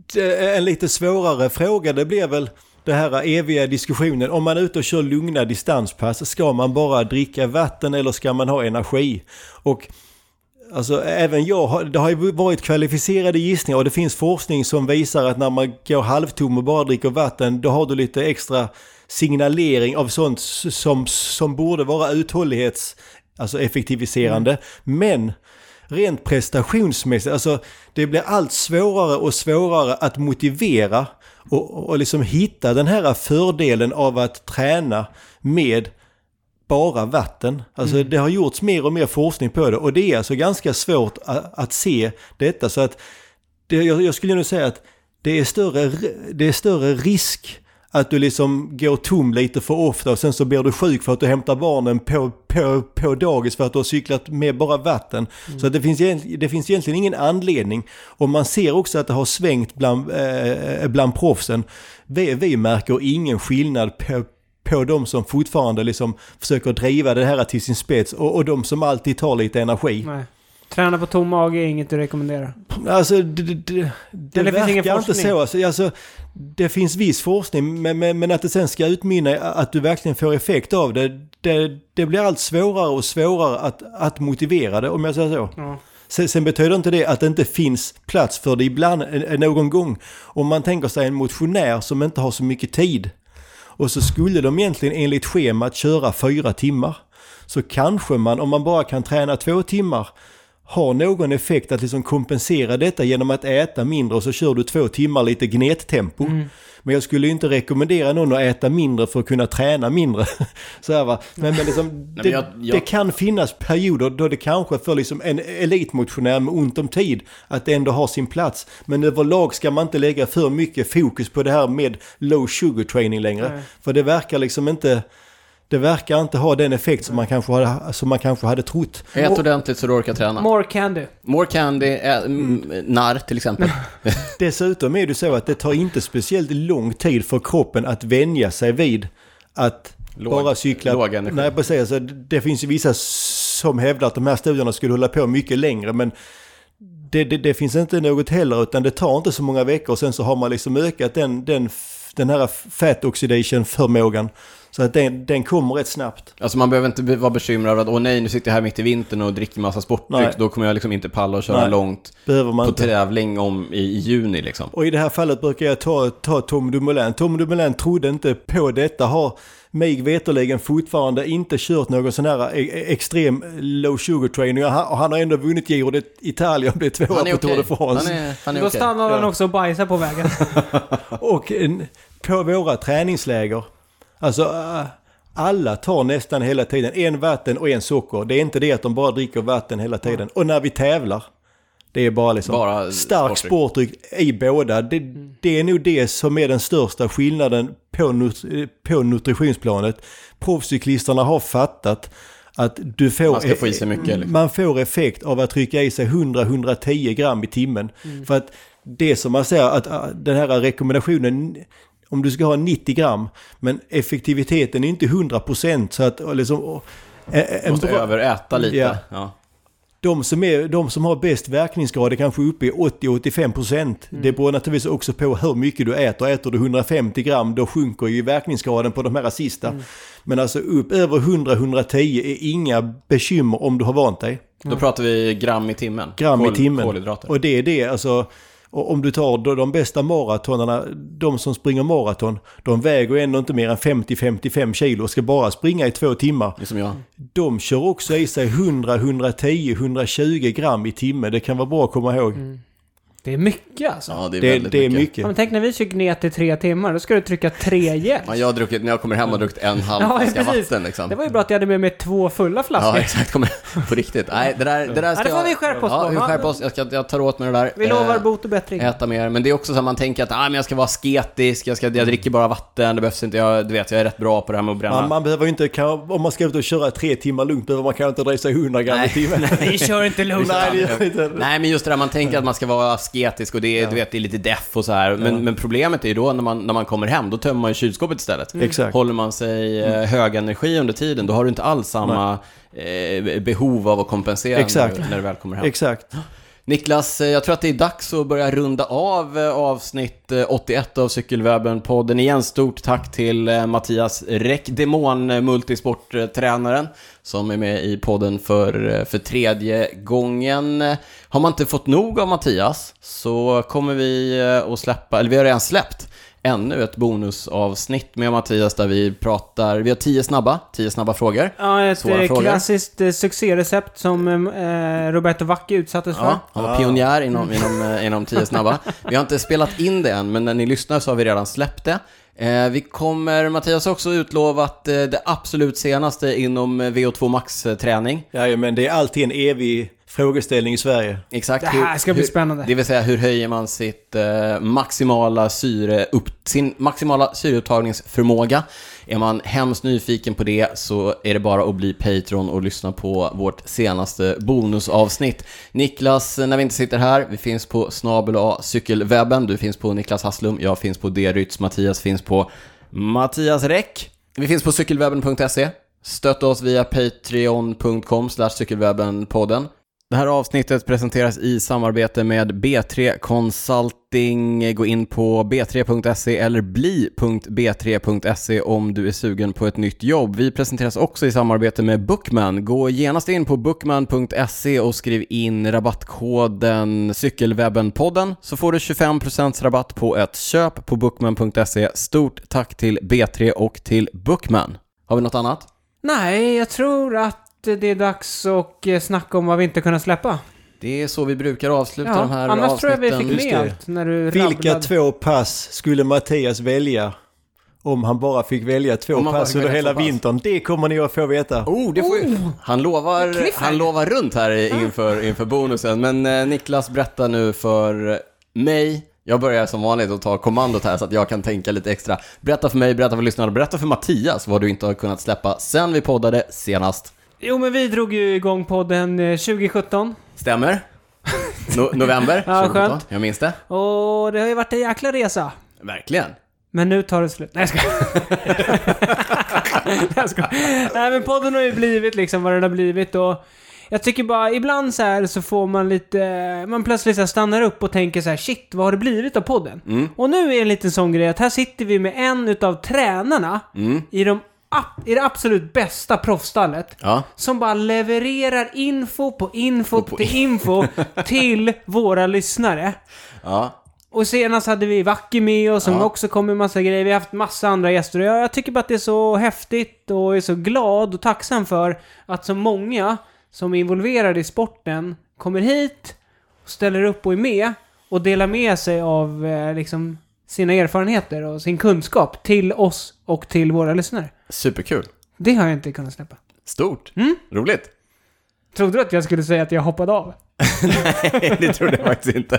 en lite svårare fråga, det blir väl det här eviga diskussionen. Om man är ute och kör lugna distanspass, ska man bara dricka vatten eller ska man ha energi? Och Alltså även jag, det har ju varit kvalificerade gissningar och det finns forskning som visar att när man går halvtom och bara dricker vatten, då har du lite extra signalering av sånt som, som borde vara uthållighets, alltså effektiviserande. Mm. Men rent prestationsmässigt, alltså det blir allt svårare och svårare att motivera och, och liksom hitta den här fördelen av att träna med bara vatten. Alltså mm. det har gjorts mer och mer forskning på det och det är alltså ganska svårt att, att se detta, så att det, jag, jag skulle nog säga att det är större, det är större risk att du liksom går tom lite för ofta och sen så blir du sjuk för att du hämtar barnen på, på, på dagis för att du har cyklat med bara vatten. Mm. Så att det, finns, det finns egentligen ingen anledning. Och man ser också att det har svängt bland, eh, bland proffsen. Vi, vi märker ingen skillnad på, på de som fortfarande liksom försöker driva det här till sin spets och, och de som alltid tar lite energi. Nej. Träna på tom mage är inget du rekommenderar. Alltså det, det, det, det verkar inte så. Alltså, alltså, det finns viss forskning men, men, men att det sen ska utmynna att du verkligen får effekt av det, det, det blir allt svårare och svårare att, att motivera det, om jag säger så. Ja. Sen, sen betyder inte det att det inte finns plats för det ibland någon gång. Om man tänker sig en motionär som inte har så mycket tid och så skulle de egentligen enligt schemat köra fyra timmar, så kanske man, om man bara kan träna två timmar, har någon effekt att liksom kompensera detta genom att äta mindre och så kör du två timmar lite gnettempo. Mm. Men jag skulle inte rekommendera någon att äta mindre för att kunna träna mindre. Så här, va? Men, men, liksom, Nej, men jag, jag... det kan finnas perioder då det kanske för liksom en elitmotionär med ont om tid att det ändå har sin plats. Men överlag ska man inte lägga för mycket fokus på det här med low sugar training längre. Nej. För det verkar liksom inte... Det verkar inte ha den effekt som man kanske hade, som man kanske hade trott. Ät ordentligt så du orkar träna. More candy. More candy, äh, mm. narr till exempel. Dessutom är det så att det tar inte speciellt lång tid för kroppen att vänja sig vid att låg, bara cykla. Låg energi. Nej, precis. Alltså, det finns ju vissa som hävdar att de här studierna skulle hålla på mycket längre, men det, det, det finns inte något heller, utan det tar inte så många veckor och sen så har man liksom ökat den, den, den här fat oxidation förmågan. Så att den, den kommer rätt snabbt. Alltså man behöver inte vara bekymrad över att åh nej, nu sitter jag här mitt i vintern och dricker massa sportdryck. Nej. Då kommer jag liksom inte palla och köra nej. långt på inte. tävling om i, i juni liksom. Och i det här fallet brukar jag ta, ta Tom Dumoulin. Tom Dumoulin trodde inte på detta. Har mig veterligen fortfarande inte kört någon sån här extrem low sugar training. Och han, han har ändå vunnit Giro d'Italia om det är två år på Tour de France. Han är, han är Då okay. stannar han ja. också och bajsar på vägen. Och en, på våra träningsläger, alltså alla tar nästan hela tiden en vatten och en socker. Det är inte det att de bara dricker vatten hela tiden. Mm. Och när vi tävlar, det är bara liksom bara stark sportdryck i båda. Det, mm. det är nog det som är den största skillnaden på, nut- på nutritionsplanet. Proffscyklisterna har fattat att du får, man ska få i sig mycket, liksom. Man får effekt av att trycka i sig hundra till hundratio gram i timmen. Mm. För att det som man säger, att den här rekommendationen, om du ska ha nittio gram, men effektiviteten är inte hundra procent, så att liksom en, en måste bra, överäta lite. Ja. Ja. De som är de som har bäst verkningsgrad är kanske uppe i åttio till åttiofem procent. Mm. Det beror naturligtvis också på hur mycket du äter. Äter du hundrafemtio gram, då sjunker ju verkningsgraden på de här sista. Mm. Men alltså upp över hundra till hundratio är inga bekymmer om du har vant dig. Då mm. pratar vi gram i timmen. Gram Kol- i timmen. Kolhydrater. Och det är det, alltså. Och om du tar de bästa maratonerna, de som springer maraton, de väger ändå inte mer än femtio till femtiofem kilo och ska bara springa i två timmar. Det är som jag. De kör också i sig hundra, hundratio, hundratjugo gram i timme. Det kan vara bra att komma ihåg. Mm. Det är mycket alltså. Ja, det är det, väldigt det är mycket. mycket. Ja, men tänk när vi kör gnet i tre timmar, då ska du trycka tre gel. Ja, jag har druckit, när jag kommer hem och druckit en halv ja, flaska vatten liksom. Det var ju bra att jag hade med mig två fulla flaskor. Ja, exakt. Kommer på riktigt. Nej, det där, det där ska ja, det får vi skärpa oss ja, på. Ja, vi skärpa oss. Jag, ska, jag tar åt mig det där. Vi lovar bot och bättring. Äta mer. Men det är också så att man tänker att ah, men jag ska vara asketisk, jag, ska, jag dricker bara vatten, det behövs inte, jag, du vet, jag är rätt bra på det här med att bränna. Man, man behöver inte, kan, om man ska ut och köra tre timmar lugnt, behöver man kanske inte dra sig hundra gram i timmen. Vi kör inte lugnt. Nej, det inte. Nej, men just det där, man tänker att man ska vara asketisk och det är, ja. du vet, det är lite deff och så här. Men, ja. men problemet är ju då när man, när man kommer hem, då tömmer man ju kylskåpet istället. Mm. Exakt. Håller man sig mm. hög energi under tiden, då har du inte alls samma eh, behov av att kompensera när, när du väl kommer hem. Exakt. Niklas, jag tror att det är dags att börja runda av avsnitt åttioett av Cykelwebben-podden. Igen stort tack till Mattias Räck, demon multisporttränaren, som är med i podden för, för tredje gången. Har man inte fått nog av Mattias så kommer vi att släppa, eller vi har redan släppt ännu ett bonusavsnitt med Mattias där vi pratar, vi har tio snabba, tio snabba frågor. Ja, ett Svåra klassiskt frågor. Succérecept som eh, Roberto Vacchi utsattes för. Ja, han var pionjär inom, inom, inom tio snabba. Vi har inte spelat in det än, men när ni lyssnar så har vi redan släppt det. Eh, vi kommer, Mattias också utlovat eh, det absolut senaste inom V O två Max-träning. Ja, men det är alltid en evig frågeställning i Sverige. Exakt. Det här ska hur, bli spännande. Det vill säga, hur höjer man sitt eh, maximala syre upp, sin maximala syreupptagningsförmåga? Är man hemskt nyfiken på det så är det bara att bli Patreon och lyssna på vårt senaste bonusavsnitt. Niklas, när vi inte sitter här, vi finns på snabel A Cykelwebben. Du finns på Niklas Hasslum, jag finns på D-Rytz, Mattias finns på Mattias Räck. Vi finns på cykelwebben punkt se. Stötta oss via patreon punkt com slash cykelwebbenpodden. Det här avsnittet presenteras i samarbete med B tre Consulting. Gå in på b tre punkt se eller bli punkt b tre punkt se om du är sugen på ett nytt jobb. Vi presenteras också i samarbete med Bookman. Gå genast in på bookman punkt se och skriv in rabattkoden Cykelwebbenpodden så får du tjugofem procent rabatt på ett köp på bookman punkt se. Stort tack till B tre och till Bookman. Har vi något annat? Nej, jag tror att det är dags att snacka om vad vi inte kunnat släppa. Det är så vi brukar avsluta ja, de här annars avsnitten. Annars tror jag vi fick med allt när du Vilka rabblade. två pass skulle Mattias välja om han bara fick välja två pass under hela vintern? Det kommer ni att få veta. Oh, det får ju... Han lovar, han lovar runt här inför, inför bonusen. Men eh, Niklas, berätta nu för mig. Jag börjar som vanligt att ta kommandot här så att jag kan tänka lite extra. Berätta för mig, berätta för lyssnarna, berätta för Mattias vad du inte har kunnat släppa sen vi poddade senast. Jo, men vi drog ju igång podden tjugo sjutton. Stämmer. No- november ja, tjugo sjutton. Skönt. Jag minns det. Och det har ju varit en jäkla resa. Verkligen. Men nu tar det slut. Nej, jag ska. jag ska. Nej, men podden har ju blivit liksom vad den har blivit. Och jag tycker bara, ibland så här så får man lite, man plötsligt så här stannar upp och tänker så här: shit, vad har det blivit av podden? Mm. Och nu är en liten sån grej att här sitter vi med en utav tränarna mm. i de i det absolut bästa proffstallet ja. Som bara levererar info på info på till info till våra lyssnare. Ja. Och senast hade vi Vacchi med oss som ja. Också kom med massa grejer. Vi har haft massa andra gäster och jag, jag tycker bara att det är så häftigt och är så glad och tacksam för att så många som är involverade i sporten kommer hit och ställer upp och är med och delar med sig av eh, liksom sina erfarenheter och sin kunskap till oss och till våra lyssnare. Superkul. Det har jag inte kunnat släppa. Stort. Mm? Roligt. Trodde du att jag skulle säga att jag hoppade av? Nej, det trodde jag faktiskt inte.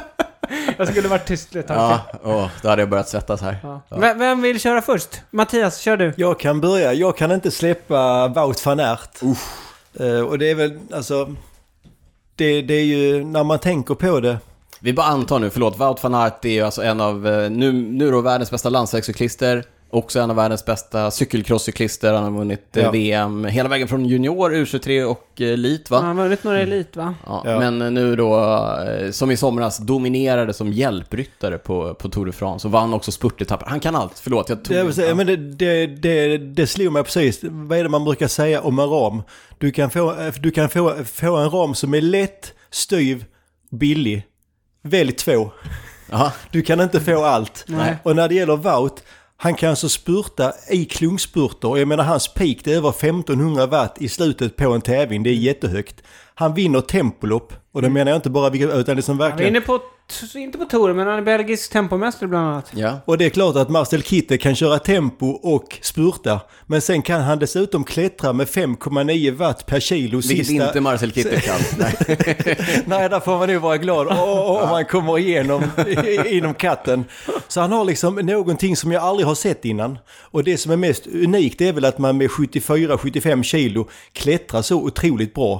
Jag skulle varit tyst ett tag. Ja, åh, då hade jag börjat svettas här. Ja. Ja. V- vem vill köra först? Mattias, kör du. Jag kan börja. Jag kan inte släppa Wout van Aert. Uh, och det är väl, alltså... Det, det är ju, när man tänker på det... Vi bara antar nu, förlåt, Wout van Aert är ju alltså en av, nu, nu då världens bästa landsvägscyklister, också en av världens bästa cykelcrosscyklister. Han har vunnit ja. V M hela vägen från junior, U tjugotre och elit, va? Han har vunnit några elit, va? Ja, ja. Men nu då, som i somras, dominerade som hjälpryttare på, på Tour de France och vann också spurtetapper. Han kan allt, förlåt, jag tog... Det, säga, men det, det, det, det slog mig precis. Vad är det man brukar säga om en ram? Du kan få, du kan få, få en ram som är lätt, styv, billig. Välj två. Aha. Du kan inte få allt. Nej. Och när det gäller Wout, han kan alltså spurta i klungspurter. Och jag menar, hans peak det är över femtonhundra watt i slutet på en tävling. Det är jättehögt. Han vinner tempolopp. Och det mm. menar jag inte bara vilka, utan det som verkligen... Han är inne på, inte på touren, men han är belgisk tempomästare bland annat. Ja. Och det är klart att Marcel Kittel kan köra tempo och spurta. Men sen kan han dessutom klättra med fem komma nio watt per kilo. Vilket sista... inte Marcel Kittel kan. Nej. Nej, där får man nu vara glad om man kommer igenom inom katten. Så han har liksom någonting som jag aldrig har sett innan. Och det som är mest unikt är väl att man med sjuttiofyra till sjuttiofem kilo klättrar så otroligt bra. Ja.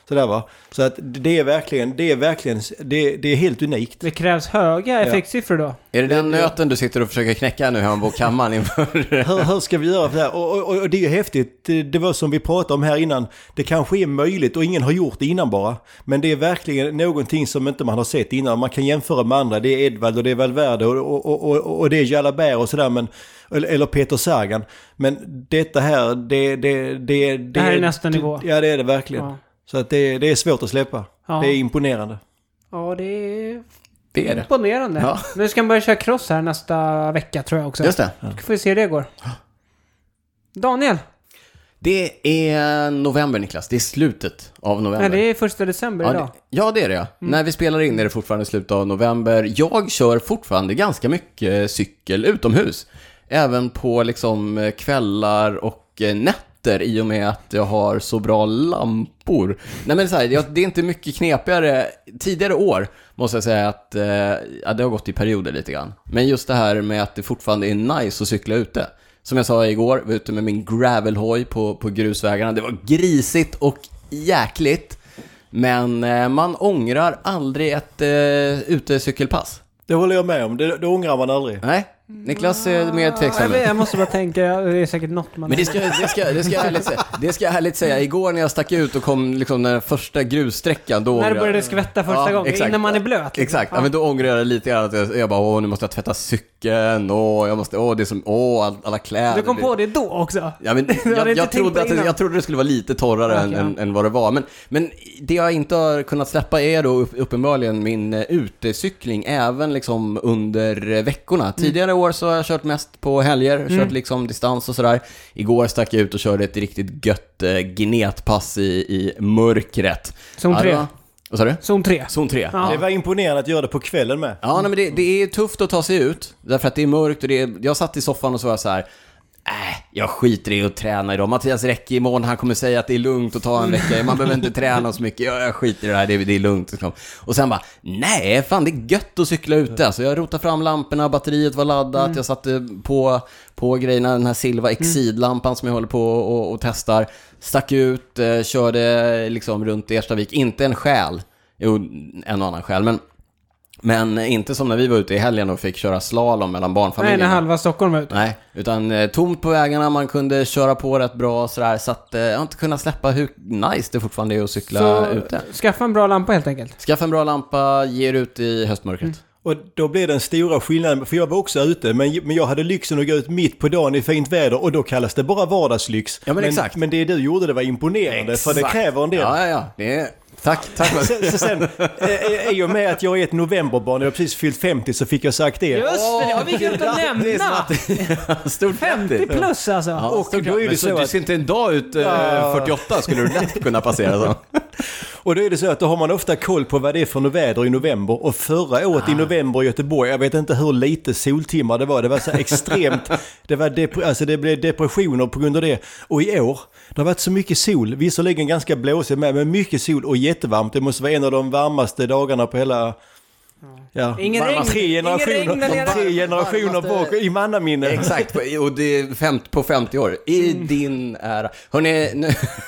Sådär va. Så att det är verkligen, det är verkligen, det, det är helt unikt. Det krävs höga effektsiffror då. Är det den nöten du sitter och försöker knäcka nu hemma på kammaren inför? hur, hur ska vi göra för det här? Och, och, och det är ju häftigt, det, det var som vi pratade om här innan. Det kanske är möjligt och ingen har gjort det innan bara. Men det är verkligen någonting som inte man har sett innan. Man kan jämföra med andra, det är Edvald och det är Valverde och, och, och, och det är Jalabert och sådär, men eller Peter Sagan. Men detta här, det, det, det, det, det här är nästa nivå. Ja, det är det verkligen. Ja. Så att det, det är svårt att släppa. Ja. Det är imponerande. Ja, det är, det är imponerande. Det. Ja. Nu ska man börja köra cross här nästa vecka tror jag också. Just det. Då får vi se hur det går. Daniel? Det är november, Niklas. Det är slutet av november. Nej, det är första december ja, idag. Det, ja, det är det. Mm. När vi spelar in är det fortfarande slutet av november. Jag kör fortfarande ganska mycket cykel utomhus. Även på liksom kvällar och nätter i och med att jag har så bra lampor. Nej men så här, det är inte mycket knepigare. Tidigare år måste jag säga att eh, ja, det har gått i perioder lite grann. Men just det här med att det fortfarande är nice att cykla ute. Som jag sa igår, var ute med min gravelhoj på, på grusvägarna. Det var grisigt och jäkligt. Men eh, man ångrar aldrig ett eh, utecykelpass. Det håller jag med om, det, det ångrar man aldrig. Nej, Niklas är mer tveksam. Jag, jag måste bara tänka, det är säkert något man... Men det ska, det ska, det ska, jag, ärligt säga, det ska jag ärligt säga. Igår när jag stack ut och kom liksom den första grussträckan då... När det började skvätta första ja, gången, exakt. Innan man är blöt. Liksom. Exakt, ja. Ja, men då ångrar jag lite grann att jag, jag bara, åh nu måste jag tvätta cykeln, åh jag måste, åh det är som, åh all, alla kläder. Du kom på det då också? Ja men jag, jag, trodde att det, jag trodde det skulle vara lite torrare okay. än, än, än vad det var. Men, men det jag inte har kunnat släppa är då uppenbarligen min utecykling, även liksom under veckorna. Mm. Tidigare år så har jag kört mest på helger, mm. kört liksom distans och sådär. Igår stack jag ut och körde ett riktigt gött äh, gnetpass i, i mörkret. Zon tre. Ja, vad sa du? Zon tre. Zon tre. Ja. Det var imponerande att göra det på kvällen med. Ja, nej, men det, det är tufft att ta sig ut. Därför att det är mörkt och det är, jag satt i soffan och så var jag så här. Äh, jag skiter i att träna idag. Mattias Räcke imorgon, han kommer säga att det är lugnt att ta en vecka. Man behöver inte träna så mycket. Jag, jag skiter i det här, det är, det är lugnt. Liksom. Och sen bara, nej, fan det är gött att cykla ute. Alltså, jag rotade fram lamporna, batteriet var laddat. Mm. Jag satte på, på grejerna, den här Silva Exid-lampan mm. som jag håller på och, och testar. Stack ut, eh, körde liksom runt Erstavik. Inte en själ. Jo, en och annan själ, men Men inte som när vi var ute i helgen och fick köra slalom mellan barnfamiljerna. Nej, när halva Stockholm var ute. Nej, utan eh, tomt på vägarna, man kunde köra på rätt bra sådär, så att eh, jag har inte kunnat släppa hur nice det fortfarande är att cykla så, ute. Skaffa en bra lampa helt enkelt. Skaffa en bra lampa, ger ut i höstmörkret. Mm. Och då blev den stora skillnaden, för jag var också ute, men, men jag hade lyxen att gå ut mitt på dagen i fint väder och då kallas det bara vardagslyx. Ja, men, men exakt. Men det du gjorde, det var imponerande, exakt. För det kräver en del. Ja, ja, ja. Det är... Tack, tack. Så, så sen, i och med att jag är ett novemberbarn och jag har precis fyllt femtio så fick jag sagt det. Just det, det har vi glömt att nämna. Stort femtio plus alltså. Ja, och då är det så, så att du ser inte en dag ut ja. fyrtioåtta skulle du lätt kunna passera så. Och då är det så att då har man ofta koll på vad det är för väder i november. Och förra året ah. i november i Göteborg, jag vet inte hur lite soltimmar det var. Det var så extremt, det, var dep- alltså det blev depressioner på grund av det. Och i år, det har varit så mycket sol. Visserligen ganska blåsigt med, men mycket sol och jättevarmt. Det måste vara en av de varmaste dagarna på hela... Ja, ingen regn, tre generationer, ingen regn tre generationer bak i mannaminne. Exakt, och det är femtio, på femtio år i mm. din ära. Hörrni, nu,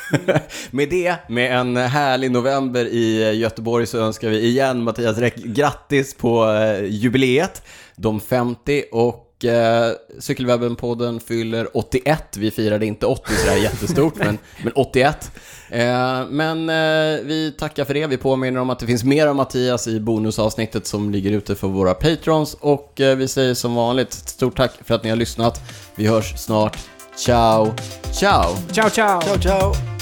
med det, med en härlig november i Göteborg så önskar vi igen Mattias Räck grattis på eh, jubileet, de femtio, och eh, Cykelwebben-podden fyller åttioett. Vi firade inte åttio så där jättestort, men, men åttioett. Eh, men eh, vi tackar för det. Vi påminner om att det finns mer om Mattias i bonusavsnittet som ligger ute för våra patrons. Och eh, vi säger som vanligt stort tack för att ni har lyssnat. Vi hörs snart. Ciao, ciao. Ciao, ciao. Ciao, ciao.